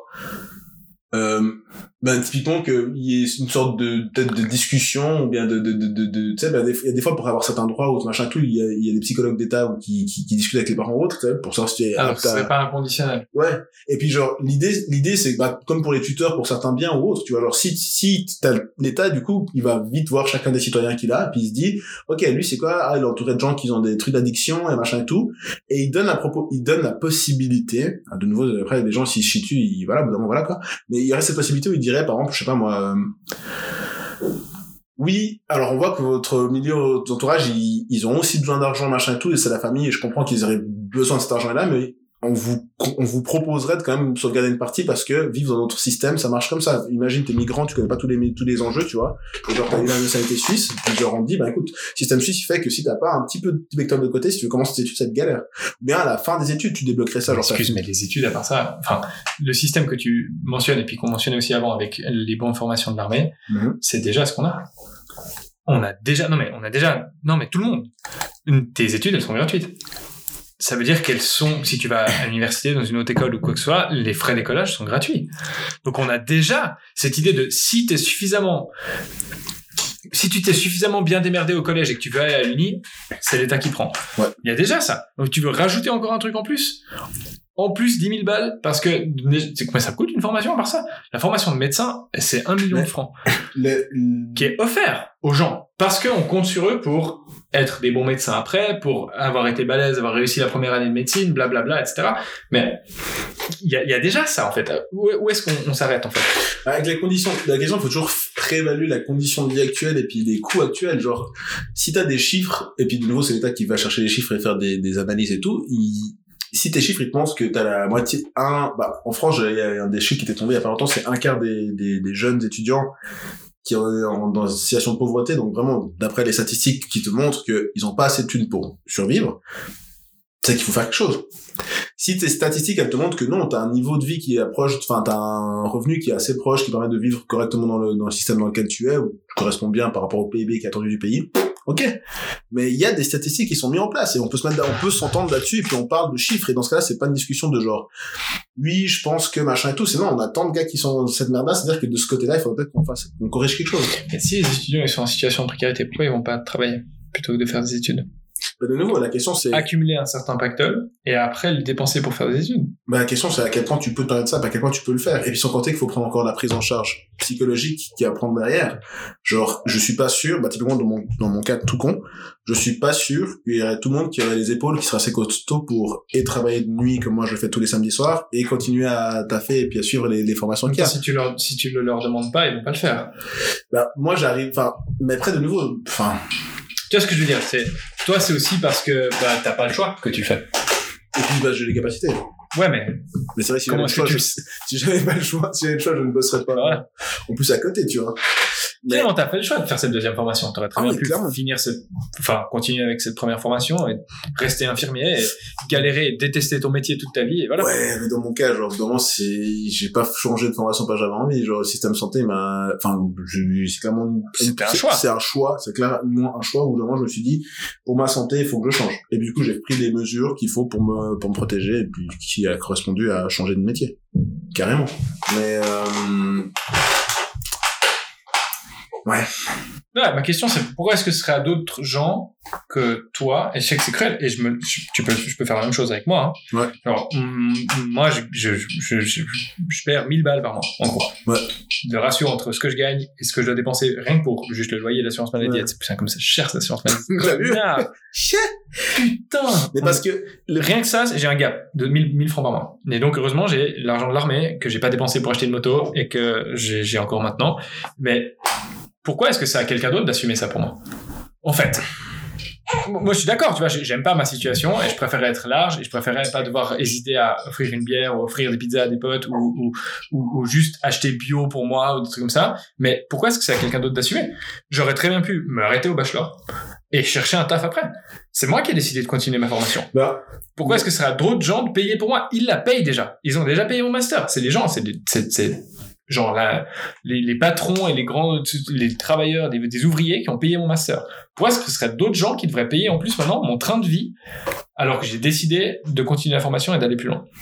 euh, ben, typiquement qu'il y ait une sorte de, peut-être de discussion, ou bien de, de, de, de, de tu sais, ben, des, il y a des fois pour avoir certains droits ou machin tout, il y a, il y a des psychologues d'État qui, qui, qui discutent avec les parents ou autres, tu sais, pour savoir si tu es alors, ce serait pas inconditionnel. Ouais. Et puis, genre, l'idée, l'idée, c'est, bah, comme pour les tuteurs pour certains biens ou autres, tu vois, alors, si, si t'as l'État, du coup, il va vite voir chacun des citoyens qu'il a, puis il se dit, ok, lui, c'est quoi? Ah, il est entouré de gens qui ont des trucs d'addiction et machin et tout. Et il donne à propos, il donne la possibilité, de nouveau, après, les gens, s'ils se chient dessus, ils, voilà, bon, voilà, quoi. Mais il y aurait cette possibilité où il dirait, par exemple, je sais pas, moi, Euh, oui, alors on voit que votre milieu d'entourage, ils, ils ont aussi besoin d'argent, machin et tout, et c'est la famille, et je comprends qu'ils auraient besoin de cet argent-là, mais on vous, on vous proposerait de quand même sauvegarder une partie parce que vivre dans notre système, ça marche comme ça. Imagine, t'es migrant, tu connais pas tous les, tous les enjeux, tu vois. Et genre, t'as une nationalité suisse, puis genre, on te dit, bah, écoute, système suisse, il fait que si t'as pas un petit peu de vecteur de côté, si tu veux commencer tes études, c'est galère. Ou bien, à la fin des études, tu débloquerais ça, genre, excuse, mais les études, à part ça, enfin, le système que tu mentionnes et puis qu'on mentionnait aussi avant avec les bons de formation de l'armée, mm-hmm. c'est déjà ce qu'on a. On a déjà, non mais, on a déjà, non mais tout le monde. Tes études, elles sont gratuites. Ça veut dire qu'elles sont, si tu vas à l'université, dans une haute école ou quoi que ce soit, les frais d'écolage sont gratuits. Donc on a déjà cette idée de si t'es suffisamment, si tu t'es suffisamment bien démerdé au collège et que tu veux aller à l'uni, c'est l'État qui prend. Ouais. Il y a déjà ça. Donc tu veux rajouter encore un truc en plus? En plus, dix mille balles, parce que, c'est combien ça coûte une formation à part ça? La formation de médecin, c'est un million le, de francs. Le, le... Qui est offert aux gens. Parce qu'on compte sur eux pour être des bons médecins après, pour avoir été balèze, avoir réussi la première année de médecine, blablabla, et cetera. Mais, il y a, y a déjà ça, en fait. Où, où est-ce qu'on on s'arrête, en fait? Avec les conditions, la question, il faut toujours réévaluer la condition de vie actuelle et puis les coûts actuels. Genre, si t'as des chiffres, et puis de nouveau, c'est l'État qui va chercher les chiffres et faire des, des analyses et tout, il, si tes chiffres, ils pensent que t'as la moitié, un, bah, en France, il y a un des chiffres qui était tombé il y a pas longtemps, c'est un quart des, des, des jeunes étudiants qui sont dans une situation de pauvreté, donc vraiment, d'après les statistiques qui te montrent qu'ils ont pas assez de thunes pour survivre, c'est qu'il faut faire quelque chose. Si tes statistiques, elles te montrent que non, t'as un niveau de vie qui est proche, enfin, t'as un revenu qui est assez proche, qui permet de vivre correctement dans le, dans le système dans lequel tu es, ou tu corresponds bien par rapport au P I B qui est attendu du pays, Ok. Mais il y a des statistiques qui sont mises en place et on peut se mettre, on peut s'entendre là-dessus et puis on parle de chiffres et dans ce cas-là, c'est pas une discussion de genre, oui, je pense que machin et tout. C'est non, on a tant de gars qui sont dans cette merde-là, c'est-à-dire que de ce côté-là, il faudrait peut-être qu'on fasse, qu'on corrige quelque chose. Et si les étudiants, ils sont en situation de précarité, pourquoi ils vont pas travailler plutôt que de faire des études? Bah de nouveau, la question c'est... Accumuler un certain pactole, et après le dépenser pour faire des études. Bah la question c'est à quel point tu peux te permettre ça, à quel point tu peux le faire. Et puis sans compter qu'il faut prendre encore la prise en charge psychologique qui à prendre derrière. Genre, je suis pas sûr, bah typiquement dans mon, dans mon cas tout con, je suis pas sûr qu'il y aurait tout le monde qui aurait les épaules, qui serait assez costaud pour et travailler de nuit comme moi je le fais tous les samedis soirs, et continuer à taffer et puis à suivre les, les formations qu'il y a. Si tu leur, si tu le leur demandes pas, ils vont pas le faire. Bah moi j'arrive, enfin, mais après de nouveau, enfin... Tu vois ce que je veux dire, c'est, toi c'est aussi parce que, bah, t'as pas le choix que tu le fais. Et puis bah j'ai les capacités. Ouais, mais... Mais c'est vrai, si j'avais le choix, tu... je... si j'avais pas le choix, si j'avais le choix, je ne bosserais pas. Voilà. En plus, à côté, tu vois. Mais non, t'as fait le choix de faire cette deuxième formation. T'aurais très ah bien oui, pu clairement. finir cette, enfin, continuer avec cette première formation et rester infirmier et galérer et détester ton métier toute ta vie et voilà. Ouais, mais dans mon cas, genre, vraiment, c'est, j'ai pas changé de formation parce que j'avais envie. Genre, le système santé m'a, enfin, je... c'est clairement, c'était un choix. C'est un choix. C'est clairement un choix où vraiment je me suis dit, pour ma santé, il faut que je change. Et du coup, j'ai pris les mesures qu'il faut pour me, pour me protéger et puis qui a correspondu à changer de métier. Carrément. Mais, euh... ouais. Ouais, ma question c'est pourquoi est-ce que ce serait à d'autres gens que toi, et je sais que c'est cruel, et je me, je, tu peux, je peux faire la même chose avec moi, hein. Ouais. Genre, mm, moi, je, je, je, je, je perds mille balles par mois, en gros. Ouais. Le ratio entre ce que je gagne et ce que je dois dépenser rien que pour juste le loyer et l'assurance maladie, ouais. C'est putain, comme ça cher, cette assurance maladie. T'as vu? Putain! Mais parce que, le... rien que ça, j'ai un gap de mille, mille francs par mois. Et donc, heureusement, j'ai l'argent de l'armée que j'ai pas dépensé pour acheter une moto et que j'ai, j'ai encore maintenant. Mais, pourquoi est-ce que c'est à quelqu'un d'autre d'assumer ça pour moi? En fait, moi je suis d'accord, tu vois, j'aime pas ma situation et je préférerais être large et je préférerais pas devoir hésiter à offrir une bière ou offrir des pizzas à des potes ou, ou, ou, ou juste acheter bio pour moi ou des trucs comme ça. Mais pourquoi est-ce que c'est à quelqu'un d'autre d'assumer? J'aurais très bien pu m'arrêter au bachelor et chercher un taf après. C'est moi qui ai décidé de continuer ma formation. Bah, pourquoi est-ce que ce serait à d'autres gens de payer pour moi? Ils la payent déjà. Ils ont déjà payé mon master. C'est des gens, c'est des, c'est, c'est genre la, les, les patrons et les grands, les travailleurs, des, des ouvriers qui ont payé mon master. Pourquoi est-ce que ce serait d'autres gens qui devraient payer en plus maintenant mon train de vie alors que j'ai décidé de continuer la formation et d'aller plus loin?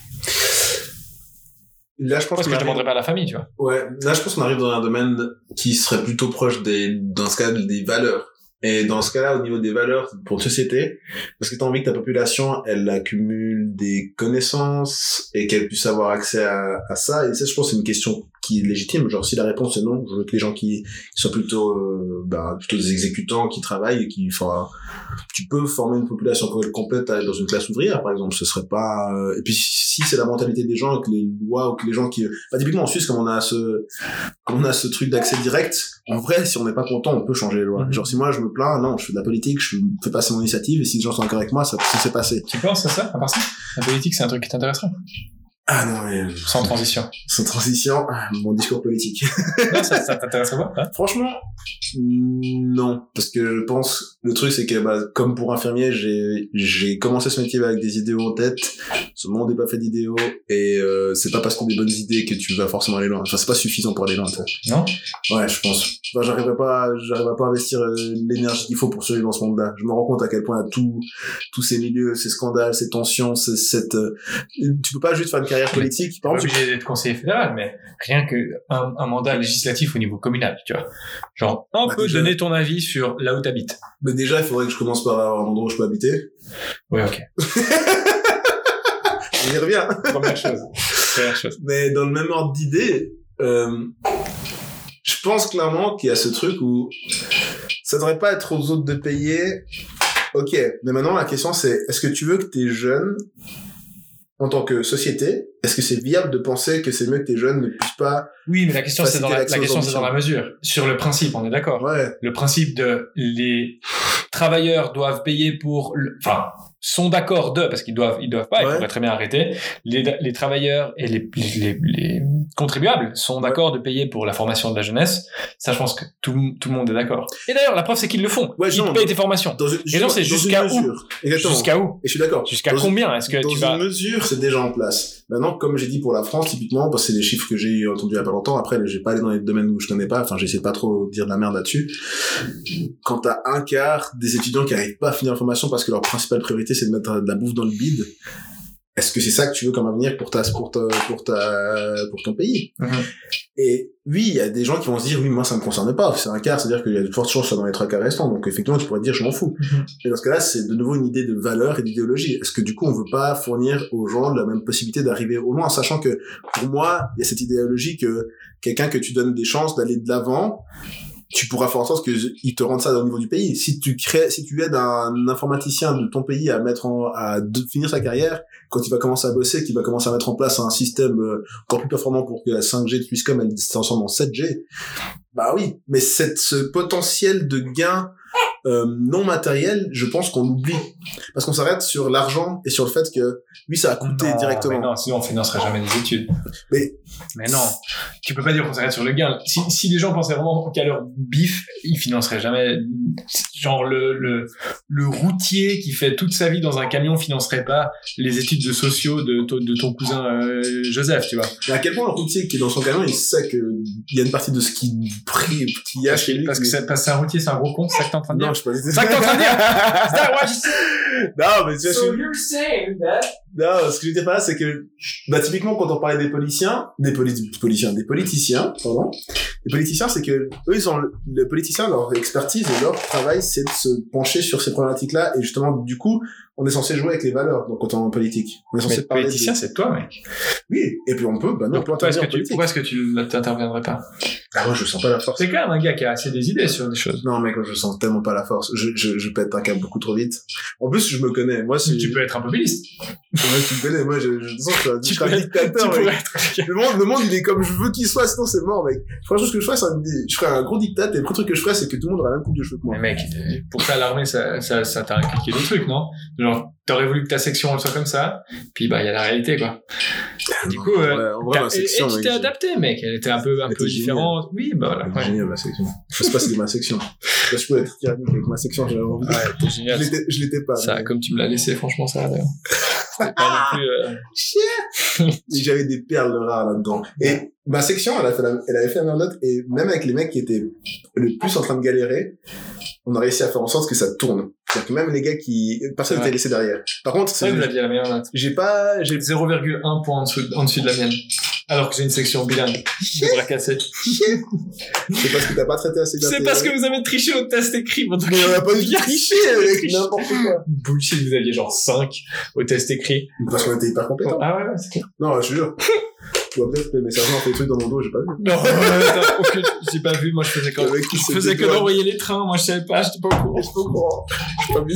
Là, je pense Parce que je arrive... demanderais pas à la famille, tu vois. Ouais. Là, je pense qu'on arrive dans un domaine qui serait plutôt proche des, dans ce cas, des valeurs. Et dans ce cas-là, au niveau des valeurs pour une société, parce que tu as envie que ta population, elle accumule des connaissances et qu'elle puisse avoir accès à, à ça. Et ça, je pense, c'est une question qui est légitime. Genre, si la réponse est non, je veux que les gens qui, qui soient plutôt, euh, bah, plutôt des exécutants, qui travaillent et qui, enfin, tu peux former une population complète dans une classe ouvrière, par exemple. Ce serait pas, euh... et puis si c'est la mentalité des gens et que les lois ou que les gens qui, bah, typiquement en Suisse, comme on a ce, comme on a ce truc d'accès direct, en vrai, si on n'est pas content, on peut changer les lois. Mm-hmm. Genre, si moi je me plains, non, je fais de la politique, je fais passer mon initiative, et si les gens sont d'accord avec moi, ça, ça s'est passé. Tu penses à ça, à part ça? La politique, c'est un truc qui t'intéresserait? Ah non, mais... Sans transition. Sans transition, mon discours politique. Non, ça, ça t'intéresserait pas, hein? Franchement, non. Parce que je pense, le truc, c'est que, bah, comme pour infirmier, j'ai, j'ai commencé ce métier avec des idéaux en tête. Ce monde n'est pas fait d'idéaux. Et, euh, c'est pas parce qu'on a des bonnes idées que tu vas forcément aller loin. Enfin, c'est pas suffisant pour aller loin, toi. Non? Ouais, je pense. Enfin, j'arriverai pas, j'arriverai pas à investir euh, l'énergie qu'il faut pour survivre dans ce monde-là. Je me rends compte à quel point il y a tout, tous ces milieux, ces scandales, ces tensions, ces, cette, euh, tu peux pas juste faire une carrière politique. Par exemple, obligé d'être conseiller fédéral, mais rien que un, un mandat législatif au niveau communal, tu vois. Genre, on bah, peut déjà... donner ton avis sur là où t'habites. Mais déjà, il faudrait que je commence par avoir un endroit où je peux habiter. Ouais, ok. On y revient. Première chose. Première chose. Mais dans le même ordre d'idée, euh, je pense clairement qu'il y a ce truc où ça devrait pas être aux autres de payer. Ok. Mais maintenant, la question c'est, est-ce que tu veux que tes jeunes, en tant que société, est-ce que c'est viable de penser que c'est mieux que tes jeunes ne puissent pas... Oui, mais la question, c'est dans la, la question, c'est dans la mesure. Sur le principe, on est d'accord. Ouais. Le principe de les travailleurs doivent payer pour, le... enfin, sont d'accord de, parce qu'ils doivent, ils doivent pas, ouais. Ils pourraient très bien arrêter. Les, les travailleurs et les, les, les contribuables sont d'accord ouais. de payer pour la formation de la jeunesse. Ça, je pense que tout, tout le monde est d'accord. Et d'ailleurs, la preuve, c'est qu'ils le font. Ouais, ils non, payent tes formations. Dans une, et non, c'est jusqu'à où? Exactement. Jusqu'à où? Et je suis d'accord. Jusqu'à combien? Est-ce que dans tu vas... Dans une mesure, c'est déjà en place. Maintenant, maintenant, comme j'ai dit pour la France, typiquement, parce que c'est des chiffres que j'ai entendus il y a pas longtemps, après, j'ai pas allé dans les domaines où je connais pas, enfin, j'essaie de pas trop dire de la merde là-dessus. Quand t'as un quart des étudiants qui arrivent pas à finir la formation parce que leur principale priorité, c'est de mettre de la bouffe dans le bide, est-ce que c'est ça que tu veux comme avenir pour ta, pour ta, pour ta, pour ton pays? Mm-hmm. Et oui, il y a des gens qui vont se dire, oui, moi, ça me concerne pas. C'est un quart, c'est-à-dire qu'il y a de fortes chances que ça dans les trois quarts restants. Donc, effectivement, tu pourrais te dire, je m'en fous. Mm-hmm. Mais dans ce cas-là, c'est de nouveau une idée de valeur et d'idéologie. Est-ce que, du coup, on veut pas fournir aux gens la même possibilité d'arriver au loin, sachant que, pour moi, il y a cette idéologie que quelqu'un que tu donnes des chances d'aller de l'avant, tu pourras faire en sorte qu'ils te rendent ça au niveau du pays. Si tu crées, si tu aides un informaticien de ton pays à mettre en, à de, finir sa carrière, quand il va commencer à bosser, qu'il va commencer à mettre en place un système euh, encore plus performant pour que la cinq G de Swisscom, elle se transforme en sept G, bah oui. Mais cette, ce potentiel de gain, euh, non matériel, je pense qu'on l'oublie. Parce qu'on s'arrête sur l'argent et sur le fait que, oui, ça a coûté non, directement. Mais non, sinon on financerait jamais des études. Mais, mais non. Tu peux pas dire qu'on s'arrête sur le gain. Si, si les gens pensaient vraiment qu'à leur bif, ils financeraient jamais, genre le, le, le routier qui fait toute sa vie dans un camion financerait pas les études de sociaux de, de ton cousin, euh, Joseph, tu vois. Mais à quel point le routier qui est dans son camion, il sait que il y a une partie de ce qu'il prie, qu'il y a chez lui. Parce que c'est, parce que c'est un routier, c'est un gros con, c'est ça que t'es en train de dire? Non, je sais pas. C'est ça que t'es en train de dire? Is that what you said? Non, mais tu vois, So je... you're saying that? Non, ce que je veux dire par là, c'est que, bah, typiquement, quand on parlait des politiciens, des poli- politiciens, des politiciens, pardon, les politiciens, c'est que, eux, ils ont, le, le politicien, leur expertise et leur travail, c'est de se pencher sur ces problématiques-là, et justement, du coup, on est censé jouer avec les valeurs, donc, quand on est en politique. On est censé mais parler politicien, de... c'est toi, mec. Oui, et puis on peut, bah non, donc, on peut pourquoi est-ce que en politique. tu, pourquoi est-ce que tu t'interviendrais pas? Ah, moi, je sens pas la force. C'est quand même un gars qui a assez des idées sur des choses. Non, mec, moi, je sens tellement pas la force. Je, je, je pète un câble beaucoup trop vite. En plus, je me connais. Moi, si tu peux être un populiste. Ouais, tu me connais. Moi, je, je sens que je suis un être, dictateur, tu mec. être... Le monde, le monde, il est comme je veux qu'il soit, sinon c'est mort, mec. Franchement, ce que je ferais, c'est un, je ferais un gros dictat, et le premier truc que je ferais, c'est que tout le monde aura la même coupe de cheveux que moi. Mais mec, pour ça, l'armée, ça, ça, ça t'a inculqué des trucs, non? Genre, t'aurais voulu que ta section, elle soit comme ça, puis bah, il y a la réalité, quoi. Ah, du non, coup, euh, ouais, en vrai, ma section, et, et tu t'es adapté, mec. Elle était un peu, un peu différente. Oui, bah voilà. Ouais. Génial, ma section. Je sais pas si c'est ma section. Parce que je pouvais être tyrannique avec ma section, j'avais envie. Ouais, t'es génial. Je l'étais, je l'étais pas. Ça, mais... comme tu me l'as laissé, franchement, ça, d'ailleurs. C'était pas ah, non plus, euh... Chier! J'avais des perles rares là-dedans. Et ma section, elle a fait la, elle avait fait la même note, et même avec les mecs qui étaient le plus en train de galérer, on a réussi à faire en sorte que ça tourne. C'est-à-dire que même les gars qui, personne n'était laissé derrière. Par contre, c'est vrai que vous aviez la meilleure note. J'ai pas, j'ai zéro virgule un point en dessous, en dessous de la mienne. Alors que j'ai une section bilingue. De bras cassés. C'est parce que t'as pas traité assez bien. C'est parce que vous avez triché au test écrit. Mais on a pas du tout triché, avec n'importe quoi. Bullshit, vous aviez genre cinq au test écrit. Parce qu'on était hyper compétents. Ah ouais, ouais, c'est clair. Non, je te jure. Tu vois peut-être, mais certains ont fait des trucs dans mon dos, j'ai pas vu. Non, euh, aucune, j'ai pas vu, moi je faisais quand, je faisais que d'envoyer les trains, moi je savais pas, j'étais pas au courant. J'étais pas au courant. J'ai pas vu.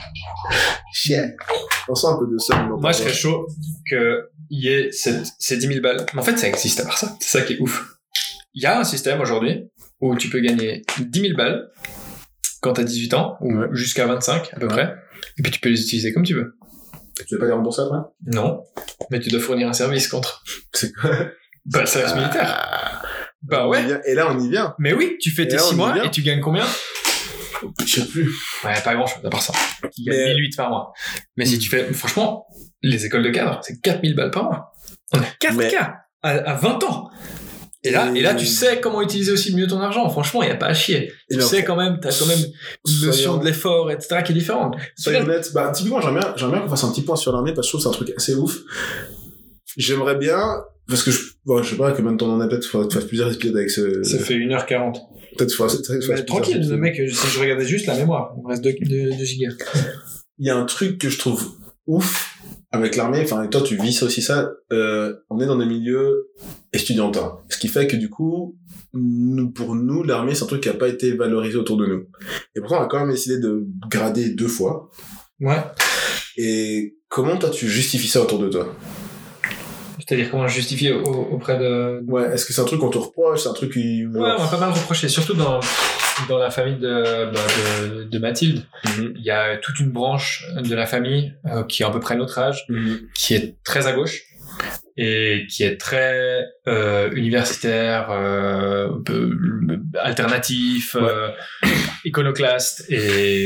Chier. On sent un peu de ça. Moi je serais chaud que il y ait cette, ces dix mille balles. Mais en fait, ça existe à part ça. C'est ça qui est ouf. Il y a un système aujourd'hui où tu peux gagner dix mille balles quand t'as dix-huit ans, ou ouais. jusqu'à vingt-cinq à peu près, et puis tu peux les utiliser comme tu veux. Tu veux pas les rembourser après? Non. Mais tu dois fournir un service contre. C'est quoi? Bah, le service ah, militaire. Bah ouais. Et là, on y vient. Mais oui, tu fais et tes six mois et tu gagnes combien? Je sais plus. Ouais, pas grand chose à part ça. Tu gagnes mille huit par mois. Mais si tu fais, franchement, les écoles de cadre, c'est quatre mille balles par mois. On a quatre K à, à vingt ans. Et là, et... et là, tu sais comment utiliser aussi mieux ton argent. Franchement, il n'y a pas à chier. Et tu sais quand même, t'as quand même une notion de l'effort, et cetera qui est différente. Soyons honnêtes. Bah, typiquement, j'aimerais bien, j'aimerais bien qu'on fasse un petit point sur l'armée parce que je trouve que c'est un truc assez ouf. J'aimerais bien, parce que je, bon, je sais pas, que même t'en en as peut-être, faudrait que tu fasses plusieurs épisodes avec ce... Ça fait une heure quarante. Peut-être faudrait, faudrait, faudrait tranquille, le mec, si je regardais juste la mémoire, il me reste deux gigas. Il y a un truc que je trouve ouf avec l'armée, enfin, et toi, tu vis ça aussi, ça, euh, on est dans des milieux estudiantins. Ce qui fait que, du coup, nous, pour nous, l'armée, c'est un truc qui a pas été valorisé autour de nous. Et pourtant, on a quand même décidé de grader deux fois. Ouais. Et comment, toi, tu justifies ça autour de toi? C'est-à-dire comment justifier auprès de... Ouais, est-ce que c'est un truc qu'on te reproche, c'est un truc qui... Ouais, on m'a pas mal reproché, surtout dans, dans la famille de, bah, de, de Mathilde. Mm-hmm. Il y a toute une branche de la famille euh, qui est à peu près notre âge, mm-hmm. qui est très à gauche et qui est très euh, universitaire, euh, un peu alternatif, ouais. euh, iconoclaste, et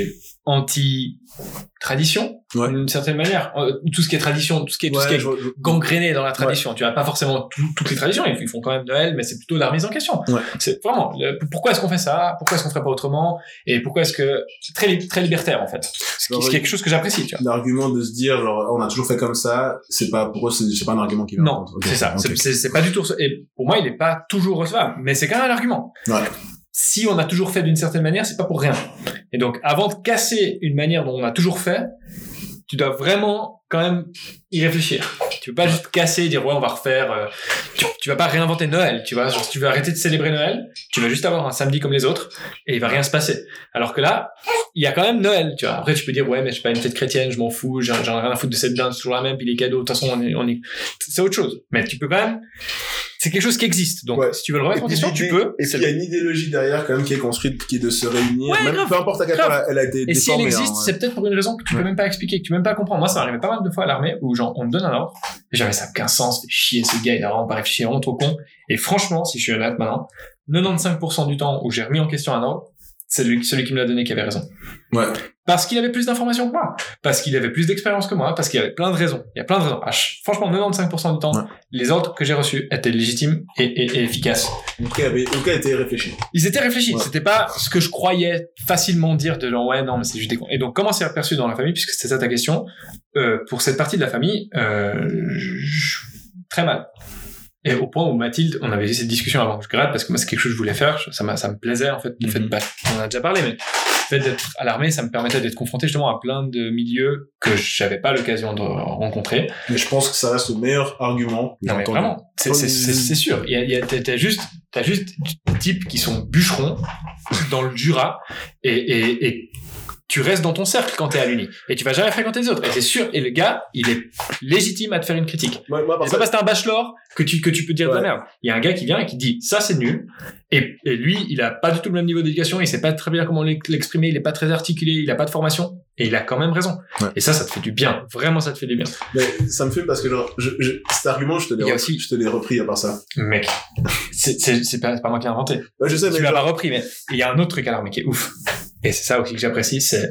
anti-tradition, ouais. d'une certaine manière. Euh, tout ce qui est tradition, tout ce qui est, tout ouais, ce qui est je, je, gangréné dans la tradition. Ouais. Tu as pas forcément tout, toutes les traditions, ils font quand même Noël, mais c'est plutôt la remise en question. Ouais. C'est vraiment, le, pourquoi est-ce qu'on fait ça? Pourquoi est-ce qu'on ferait pas autrement? Et pourquoi est-ce que, c'est très, très libertaire, en fait. Ce qui, genre, c'est quelque chose que j'apprécie, tu vois. L'argument de se dire, genre, on a toujours fait comme ça, c'est pas, pour eux, c'est, c'est pas un argument qui va. Non, okay. c'est ça. Okay. C'est, c'est, c'est pas du tout, et pour moi, il est pas toujours recevable, mais c'est quand même un argument. Ouais. Si on a toujours fait d'une certaine manière, c'est pas pour rien. Et donc, avant de casser une manière dont on a toujours fait, tu dois vraiment quand même y réfléchir. Tu peux pas juste casser et dire ouais on va refaire. Euh, tu, tu vas pas réinventer Noël, tu vois. Genre si tu veux arrêter de célébrer Noël, tu vas juste avoir un samedi comme les autres et il va rien se passer. Alors que là, il y a quand même Noël, tu vois. Après tu peux dire ouais mais je suis pas une fête chrétienne, je m'en fous, j'en ai rien à foutre de cette dinde, c'est toujours la même, puis les cadeaux, de toute façon on est, on est, c'est autre chose. Mais tu peux quand même. C'est quelque chose qui existe. Donc, ouais. si tu veux le remettre en question, tu peux. Et puis, il y a une idéologie derrière, quand même, qui est construite, qui est de se réunir. Ouais, même, grave, peu importe à quel point elle a été et déformée. Et si elle existe, hein, c'est peut-être pour une raison que tu ouais. peux même pas expliquer, que tu peux même pas comprendre. Moi, ça m'arrivait pas mal de fois à l'armée où, genre, on me donne un ordre. Et j'avais ça n'a aucun sens, fait chier, ce gars, il a vraiment pas réfléchi, vraiment trop con. Et franchement, si je suis honnête maintenant, quatre-vingt-quinze pour cent du temps où j'ai remis en question un ordre, c'est lui, celui qui me l'a donné qui avait raison. Ouais. Parce qu'il avait plus d'informations que moi. Parce qu'il avait plus d'expérience que moi. Parce qu'il y avait plein de raisons. Il y a plein de raisons. Ah, franchement, quatre-vingt-quinze pour cent du temps, ouais. les ordres que j'ai reçus étaient légitimes et, et, et efficaces. En tout cas, ils étaient réfléchis. Ils étaient réfléchis. Ouais. C'était pas ce que je croyais facilement dire de genre, ouais, non, mais c'est juste des cons. Et donc, comment c'est perçu dans la famille, puisque c'est ça ta question, euh, pour cette partie de la famille, euh, je... très mal. Et au point où Mathilde, on avait eu cette discussion avant que je gratte, parce que moi, c'est quelque chose que je voulais faire, ça, m'a, ça me plaisait, en fait, le mm-hmm. fait de, bah, on en a déjà parlé, mais le fait d'être à l'armée, ça me permettait d'être confronté justement à plein de milieux que j'avais pas l'occasion de rencontrer. Mais je pense que ça reste le meilleur argument. Non, mais vraiment, c'est, c'est, c'est, c'est sûr. Il y a, il y a, t'as juste, t'as juste des types qui sont bûcherons dans le Jura, et, et, et, tu restes dans ton cercle quand t'es à l'uni et tu vas jamais fréquenter les autres et c'est sûr et le gars il est légitime à te faire une critique. Moi, moi, c'est pas parce que t'es un bachelor que tu que tu peux dire ouais. de la merde. Il y a un gars qui vient et qui dit ça c'est nul et, et lui il a pas du tout le même niveau d'éducation, il sait pas très bien comment l'exprimer, il est pas très articulé, il a pas de formation et il a quand même raison. Ouais. Et ça ça te fait du bien, vraiment ça te fait du bien. Mais ça me fume parce que genre je, je, cet argument je te l'ai repris, aussi... je te l'ai repris à part ça. Mec, c'est c'est c'est pas, c'est pas moi qui l'ai inventé. Ouais, je sais tu mais l'as genre... pas repris mais il y a un autre truc à l'armée qui est ouf. Et c'est ça aussi que j'apprécie, c'est...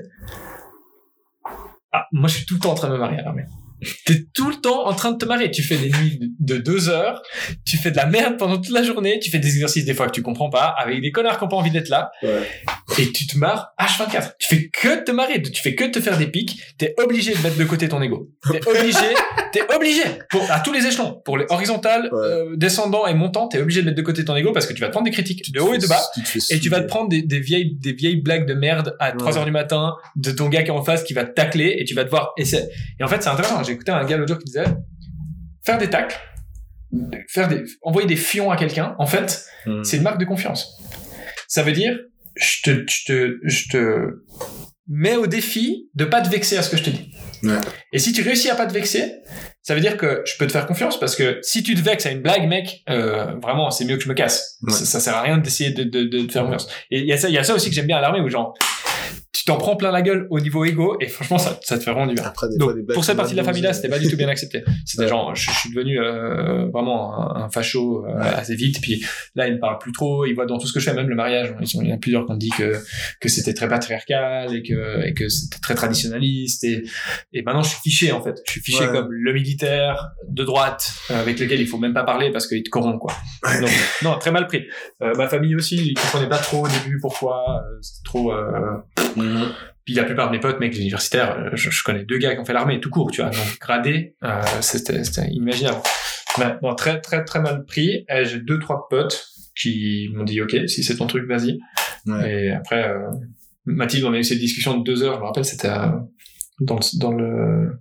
Ah, moi je suis tout le temps en train de me marier à l'armée. T'es tout le temps en train de te marier. Tu fais des nuits de deux heures, tu fais de la merde pendant toute la journée, tu fais des exercices des fois que tu comprends pas, avec des connards qui ont pas envie d'être là, ouais. et tu te marres H vingt-quatre. Tu fais que de te marier, tu fais que de te faire des pics, t'es obligé de mettre de côté ton ego. T'es obligé, t'es obligé, pour, à tous les échelons, pour les horizontales, ouais. euh, descendants et montants, t'es obligé de mettre de côté ton ego parce que tu vas te prendre des critiques de haut et de bas, et tu vas te prendre des, des vieilles, des vieilles blagues de merde à trois heures du matin, de ton gars qui est en face qui va te tacler, et tu vas devoir essayer. Et en fait, c'est intéressant. J'ai écouté un gars l'autre jour qui disait, faire des tacles, faire des, envoyer des fions à quelqu'un, en fait, mmh. c'est une marque de confiance. Ça veut dire, je te, je te, je te mets au défi de pas te vexer à ce que je te dis. Ouais. Et si tu réussis à pas te vexer, ça veut dire que je peux te faire confiance parce que si tu te vexes à une blague, mec, euh, vraiment, c'est mieux que je me casse. Ouais. Ça, ça sert à rien d'essayer de, de, de, de te faire confiance. Et il y a ça, il y a ça aussi que j'aime bien à l'armée où genre, tu t'en prends plein la gueule au niveau égo et franchement ça, ça te fait vraiment du bien. Après, des donc fois, des pour cette partie de la famille là c'était pas du tout bien accepté, c'était ouais. genre je, je suis devenu euh, vraiment un, un facho euh, ouais. assez vite, puis là il me parle plus trop, il voit dans tout ce que je fais, même le mariage, il y en a plusieurs qui ont dit que que c'était très patriarcal et que et que c'était très traditionnaliste et et maintenant je suis fiché en fait, je suis fiché ouais. comme le militaire de droite euh, avec lequel il faut même pas parler parce qu'il te corrompt quoi. Ouais. Donc non, très mal pris. Euh, ma famille aussi, ils comprenaient pas trop au début pourquoi, euh, c'était trop euh, mmh. Puis la plupart de mes potes, mecs, les universitaires, je, je connais deux gars qui ont fait l'armée tout court, tu vois, donc gradé, euh, c'était, c'était inimaginable. Mais bon, très très très mal pris. Et j'ai deux trois potes qui m'ont dit ok, si c'est ton truc, vas-y. Ouais. Et après, euh, Mathilde, on a eu cette discussion de deux heures. Je me rappelle, c'était à, dans le, dans le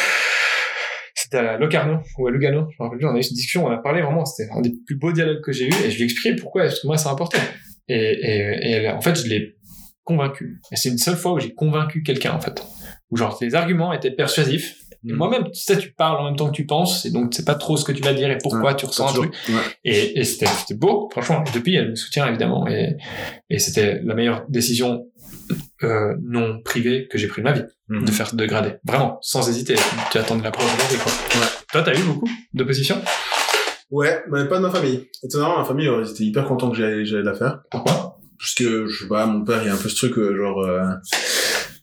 c'était à Locarno ou à Lugano. Je me rappelle plus. On a eu cette discussion, on a parlé vraiment. C'était un des plus beaux dialogues que j'ai eu et je lui ai expliqué pourquoi est-ce que moi c'est important. Et, et, et elle, en fait, je l'ai convaincu. Et c'est une seule fois où j'ai convaincu quelqu'un, en fait. Où genre, tes arguments étaient persuasifs. Et mmh. moi-même, tu sais, tu parles en même temps que tu penses, et donc tu sais pas trop ce que tu vas dire et pourquoi ouais, tu ressens un truc. Ouais. Et, et c'était, c'était beau, franchement. Et depuis, elle me soutient, évidemment. Et, et c'était la meilleure décision euh, non privée que j'ai prise de ma vie. Mmh. De faire dégrader. Vraiment, sans hésiter. Tu attendais la preuve aujourd'hui, quoi. Ouais. Toi, t'as eu beaucoup d'opposition? Ouais, mais pas de ma famille. Étonnamment, ma famille, ils étaient hyper contents que j'allais, j'allais la faire. Pourquoi? Parce que, je sais pas, mon père, il y a un peu ce truc, euh, genre, euh,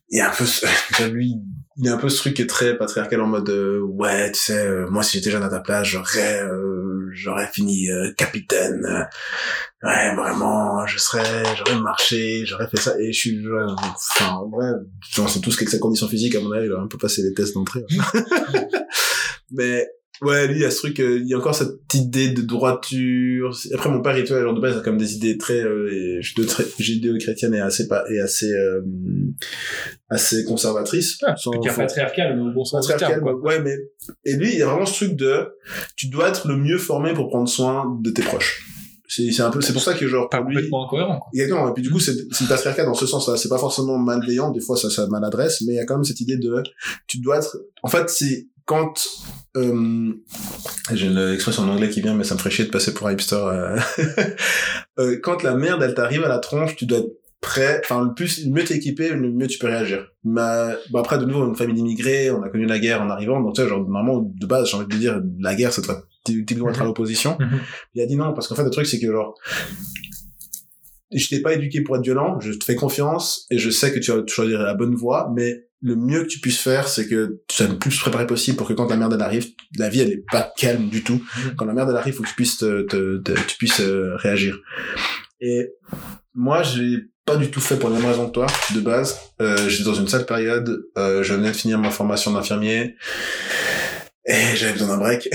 il y a un peu ce, lui, il y a un peu ce truc qui est très patriarcal en mode, euh, ouais, tu sais, euh, moi, si j'étais jeune à ta place, j'aurais, euh, j'aurais fini euh, capitaine. Euh, ouais, vraiment, je serais, j'aurais marché, j'aurais fait ça. Et je suis, euh, enfin, ouais, genre, c'est tout ce qui est que sa condition physique, à mon avis, il a un peu passé les tests d'entrée. Mais, ouais, lui, il y a ce truc, euh, il y a encore cette idée de droiture. Après, mon père, il, tu vois, genre de base, il a comme des idées très, euh, judéo-chrétiennes et assez, pas, et assez, euh, assez conservatrices. Ah, sans, faut... patriarcal, mais au bon sens du terme, quoi. Ouais, mais, et lui, il y a vraiment ce truc de, tu dois être le mieux formé pour prendre soin de tes proches. C'est, c'est un peu, c'est pour ça que genre, pas complètement incohérent, quoi. Exactement. Et puis, du coup, c'est, c'est le patriarcat dans ce sens-là. C'est pas forcément malveillant. Des fois, ça, ça maladresse, mais il y a quand même cette idée de, tu dois être, en fait, c'est, quand euh, j'ai une expression en anglais qui vient, mais ça me ferait chier de passer pour un hipster. Euh, euh, quand la merde elle t'arrive à la tronche, tu dois être prêt. Enfin, le plus, le mieux t'es équipé, le mieux tu peux réagir. Mais bon, après, de nouveau, une famille d'immigrés, on a connu la guerre en arrivant, donc tu sais, genre normalement de base, j'ai envie de dire, la guerre, ça doit typiquement être à l'opposition. Mm-hmm. Il a dit non, parce qu'en fait, le truc c'est que genre, je t'ai pas éduqué pour être violent, je te fais confiance et je sais que tu vas choisir la bonne voie, mais le mieux que tu puisses faire, c'est que tu sois le plus préparé possible pour que quand la merde elle arrive, la vie elle est pas calme du tout. Quand la merde elle arrive, faut que tu puisses te, te, te tu puisses euh, réagir. Et moi, j'ai pas du tout fait pour les mêmes raisons que toi, de base. Euh, j'étais dans une sale période, euh, je venais de finir ma formation d'infirmier et j'avais besoin d'un break.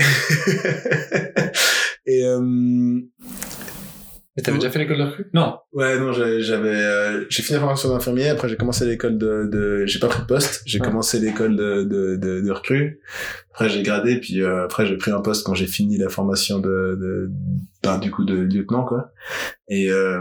et euh, Mais t'avais déjà fait l'école de recrue? Non. Ouais, non, j'avais, j'avais euh, j'ai fini la formation d'infirmier, après j'ai commencé l'école de, de j'ai pas pris de poste, j'ai ouais. commencé l'école de, de, de, de recrue. Après j'ai gradé, puis euh, après j'ai pris un poste quand j'ai fini la formation de, de, ben, du coup de lieutenant, quoi. Et, euh,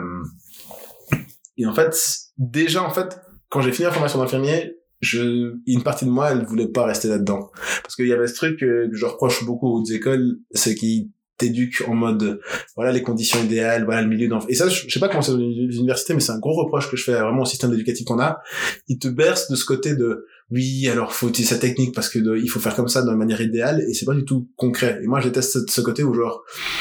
et en fait, déjà, en fait, quand j'ai fini la formation d'infirmier, je, une partie de moi, elle voulait pas rester là-dedans. Parce qu'il y avait ce truc que je reproche beaucoup aux hautes écoles, c'est qu'ils t'éduques en mode, voilà les conditions idéales, voilà le milieu d'enfant. Et ça, je, je sais pas comment c'est dans les universités, mais c'est un gros reproche que je fais vraiment au système éducatif qu'on a. Il te berce de ce côté de, oui, alors faut utiliser sa technique parce que de, il faut faire comme ça de manière idéale, et c'est pas du tout concret. Et moi, je déteste ce, ce côté où genre,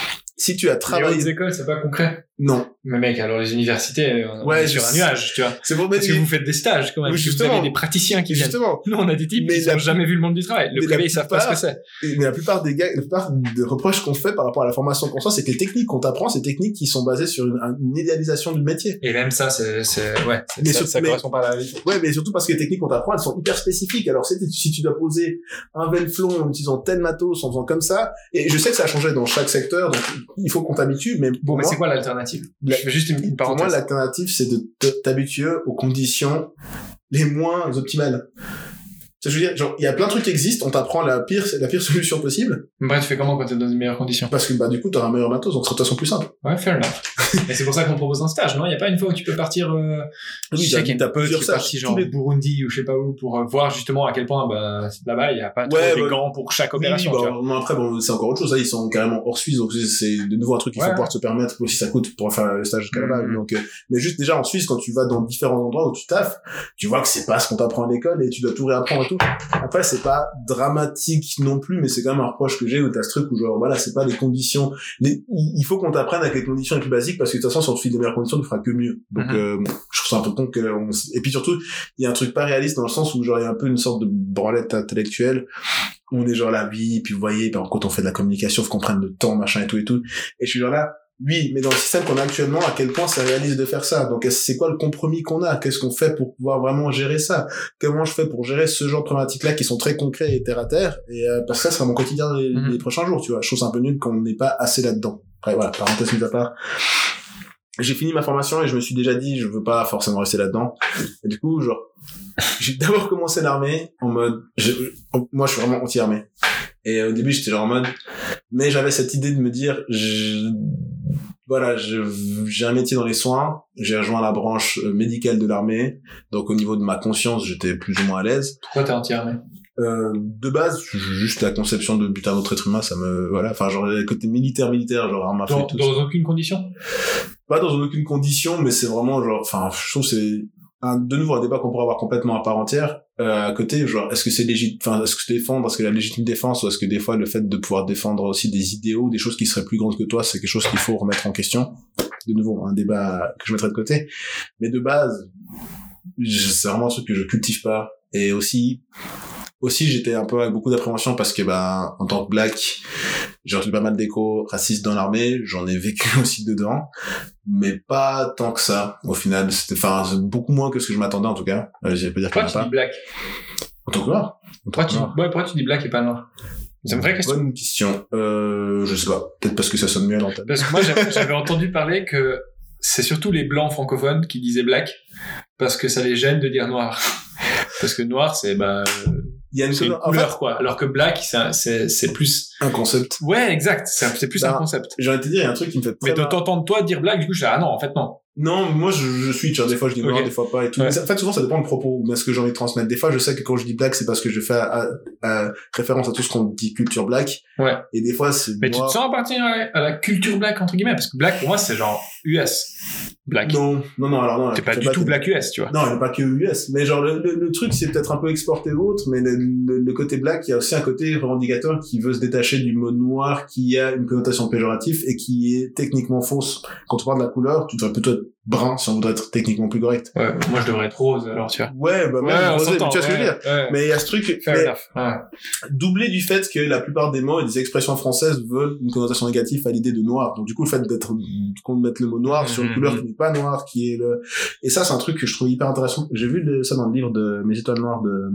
si tu as travaillé... Les écoles, c'est pas concret. Non. Mais mec, alors les universités, on ouais, est sur un nuage, tu vois. C'est pour Parce que vous faites des stages, quand même. Oui, justement. Vous avez des praticiens qui viennent. Justement. Nous, on a des types mais qui n'ont la... jamais vu le monde du travail. Le privé, ils savent pas ce que c'est. Mais la plupart des gars, la plupart des reproches qu'on fait par rapport à la formation qu'on reçoit, c'est que les techniques qu'on t'apprend, c'est des techniques qui sont basées sur une, une idéalisation du métier. Et même ça, c'est, c'est, ouais. C'est, mais ça, surtout, ça correspond pas à la réalité. Ouais, mais surtout parce que les techniques qu'on t'apprend, elles sont hyper spécifiques. Alors, si, si tu dois poser un venflon en utilisant tel matos, en faisant comme ça, et je sais que ça a changé dans chaque secteur, donc il faut qu'on t'habitue, mais bon, mais c'est quoi l'alternative? La... Je fais juste une, une Pour moi, l'alternative, c'est de t'habituer aux conditions les moins optimales. Je veux dire, genre, il y a plein de trucs qui existent, on t'apprend la pire, la pire solution possible. Bref, tu fais comment quand t'es dans une meilleure condition? Parce que, bah, du coup, t'auras un meilleur matos, donc c'est de toute façon plus simple. Ouais, fair enough. Et c'est pour ça qu'on propose un stage, non? Il y a pas une fois où tu peux partir, euh, oui, je sais qu'il y a plusieurs stages. Parti genre les... Burundi ou je sais pas où pour euh, voir justement à quel point, bah, là-bas, il y a pas trop ouais, des bah, gants pour chaque opération. Oui, oui, bah, non, après, bon, c'est encore autre chose, là, ils sont carrément hors Suisse, donc c'est de nouveau un truc qu'il faut ouais. pouvoir se permettre, aussi ça coûte pour faire le stage jusqu'à là-bas. Mm-hmm. Donc, euh, mais juste déjà en Suisse, quand tu vas dans différents endroits où tu taffes, tu vois que c'est pas ce qu'on t'apprend à l'école et tu dois tout réapprendre et tout. Après, c'est pas dramatique non plus, mais c'est quand même un reproche que j'ai où t'as ce truc où genre voilà, c'est pas les conditions, les... il faut qu'on t'apprenne avec les conditions les plus basiques parce que de toute façon si on te file des meilleures conditions tu feras que mieux. Donc mm-hmm. euh, je trouve ça un peu con que on... et puis surtout il y a un truc pas réaliste dans le sens où genre il y a un peu une sorte de branlette intellectuelle où on est genre là oui puis vous voyez par quand on fait de la communication faut qu'on prenne le temps machin et tout et tout et je suis genre là oui, mais dans le système qu'on a actuellement, à quel point c'est réaliste de faire ça? Donc, c'est quoi le compromis qu'on a? Qu'est-ce qu'on fait pour pouvoir vraiment gérer ça? Comment je fais pour gérer ce genre de problématiques-là qui sont très concrets et terre à terre? Et euh, parce que ça sera mon quotidien les, mm-hmm. les prochains jours, tu vois. Je trouve ça un peu nul qu'on n'ait pas assez là-dedans. Après, voilà, parenthèse mise à part. J'ai fini ma formation et je me suis déjà dit, je veux pas forcément rester là-dedans. Et du coup, genre, j'ai d'abord commencé l'armée en mode, je, moi, je suis vraiment anti-armée. Et au début, j'étais genre en mode, mais j'avais cette idée de me dire, je, voilà, je, j'ai un métier dans les soins, j'ai rejoint la branche médicale de l'armée, donc au niveau de ma conscience, j'étais plus ou moins à l'aise. Pourquoi t'es anti-armée? Euh, de base, juste la conception de buter un autre être humain, ça me, voilà, enfin, genre, le côté militaire, militaire, genre, arme à feu, dans, tout dans ça. aucune condition? Pas dans aucune condition, mais c'est vraiment genre, enfin, je trouve que c'est, un, de nouveau un débat qu'on pourrait avoir complètement à part entière. Euh, à côté, genre, est-ce que c'est légitime, enfin, est-ce que c'est défendre, est-ce que la légitime défense, ou est-ce que des fois le fait de pouvoir défendre aussi des idéaux, des choses qui seraient plus grandes que toi, c'est quelque chose qu'il faut remettre en question. De nouveau, un débat que je mettrais de côté. Mais de base, je, c'est vraiment un truc que je cultive pas. Et aussi, aussi, j'étais un peu avec beaucoup d'appréhension parce que, bah, en tant que black, j'ai reçu pas mal d'échos racistes dans l'armée, j'en ai vécu aussi dedans, mais pas tant que ça, au final. C'était, enfin, c'est beaucoup moins que ce que je m'attendais, en tout cas. Euh, je vais pas dire qu'il y en a pas. Pourquoi tu dis black? En tant que noir. Pourquoi tu, ouais, pourquoi tu dis black et pas noir? C'est une vraie question. Bonne question. Euh, je sais pas. Peut-être parce que ça sonne mieux à l'antenne. Parce que moi, j'avais, j'avais entendu parler que c'est surtout les blancs francophones qui disaient black, parce que ça les gêne de dire noir. Parce que noir, c'est, bah, il y a une, c'est une couleur, en fait, quoi. Alors que black, c'est, c'est, c'est plus... un concept. Ouais, exact. C'est, c'est plus bah, un concept. J'ai envie de te dire, il y a un truc qui me fait très Mais de t'entendre toi dire black, du coup, je dis, ah non, en fait, non. Non, moi, je, je suis, tu vois, des fois, je dis noir, okay. Des fois pas et tout. Ouais. Mais en fait, souvent, ça dépend du propos, de ce que j'ai envie de transmettre. Des fois, je sais que quand je dis black, c'est parce que je fais à, à, à référence à tout ce qu'on dit culture black. Ouais. Et des fois, c'est Mais noir. Tu te sens appartenir à, à la culture black, entre guillemets, parce que black, pour moi, c'est genre U S. Black. Non, non, non, alors non. T'es pas du tout black U S, tu vois. Non, il n'y a pas que U S. Mais genre, le, le, le truc, c'est peut-être un peu exporté ou autre, mais le, le, le côté black, il y a aussi un côté revendicateur qui veut se détacher du mot noir qui a une connotation péjorative et qui est techniquement fausse. Quand on parle de la couleur, tu devrais plutôt être brun si on voudrait être techniquement plus correct. Ouais, moi je devrais être rose alors, tu vois. Ouais, bah même ouais, rosé, mais tu vois ouais, ce que je veux dire. Ouais. Mais il y a ce truc mais, ouais. doublé du fait que la plupart des mots et des expressions françaises veulent une connotation négative à l'idée de noir. Donc du coup le fait d'être qu'on mette le mot noir mmh, sur une mmh, couleur mmh. qui n'est pas noire, qui est le et ça c'est un truc que je trouve hyper intéressant. J'ai vu ça dans le livre de Mes étoiles noires de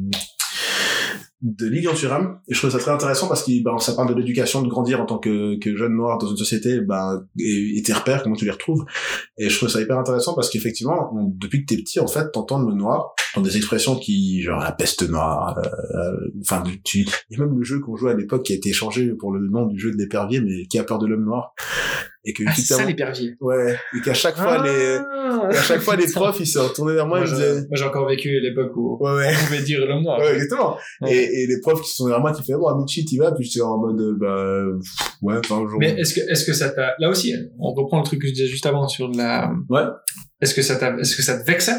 de Lilian Thuram, et je trouve ça très intéressant parce que ben, ça parle de l'éducation, de grandir en tant que, que jeune noir dans une société, ben, et, et tes repères, comment tu les retrouves. Et je trouve ça hyper intéressant parce qu'effectivement, on, depuis que t'es petit, en fait, t'entends le mot noir dans des expressions qui, genre la peste noire, enfin, euh, tu, il y a même le jeu qu'on jouait à l'époque qui a été changé pour le nom du jeu de l'épervier, mais qui a peur de l'homme noir. Et que, ah, c'est ça l'épervier. Ouais. Et qu'à chaque fois, ah les, et à chaque fois, les profs, ils se retournaient vers moi, moi ils disaient... Moi, j'ai encore vécu l'époque où ouais, ouais. on pouvait dire l'homme noir. Ouais, exactement. Ouais. Et, et les profs qui se sont vers moi, qui faisaient, bon, Amici, t'y vas, puis j'étais en mode, bah, ouais, enfin, genre... Mais est-ce que, est-ce que ça t'a, là aussi, on reprend le truc que je disais juste avant sur la... Ouais. Est-ce que ça t'a, est-ce que ça te vexait?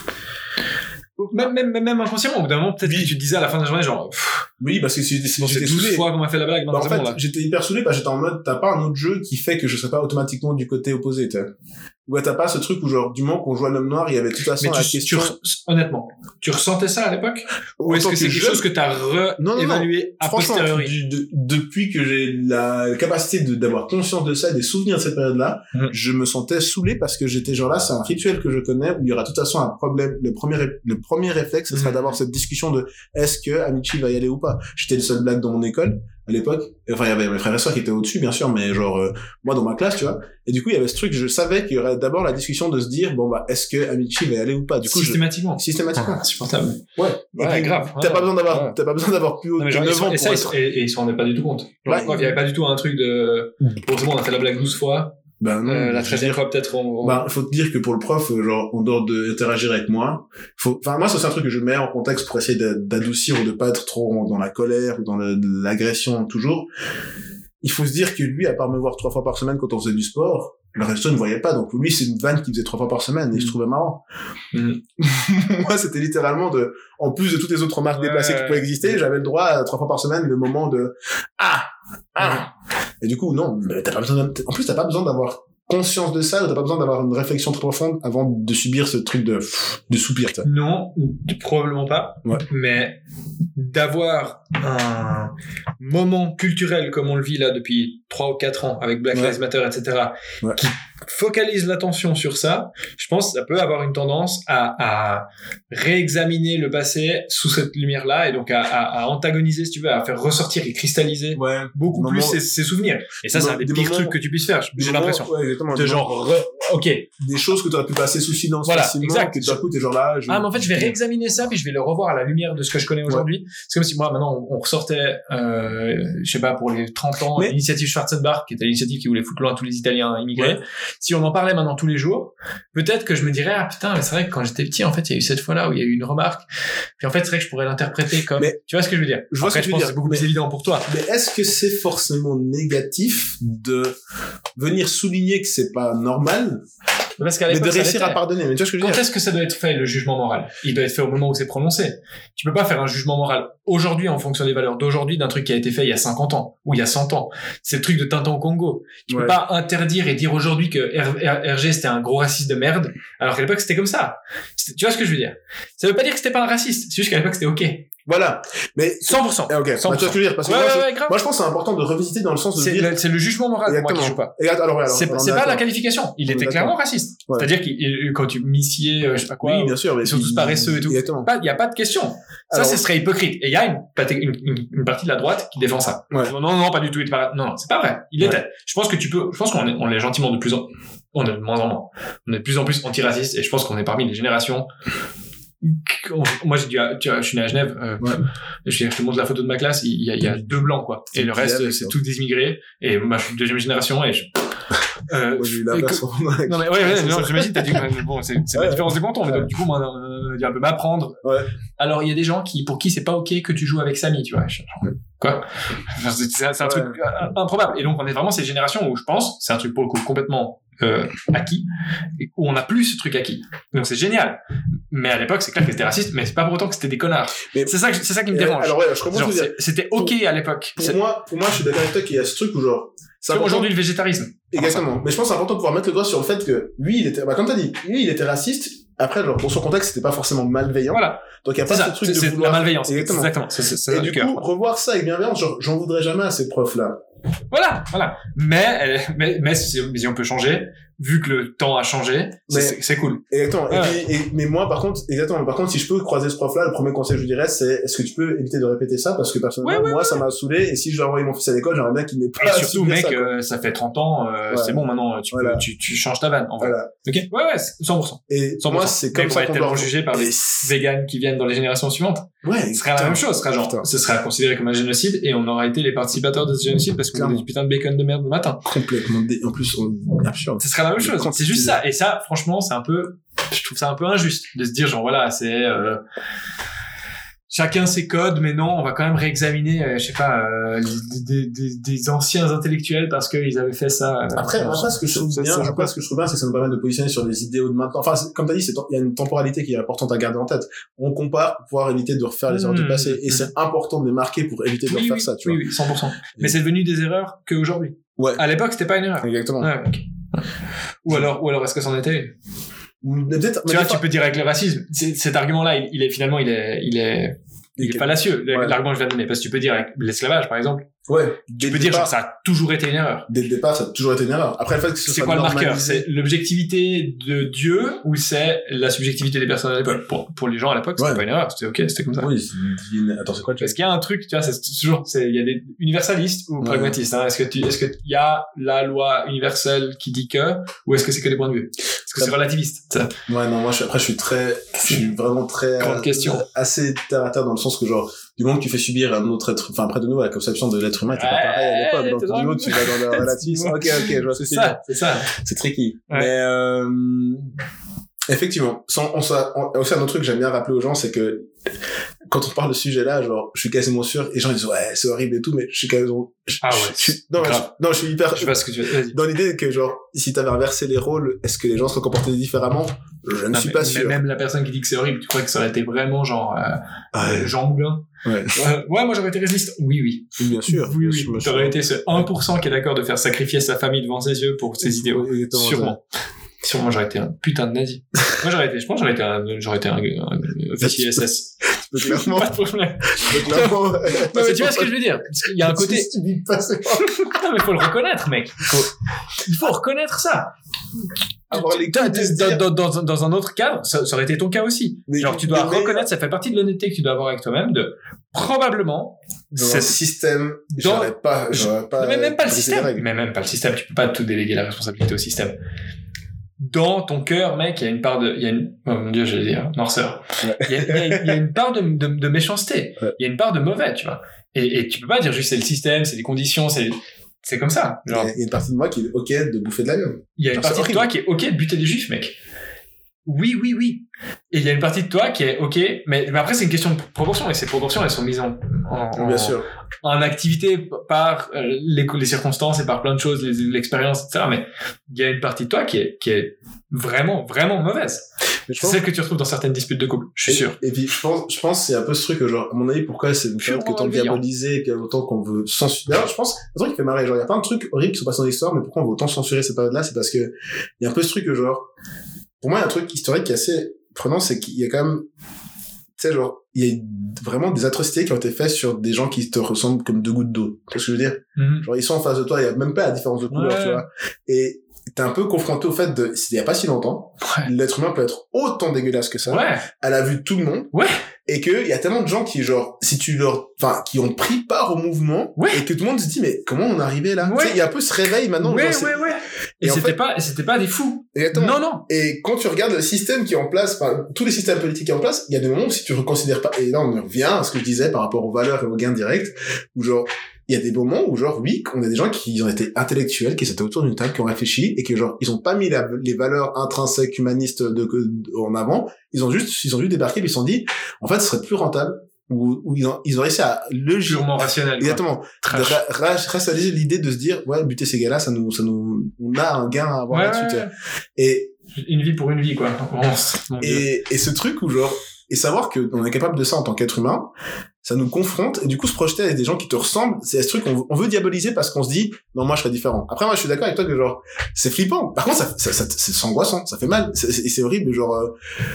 Même, même, même inconsciemment, au bout d'un moment, peut-être oui. que tu te disais à la fin de la journée, genre, pff, oui, parce que c'est, c'est, bon, c'est douze fois qu'on m'a fait la blague, bah, en fait, bon, j'étais hyper saoulé, parce que j'étais en mode, t'as pas un autre jeu qui fait que je serais pas automatiquement du côté opposé, tu sais. Ouais, t'as pas ce truc où, genre, du moment qu'on jouait à l'homme noir, il y avait de toute façon la question... Tu re... Honnêtement, tu ressentais ça à l'époque? Ou est-ce que c'est quelque chose que t'as re-évalué a posteriori? Du, de, depuis que j'ai la capacité de, d'avoir conscience de ça, des souvenirs de cette période-là, mmh. je me sentais saoulé parce que j'étais genre là, c'est un rituel que je connais où il y aura de toute façon un problème. Le premier, le premier réflexe, ce sera mmh. d'avoir cette discussion de est-ce que Amici va y aller ou pas? J'étais le seul black dans mon école à l'époque. Enfin, il y avait mes frères et sœurs qui étaient au-dessus, bien sûr, mais genre, euh, moi, dans ma classe, tu vois. Et du coup, il y avait ce truc, je savais qu'il y aurait d'abord la discussion de se dire, bon, bah, est-ce que Amici va y aller ou pas? Du coup, systématiquement. Je... Systématiquement. Ah, insupportable. Ouais. Ouais, ouais grave. T'as ouais, pas besoin d'avoir, ouais. t'as pas besoin d'avoir plus haut de neuf ans pour ça, être... et, et ils s'en rendaient pas du tout compte. Genre, ouais, il y avait pas du tout un truc de, bon, c'est bon, on a fait la blague douze fois. Ben non, euh, la treizième fois peut-être on... bah faut te dire que pour le prof genre en dehors d'interagir avec moi faut enfin moi c'est aussi un truc que je mets en contexte pour essayer d'adoucir ou de pas être trop dans la colère ou dans la, l'agression toujours. Il faut se dire que lui à part me voir trois fois par semaine quand on faisait du sport, le reste ne voyait pas, donc lui c'est une vanne qu'il faisait trois fois par semaine et mmh. je trouvais marrant. Mmh. Moi c'était littéralement de en plus de toutes les autres remarques ouais, déplacées qui pouvaient exister, j'avais le droit à trois fois par semaine le moment de ah ah et du coup non mais t'as pas besoin de... en plus t'as pas besoin d'avoir conscience de ça ou t'as pas besoin d'avoir une réflexion très profonde avant de subir ce truc de de soupir t'as. Non probablement pas ouais. Mais d'avoir un moment culturel comme on le vit là depuis trois ou quatre ans avec Black ouais. Lives Matter etc ouais. qui focalise l'attention sur ça, je pense que ça peut avoir une tendance à, à réexaminer le passé sous cette lumière-là et donc à, à, à antagoniser, si tu veux, à faire ressortir et cristalliser ouais. beaucoup plus ses, ses souvenirs. Et ça, c'est un des, des pires moments, trucs que tu puisses faire, j'ai moments, l'impression. Ouais, exactement. De genre, re... ok. Des choses que tu aurais pu passer sous silence voilà, facilement, exact. que d'un coup, t'es genre là... Je... Ah, mais en fait, je vais réexaminer ça, puis je vais le revoir à la lumière de ce que je connais aujourd'hui. Ouais. C'est comme si moi, maintenant, on, on ressortait, euh, je sais pas, pour les trente ans, mais... l'initiative Schwarzenbach, qui était l'initiative qui voulait foutre loin tous les Italiens immigrés. Ouais. Si on en parlait maintenant tous les jours, peut-être que je me dirais ah putain mais c'est vrai que quand j'étais petit en fait il y a eu cette fois-là où il y a eu une remarque puis en fait c'est vrai que je pourrais l'interpréter comme mais, tu vois ce que je veux dire je vois après ce que je pense dire. que c'est beaucoup mais, plus évident pour toi mais est-ce que c'est forcément négatif de venir souligner que c'est pas normal Parce qu'à mais l'époque, de réussir ça à pardonner. Mais tu vois ce que je veux Quand dire? est-ce que ça doit être fait, le jugement moral? Il doit être fait au moment où c'est prononcé. Tu peux pas faire un jugement moral aujourd'hui en fonction des valeurs d'aujourd'hui d'un truc qui a été fait il y a cinquante ans ou il y a cent ans. C'est le truc de Tintin au Congo. Tu Ouais. peux pas interdire et dire aujourd'hui que R- R- RG c'était un gros raciste de merde, alors qu'à l'époque c'était comme ça. C'était- Tu vois ce que je veux dire? Ça veut pas dire que c'était pas un raciste, c'est juste qu'à l'époque c'était ok. Voilà. Mais, cent pour cent. Eh, ok. cent pour cent. Bah, tu vois ce que je veux dire? Parce que Ouais, moi, ouais, je, ouais, grave. moi, je pense que c'est important de revisiter dans le sens de C'est dire. le, c'est le jugement moral pour moi qui Exactement. joue pas. Et alors, alors, C'est, on c'est est pas la d'accord. qualification. Il On est était d'accord. clairement raciste. Ouais. C'est-à-dire qu'il, quand tu missiez, euh, je sais pas quoi, Oui, bien sûr. Mais ils sont tous puis- paresseux et tout. Exactement. Pas, il y a pas de question. Ça, Alors- ce serait hypocrite. Et il y a une, une, une, une partie de la droite qui défend ça. Ouais. Non, non, non, pas du tout. Il était pas... Non, non, c'est pas vrai. Il Ouais. était. Je pense que tu peux, je pense qu'on est, on est gentiment de plus en, on est de moins en moins. On est de plus en plus antiraciste et je pense qu'on est parmi les générations. Moi, j'ai dû, tu vois, je suis né à Genève. Euh, Ouais. je, je te montre la photo de ma classe. Il y a, il y a deux blancs, quoi. Et le reste, Avec, c'est quoi. tous des immigrés. Et moi, je suis de deuxième génération et je, euh, Moi, j'ai eu la et que- version. non mais ouais, ouais, C'est non, ça. j'imagine t'as dit que bon c'est c'est Ouais. la différence des cantons mais Ouais. donc du coup moi on a dû un peu m'apprendre. Ouais. Alors il y a des gens qui pour qui c'est pas ok que tu joues avec Samy, tu vois. Genre, quoi Genre, c'est, c'est un, c'est un Ouais. truc euh, improbable. Et donc on est vraiment ces générations où je pense c'est un truc pour le coup complètement euh, acquis et où on a plus ce truc acquis. Donc c'est génial. Mais à l'époque c'est clair que c'était raciste mais c'est pas pour autant que c'était des connards. Mais- c'est ça que, c'est ça qui me Et dérange. Alors, ouais, je comprends ce Genre, que tu veux dire. c'est- c'était ok à l'époque. Pour C'est- moi, pour moi, je suis d'accord avec toi qu'il y a ce truc où genre, c'est c'est important- aujourd'hui le végétarisme. Exactement. Mais je pense que c'est important de pouvoir mettre le doigt sur le fait que lui, il était, bah, comme t'as dit, lui, il était raciste. Après, genre, dans son contexte, c'était pas forcément malveillant. Voilà. Donc, il y a C'est pas ça. ce truc C'est, de c'est vouloir... la malveillance. Exactement. Exactement. C'est, c'est, c'est Et ça du du cœur, coup, quoi. revoir ça avec bienveillance, genre, j'en voudrais jamais à ces profs-là. Voilà, voilà. Mais, elle- mais, mais si, si on peut changer, vu que le temps a changé, c'est, Mais- c'est, c'est cool. Exactement. Ouais. Et puis, et, mais moi, par contre, exactement. Par contre, si je peux croiser ce prof-là, le premier conseil que je lui dirais, c'est, est-ce que tu peux éviter de répéter ça? Parce que personnellement, Ouais, ouais, moi, ça m'a saoulé. Et si je dois envoyer mon fils à l'école, j'aimerais bien qu'il n'ait pas Et à surtout, subir mec, ça, quoi. euh, ça fait trente ans, euh, Ouais. c'est bon maintenant, tu, Voilà. peux, tu, tu changes ta vanne, en vrai. Voilà. Ok? Ouais, ouais, c'est cent pour cent. Et cent pour cent. moi, c'est Mais comme pour ça être qu'on tellement doit... jugé par les Et- véganes qui viennent dans les générations suivantes. Ouais. Ce serait la même chose, ce serait genre, Putain. ce serait considéré comme un génocide et on aurait été les participateurs de ce génocide parce qu'on Clairement. avait du putain de bacon de merde le matin. Complètement dé... En plus, on... absurde. Ce serait la même chose. Quand C'est juste tu- ça. Et ça, franchement, c'est un peu, je trouve ça un peu injuste de se dire genre voilà, c'est, euh, chacun ses codes, mais non, on va quand même réexaminer, euh, je sais pas, euh, des, des, des anciens intellectuels parce qu'ils avaient fait ça. euh, Après, euh, après, ce que je trouve ça- bien, ça- après, ce que je trouve bien, c'est que ça nous permet de positionner sur des idéaux de maintenant. Enfin, c'est- comme t'as dit, c'est, il y a une temporalité qui est importante à garder en tête. On compare pour pouvoir éviter de refaire les erreurs du Mmh. passé. Et c'est important de les marquer pour éviter de oui, refaire oui, ça, tu oui, vois. oui, cent pour cent. Mais c'est devenu des erreurs qu'aujourd'hui. Ouais. À l'époque, c'était pas une erreur. Exactement. Ouais, ok. Ou alors, ou alors, est-ce que c'en était une? Ou peut-être, Tu vois, tu peux dire avec le racisme, c'est- cet argument-là, il, il est finalement, il est, il est, il est fallacieux. le- Ouais. L'argument que je viens de donner, parce que tu peux dire avec l'esclavage, par exemple, ouais. tu peux dire genre ça a toujours été une erreur. Dès le départ, ça a toujours été une erreur. Après, le fait que ce C'est soit quoi le marqueur? normalisé- C'est l'objectivité de Dieu ou c'est la subjectivité des personnes à l'époque? Pour, pour les gens à l'époque, c'était Ouais. pas une erreur, c'était ok, c'était comme ça. Oui, c'est une divine... Attends, c'est quoi, tu Est-ce qu'il y a un truc, tu vois, c'est toujours, c'est, il y a des universalistes ou Ouais. pragmatistes, hein. Est-ce que tu, est-ce que il y a la loi universelle qui dit que, ou est-ce que c'est que des points de vue? Est-ce que c'est relativiste? Ça. Ouais, non, moi, je, après, je suis très, je suis vraiment très, Grande euh, question. assez terre à terre dans le sens que, genre, du moment que tu fais subir un autre être, enfin, après, de nouveau, la conception de l'être humain était pas Ouais, pareille à l'époque. Donc, t'es dans du le- coup, tu vas dans le relativisme. Ok, ok, je vois ce C'est que tu veux dire. ça, c'est ça. C'est tricky. Ouais. Mais, euh, effectivement, sans, on, ça, on, aussi un autre truc que j'aime bien rappeler aux gens, c'est que quand on parle de ce sujet-là, genre, je suis quasiment sûr, et les gens ils disent, ouais, c'est horrible et tout, mais je suis quasiment, je, Ah ouais, je, suis- non, grave. je, non, je suis hyper, Je sais pas ce que tu veux, vas-y. dans l'idée que, genre, si t'avais inversé les rôles, est-ce que les gens se comportaient différemment? Je ne Non, suis mais- pas mais sûr. Même la personne qui dit que c'est horrible, tu crois que ça aurait été vraiment genre, euh, Ouais. Jean Moulin? Ouais. Euh, ouais, moi j'aurais été résiste. Oui, oui. Bien sûr. Oui, bien oui. sûr, bien sûr. T'aurais été ce un pour cent qui est d'accord de faire sacrifier sa famille devant ses yeux pour ses idéaux. Exactement ça. Sûrement. Sûrement, j'aurais été un putain de nazi. Moi, j'aurais été, je pense, que j'aurais été un, j'aurais été un, un officier S S. Tu peux clairement, Pas de problème. tu peux clairement, Non, mais tu vois ce que je veux dire? Parce qu'il y a un côté, Si tu dis pas, c'est pas- non, mais faut le reconnaître, mec. Faut... Il faut reconnaître ça. Avoir les T'as- couilles de se dans, dire- dans, dans, dans un autre cadre, ça, ça aurait été ton cas aussi. Mais- Genre, tu dois mais- reconnaître, ça fait partie de l'honnêteté que tu dois avoir avec toi-même, de probablement, dans un c'est- système, dans- j'aurais pas, j'aurais pas, Non, mais même pas le brisé système. les règles. Mais même pas le système. Tu peux pas tout déléguer la responsabilité au système. Dans ton cœur, mec, il y a une part de, il y a une, oh mon dieu, j'allais dire, noirceur. Ouais. Il y a, il y a- il y a une part de, de, de méchanceté. Ouais. Il y a une part de mauvais, tu vois. Et, et tu peux pas dire juste c'est le système, c'est les conditions, c'est, c'est comme ça. Il y Genre, a il y a une partie de moi qui est ok de bouffer de la viande. il y a une genre, c'est partie de horrible. toi qui est ok de buter des juifs, mec. oui, oui, oui. Et il y a une partie de toi qui est ok, mais, mais après c'est une question de proportion, et ces proportions elles sont mises en, en, en, bien sûr. en activité par euh, les, les circonstances et par plein de choses, les, l'expérience, et cetera. Mais il y a une partie de toi qui est, qui est vraiment, vraiment mauvaise. C'est pense... celle que tu retrouves dans certaines disputes de couple, je suis et, sûr. Et puis je pense, je pense c'est un peu ce truc, genre, à mon avis, pourquoi c'est une période que tant diabolisé et qu'il y a autant qu'on veut censurer. D'ailleurs, je pense, un truc qui fait marrer, genre, il y a pas un truc horrible qui se passe dans l'histoire, mais pourquoi on veut autant censurer cette période-là, c'est parce que il y a un peu ce truc que genre, pour moi, il y a un truc historique qui est assez prenant, c'est qu'il y a quand même, tu sais, genre, il y a vraiment des atrocités qui ont été faites sur des gens qui te ressemblent comme deux gouttes d'eau. Tu vois ce que je veux dire? Mm-hmm. Genre, ils sont en face de toi, il y a même pas la différence de couleur, ouais. Tu vois. Et t'es un peu confronté au fait de, c'était il y a pas si longtemps, ouais. L'être humain peut être autant dégueulasse que ça, ouais. À la vue de tout le monde, ouais. Et que il y a tellement de gens qui, genre, si tu leur, enfin, qui ont pris part au mouvement, ouais. Et que tout le monde se dit, mais comment on est arrivé là? Ouais. Tu sais, il y a un peu ce réveil maintenant. Ouais, genre, ouais, ouais. Et, et c'était fait... pas, c'était pas des fous. Exactement. Non, non. Et quand tu regardes le système qui est en place, enfin, tous les systèmes politiques qui sont en place, il y a des moments où si tu reconsidères pas, et là on revient à ce que je disais par rapport aux valeurs et aux gains directs, où genre, il y a des moments où genre, oui, on a des gens qui ont été intellectuels, qui étaient autour d'une table, qui ont réfléchi, et que genre, ils ont pas mis la, les valeurs intrinsèques humanistes de, de, en avant, ils ont juste, ils ont juste débarqué, puis ils se sont dit, en fait, ce serait plus rentable, où, où ils ont, ils ont réussi à le purement rationnel. Exactement. Ra- ra- rationaliser l'idée de se dire, ouais, buter ces gars-là, ça nous, ça nous, on a un gain à avoir ouais, là-dessus, ouais. Et, une vie pour une vie, quoi. Oh, et, et ce truc où genre, et savoir que on est capable de ça en tant qu'être humain, ça nous confronte, et du coup se projeter avec des gens qui te ressemblent, c'est ce truc qu'on on veut diaboliser parce qu'on se dit non, moi je serais différent. Après moi je suis d'accord avec toi que genre c'est flippant, par contre ça, ça, ça c'est angoissant, ça fait mal, c'est, c'est, c'est horrible, genre euh,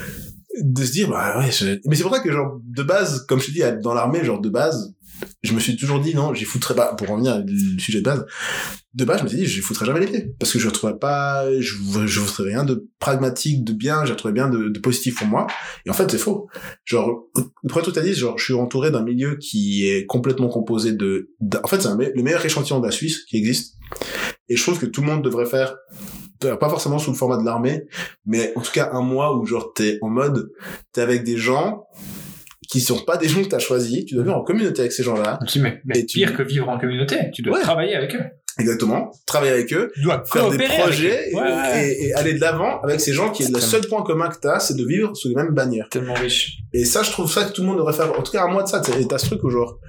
de se dire bah ouais je... mais c'est pour ça que genre de base, comme je te dis dans l'armée, genre de base je me suis toujours dit non, j'y foutrais pas, pour revenir au sujet de base, de base je me suis dit j'y foutrais jamais les pieds, parce que je retrouvais pas, je, je retrouvais rien de pragmatique, de bien, je retrouvais bien de, de positif pour moi, et en fait c'est faux. Genre, pour être tout à dit, genre je suis entouré d'un milieu qui est complètement composé de, de en fait c'est un, le meilleur échantillon de la Suisse qui existe, et je trouve que tout le monde devrait faire, pas forcément sous le format de l'armée, mais en tout cas un mois où genre t'es en mode, t'es avec des gens qui sont pas des gens que t'as choisis, tu dois vivre en communauté avec ces gens-là. Mais, mais tu... pire que vivre en communauté, tu dois ouais. travailler avec eux. Exactement, travailler avec eux, tu dois faire des projets ouais, ouais. Et, et aller de l'avant avec ces gens qui, c'est le seul point commun que t'as, c'est de vivre sous les mêmes bannières. Tellement riche. Et ça, je trouve ça que tout le monde devrait faire, en tout cas un mois de ça, et t'as ce truc où genre,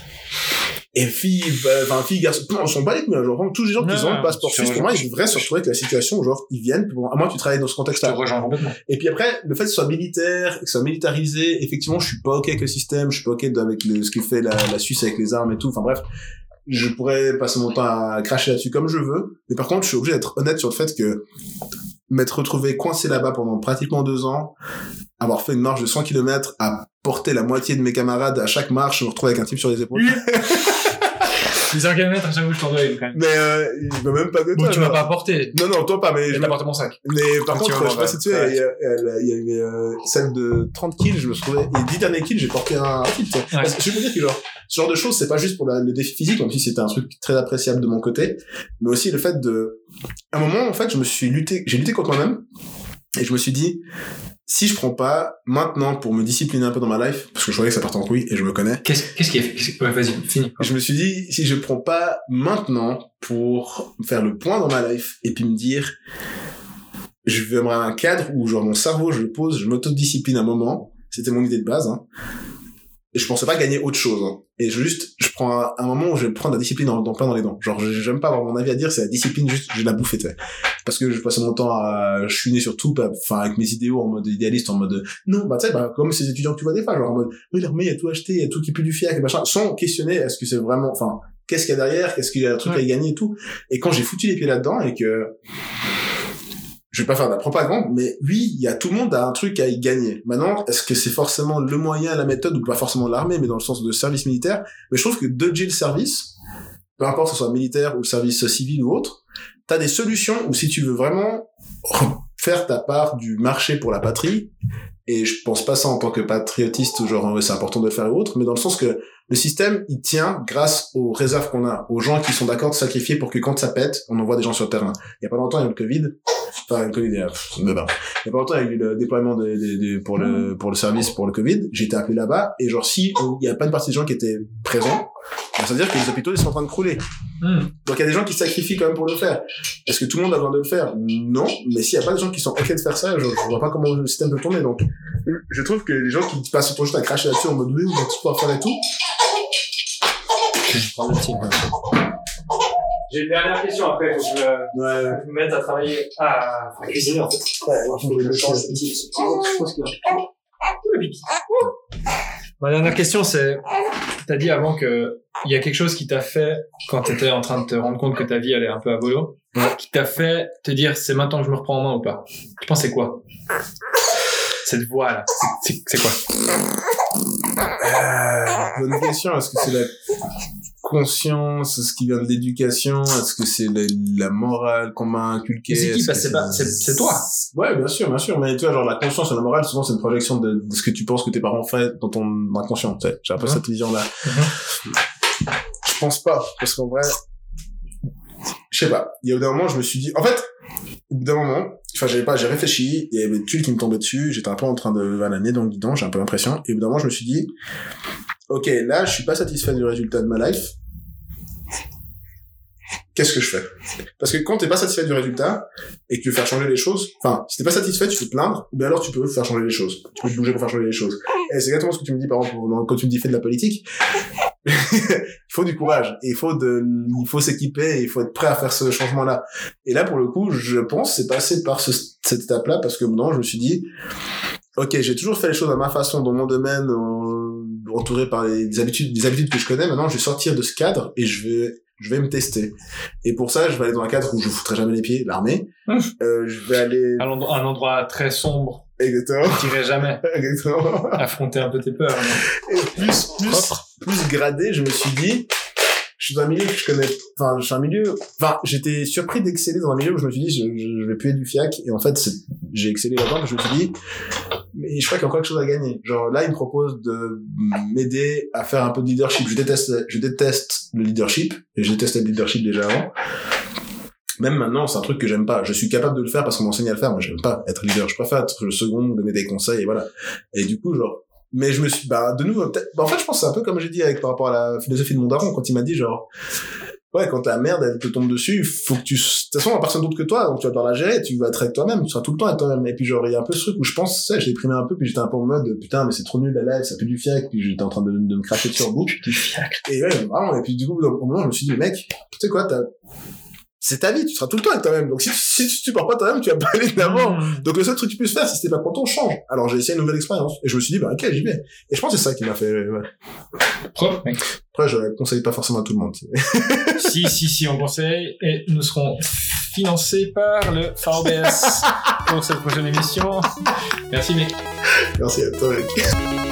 et filles, enfin, bah, filles, garçons, on s'en bat les couilles, genre, tous les gens qui ont le passeport suisse, pour moi, ils devraient se retrouver avec la situation où, genre, ils viennent, bon, à moins que tu travailles dans ce contexte-là. Je te rejoins complètement. Et puis après, le fait que ce soit militaire, que ce soit militarisé, effectivement, je suis pas ok avec le système, je suis pas ok avec le, ce que fait la, la Suisse avec les armes et tout, enfin bref. Je pourrais passer mon temps à cracher là-dessus comme je veux, mais par contre, je suis obligé d'être honnête sur le fait que m'être retrouvé coincé là-bas pendant pratiquement deux ans, avoir fait une marche de cent kilomètres, à porter la moitié de mes camarades à chaque marche, je me retrouve avec un type sur les épaules. cent kilomètres à chaque fois je t'en dois une quand même. Mais euh, je veux même pas de toi. Bon, tu m'as pas apporté. Non, non, toi pas, mais... Je t'ai apporté mon sac. Mais par contre, je sais pas si tu sais, il y, a, il y avait euh, celle de trente kills, je me trouvais, et dix derniers kills, j'ai porté un, un kit. Ouais. Parce que je veux dire que genre, ce genre de choses, c'est pas juste pour la, le défi physique, même si c'était un truc très appréciable de mon côté, mais aussi le fait de... À un moment, en fait, je me suis lutté, j'ai lutté contre moi-même, et je me suis dit, si je prends pas maintenant pour me discipliner un peu dans ma life, parce que je voyais que ça partait en couille et je me connais. Qu'est-ce, qu'est-ce qui est fait? Ouais, vas-y, finis. Je me suis dit, si je prends pas maintenant pour faire le point dans ma life et puis me dire, je vais avoir un cadre où genre mon cerveau, je le pose, je m'autodiscipline un moment. C'était mon idée de base, hein. Et je pensais pas gagner autre chose, hein. Et je juste, je prends un, un moment où je vais prendre la discipline dans, dans plein dans les dents. Genre, j'aime pas avoir mon avis à dire, c'est la discipline, juste, je la bouffe, tu sais. Parce que je passe mon temps à, je suis né sur tout, enfin, avec mes idéaux en mode idéaliste, en mode, non, bah, tu sais, bah, comme ces étudiants que tu vois des fois, genre, en mode, oui, l'armée, il y a tout acheté, il y a tout qui pue du fiac, et machin, sans questionner, est-ce que c'est vraiment, enfin, qu'est-ce qu'il y a derrière, qu'est-ce qu'il y a un truc ouais. à y gagner et tout. Et quand j'ai foutu les pieds là-dedans et que, je vais pas faire de la propagande, mais oui, il y a tout le monde a un truc à y gagner. Maintenant, est-ce que c'est forcément le moyen, la méthode, ou pas forcément l'armée, mais dans le sens de service militaire? Mais je trouve que dodger le service, peu importe que ce soit militaire ou le service civil ou autre, t'as des solutions où si tu veux vraiment faire ta part du marché pour la patrie, et je pense pas ça en tant que patriotiste, genre c'est important de le faire ou autre, mais dans le sens que le système, il tient grâce aux réserves qu'on a, aux gens qui sont d'accord de sacrifier pour que quand ça pète, on envoie des gens sur le terrain. Il y a pas longtemps, il y a eu le Covid, enfin, le Covid, il y a, mais ben, il y a pas longtemps, il y a eu le déploiement des, des, des, pour le, pour le service, pour le Covid, j'ai été appelé là-bas, et genre, si il y a pas une partie des gens qui étaient présents, ça veut dire que les hôpitaux, ils sont en train de crouler. Mm. Donc, il y a des gens qui sacrifient quand même pour le faire. Est-ce que tout le monde a besoin de le faire? Non. Mais s'il n'y a pas de gens qui sont ok de faire ça, je, je vois pas comment le système peut tourner. Donc, je trouve que les gens qui passent son temps juste à cracher là-dessus en mode oui, on va tout pouvoir faire et tout. Je prends le petit. J'ai une dernière question après, faut que je me, Ouais. je me mette à travailler, à, à cuisiner en fait. Ouais, il faut que je change ce petit. Je pense que... Le pipi. Ma dernière question, c'est, t'as dit avant que il y a quelque chose qui t'a fait, quand t'étais en train de te rendre compte que ta vie allait un peu à volo, ouais. qui t'a fait te dire c'est maintenant que je me reprends en main ou pas? Tu penses c'est quoi? Cette voix là, c'est, c'est, c'est quoi? Euh, bonne question. Est-ce que c'est la conscience? Est-ce qui vient de l'éducation? Est-ce que c'est la, la morale qu'on m'a inculquée? C'est qui? Bah, c'est, c'est, pas, c'est, c'est toi. Ouais, bien sûr, bien sûr. Mais tu vois, genre, la conscience et la morale, souvent, c'est une projection de, de ce que tu penses que tes parents ont fait dans ton inconscient. Tu sais, j'ai un peu mmh. cette vision-là. Mmh. Je pense pas. Parce qu'en vrai, je sais pas. Il y a au bout d'un moment, je me suis dit, en fait, au bout d'un moment, enfin, j'avais pas, j'ai réfléchi, il y avait des tuiles qui me tombaient dessus, j'étais un peu en train de vananer dans le guidon, j'ai un peu l'impression, et au bout d'un moment, je me suis dit, ok, là, je suis pas satisfait du résultat de ma life. Qu'est-ce que je fais? Parce que quand t'es pas satisfait du résultat, et que tu veux faire changer les choses, enfin, si t'es pas satisfait, tu peux te plaindre, ou bien alors tu peux faire changer les choses. Tu peux te bouger pour faire changer les choses. Et c'est exactement ce que tu me dis, par exemple, quand tu me dis fais de la politique. Il faut du courage, et il faut de, il faut s'équiper, et il faut être prêt à faire ce changement-là. Et là, pour le coup, je pense, c'est passé par ce, cette étape-là, parce que non, je me suis dit, ok, j'ai toujours fait les choses à ma façon, dans mon domaine, euh, entouré par les, des habitudes, des habitudes que je connais. Maintenant, je vais sortir de ce cadre, et je vais, je vais me tester. Et pour ça, je vais aller dans un cadre où je foutrai jamais les pieds, l'armée. Mmh. Euh, je vais aller... Un endroit, un endroit très sombre. Exactement. Tu n'irais jamais. Exactement. Affronter un peu tes peurs. Et plus, plus, plus gradé, je me suis dit, je suis dans un milieu que je connais, enfin, je suis un milieu, enfin, j'étais surpris d'exceller dans un milieu où je me suis dit, je, je, je vais puer du fiac, et en fait, c'est, j'ai excellé là-dedans, je me suis dit, mais je crois qu'il y a encore quelque chose à gagner. Genre, là, il me propose de m'aider à faire un peu de leadership. Je déteste, je déteste le leadership, et je détestais le leadership déjà avant. Même maintenant, c'est un truc que j'aime pas. Je suis capable de le faire parce qu'on m'enseigne à le faire. Moi, j'aime pas être leader. Je préfère être le second, donner des conseils, et voilà. Et du coup, genre, mais je me suis, bah, de nouveau, peut-être, bah, en fait, je pense que c'est un peu comme j'ai dit avec, par rapport à la philosophie de mon daron, quand il m'a dit, genre, ouais, quand ta merde, elle te tombe dessus, faut que tu, de toute façon, il y a personne d'autre que toi, donc tu vas devoir la gérer, tu vas être avec toi-même, tu seras tout le temps avec toi-même. Et puis, genre, il y a un peu ce truc où je pense, ça, je l'ai primé un peu, puis j'étais un peu en mode, putain, mais c'est trop nul la live, ça pue du fiac, puis j'étais en train de, de me cracher dessus en boucle. Du fiac. Et ouais, vraiment, et puis du coup, au moment, je me suis dit, mec, tu sais quoi, t'as, c'est ta vie, tu seras tout le temps avec toi-même. Donc si tu, si tu supportes pas toi-même, tu vas pas aller de l'avant. Mmh. Donc le seul truc que tu puisses faire, si t'es pas content, change. Alors j'ai essayé une nouvelle expérience. Et je me suis dit, bah ok, j'y vais. Et je pense que c'est ça qui m'a fait, ouais. Propre, mec. Après, je le conseille pas forcément à tout le monde. si, si, si, on conseille. Et nous serons financés par le F A O B S pour cette prochaine émission. Merci, mec. Merci à toi, mec.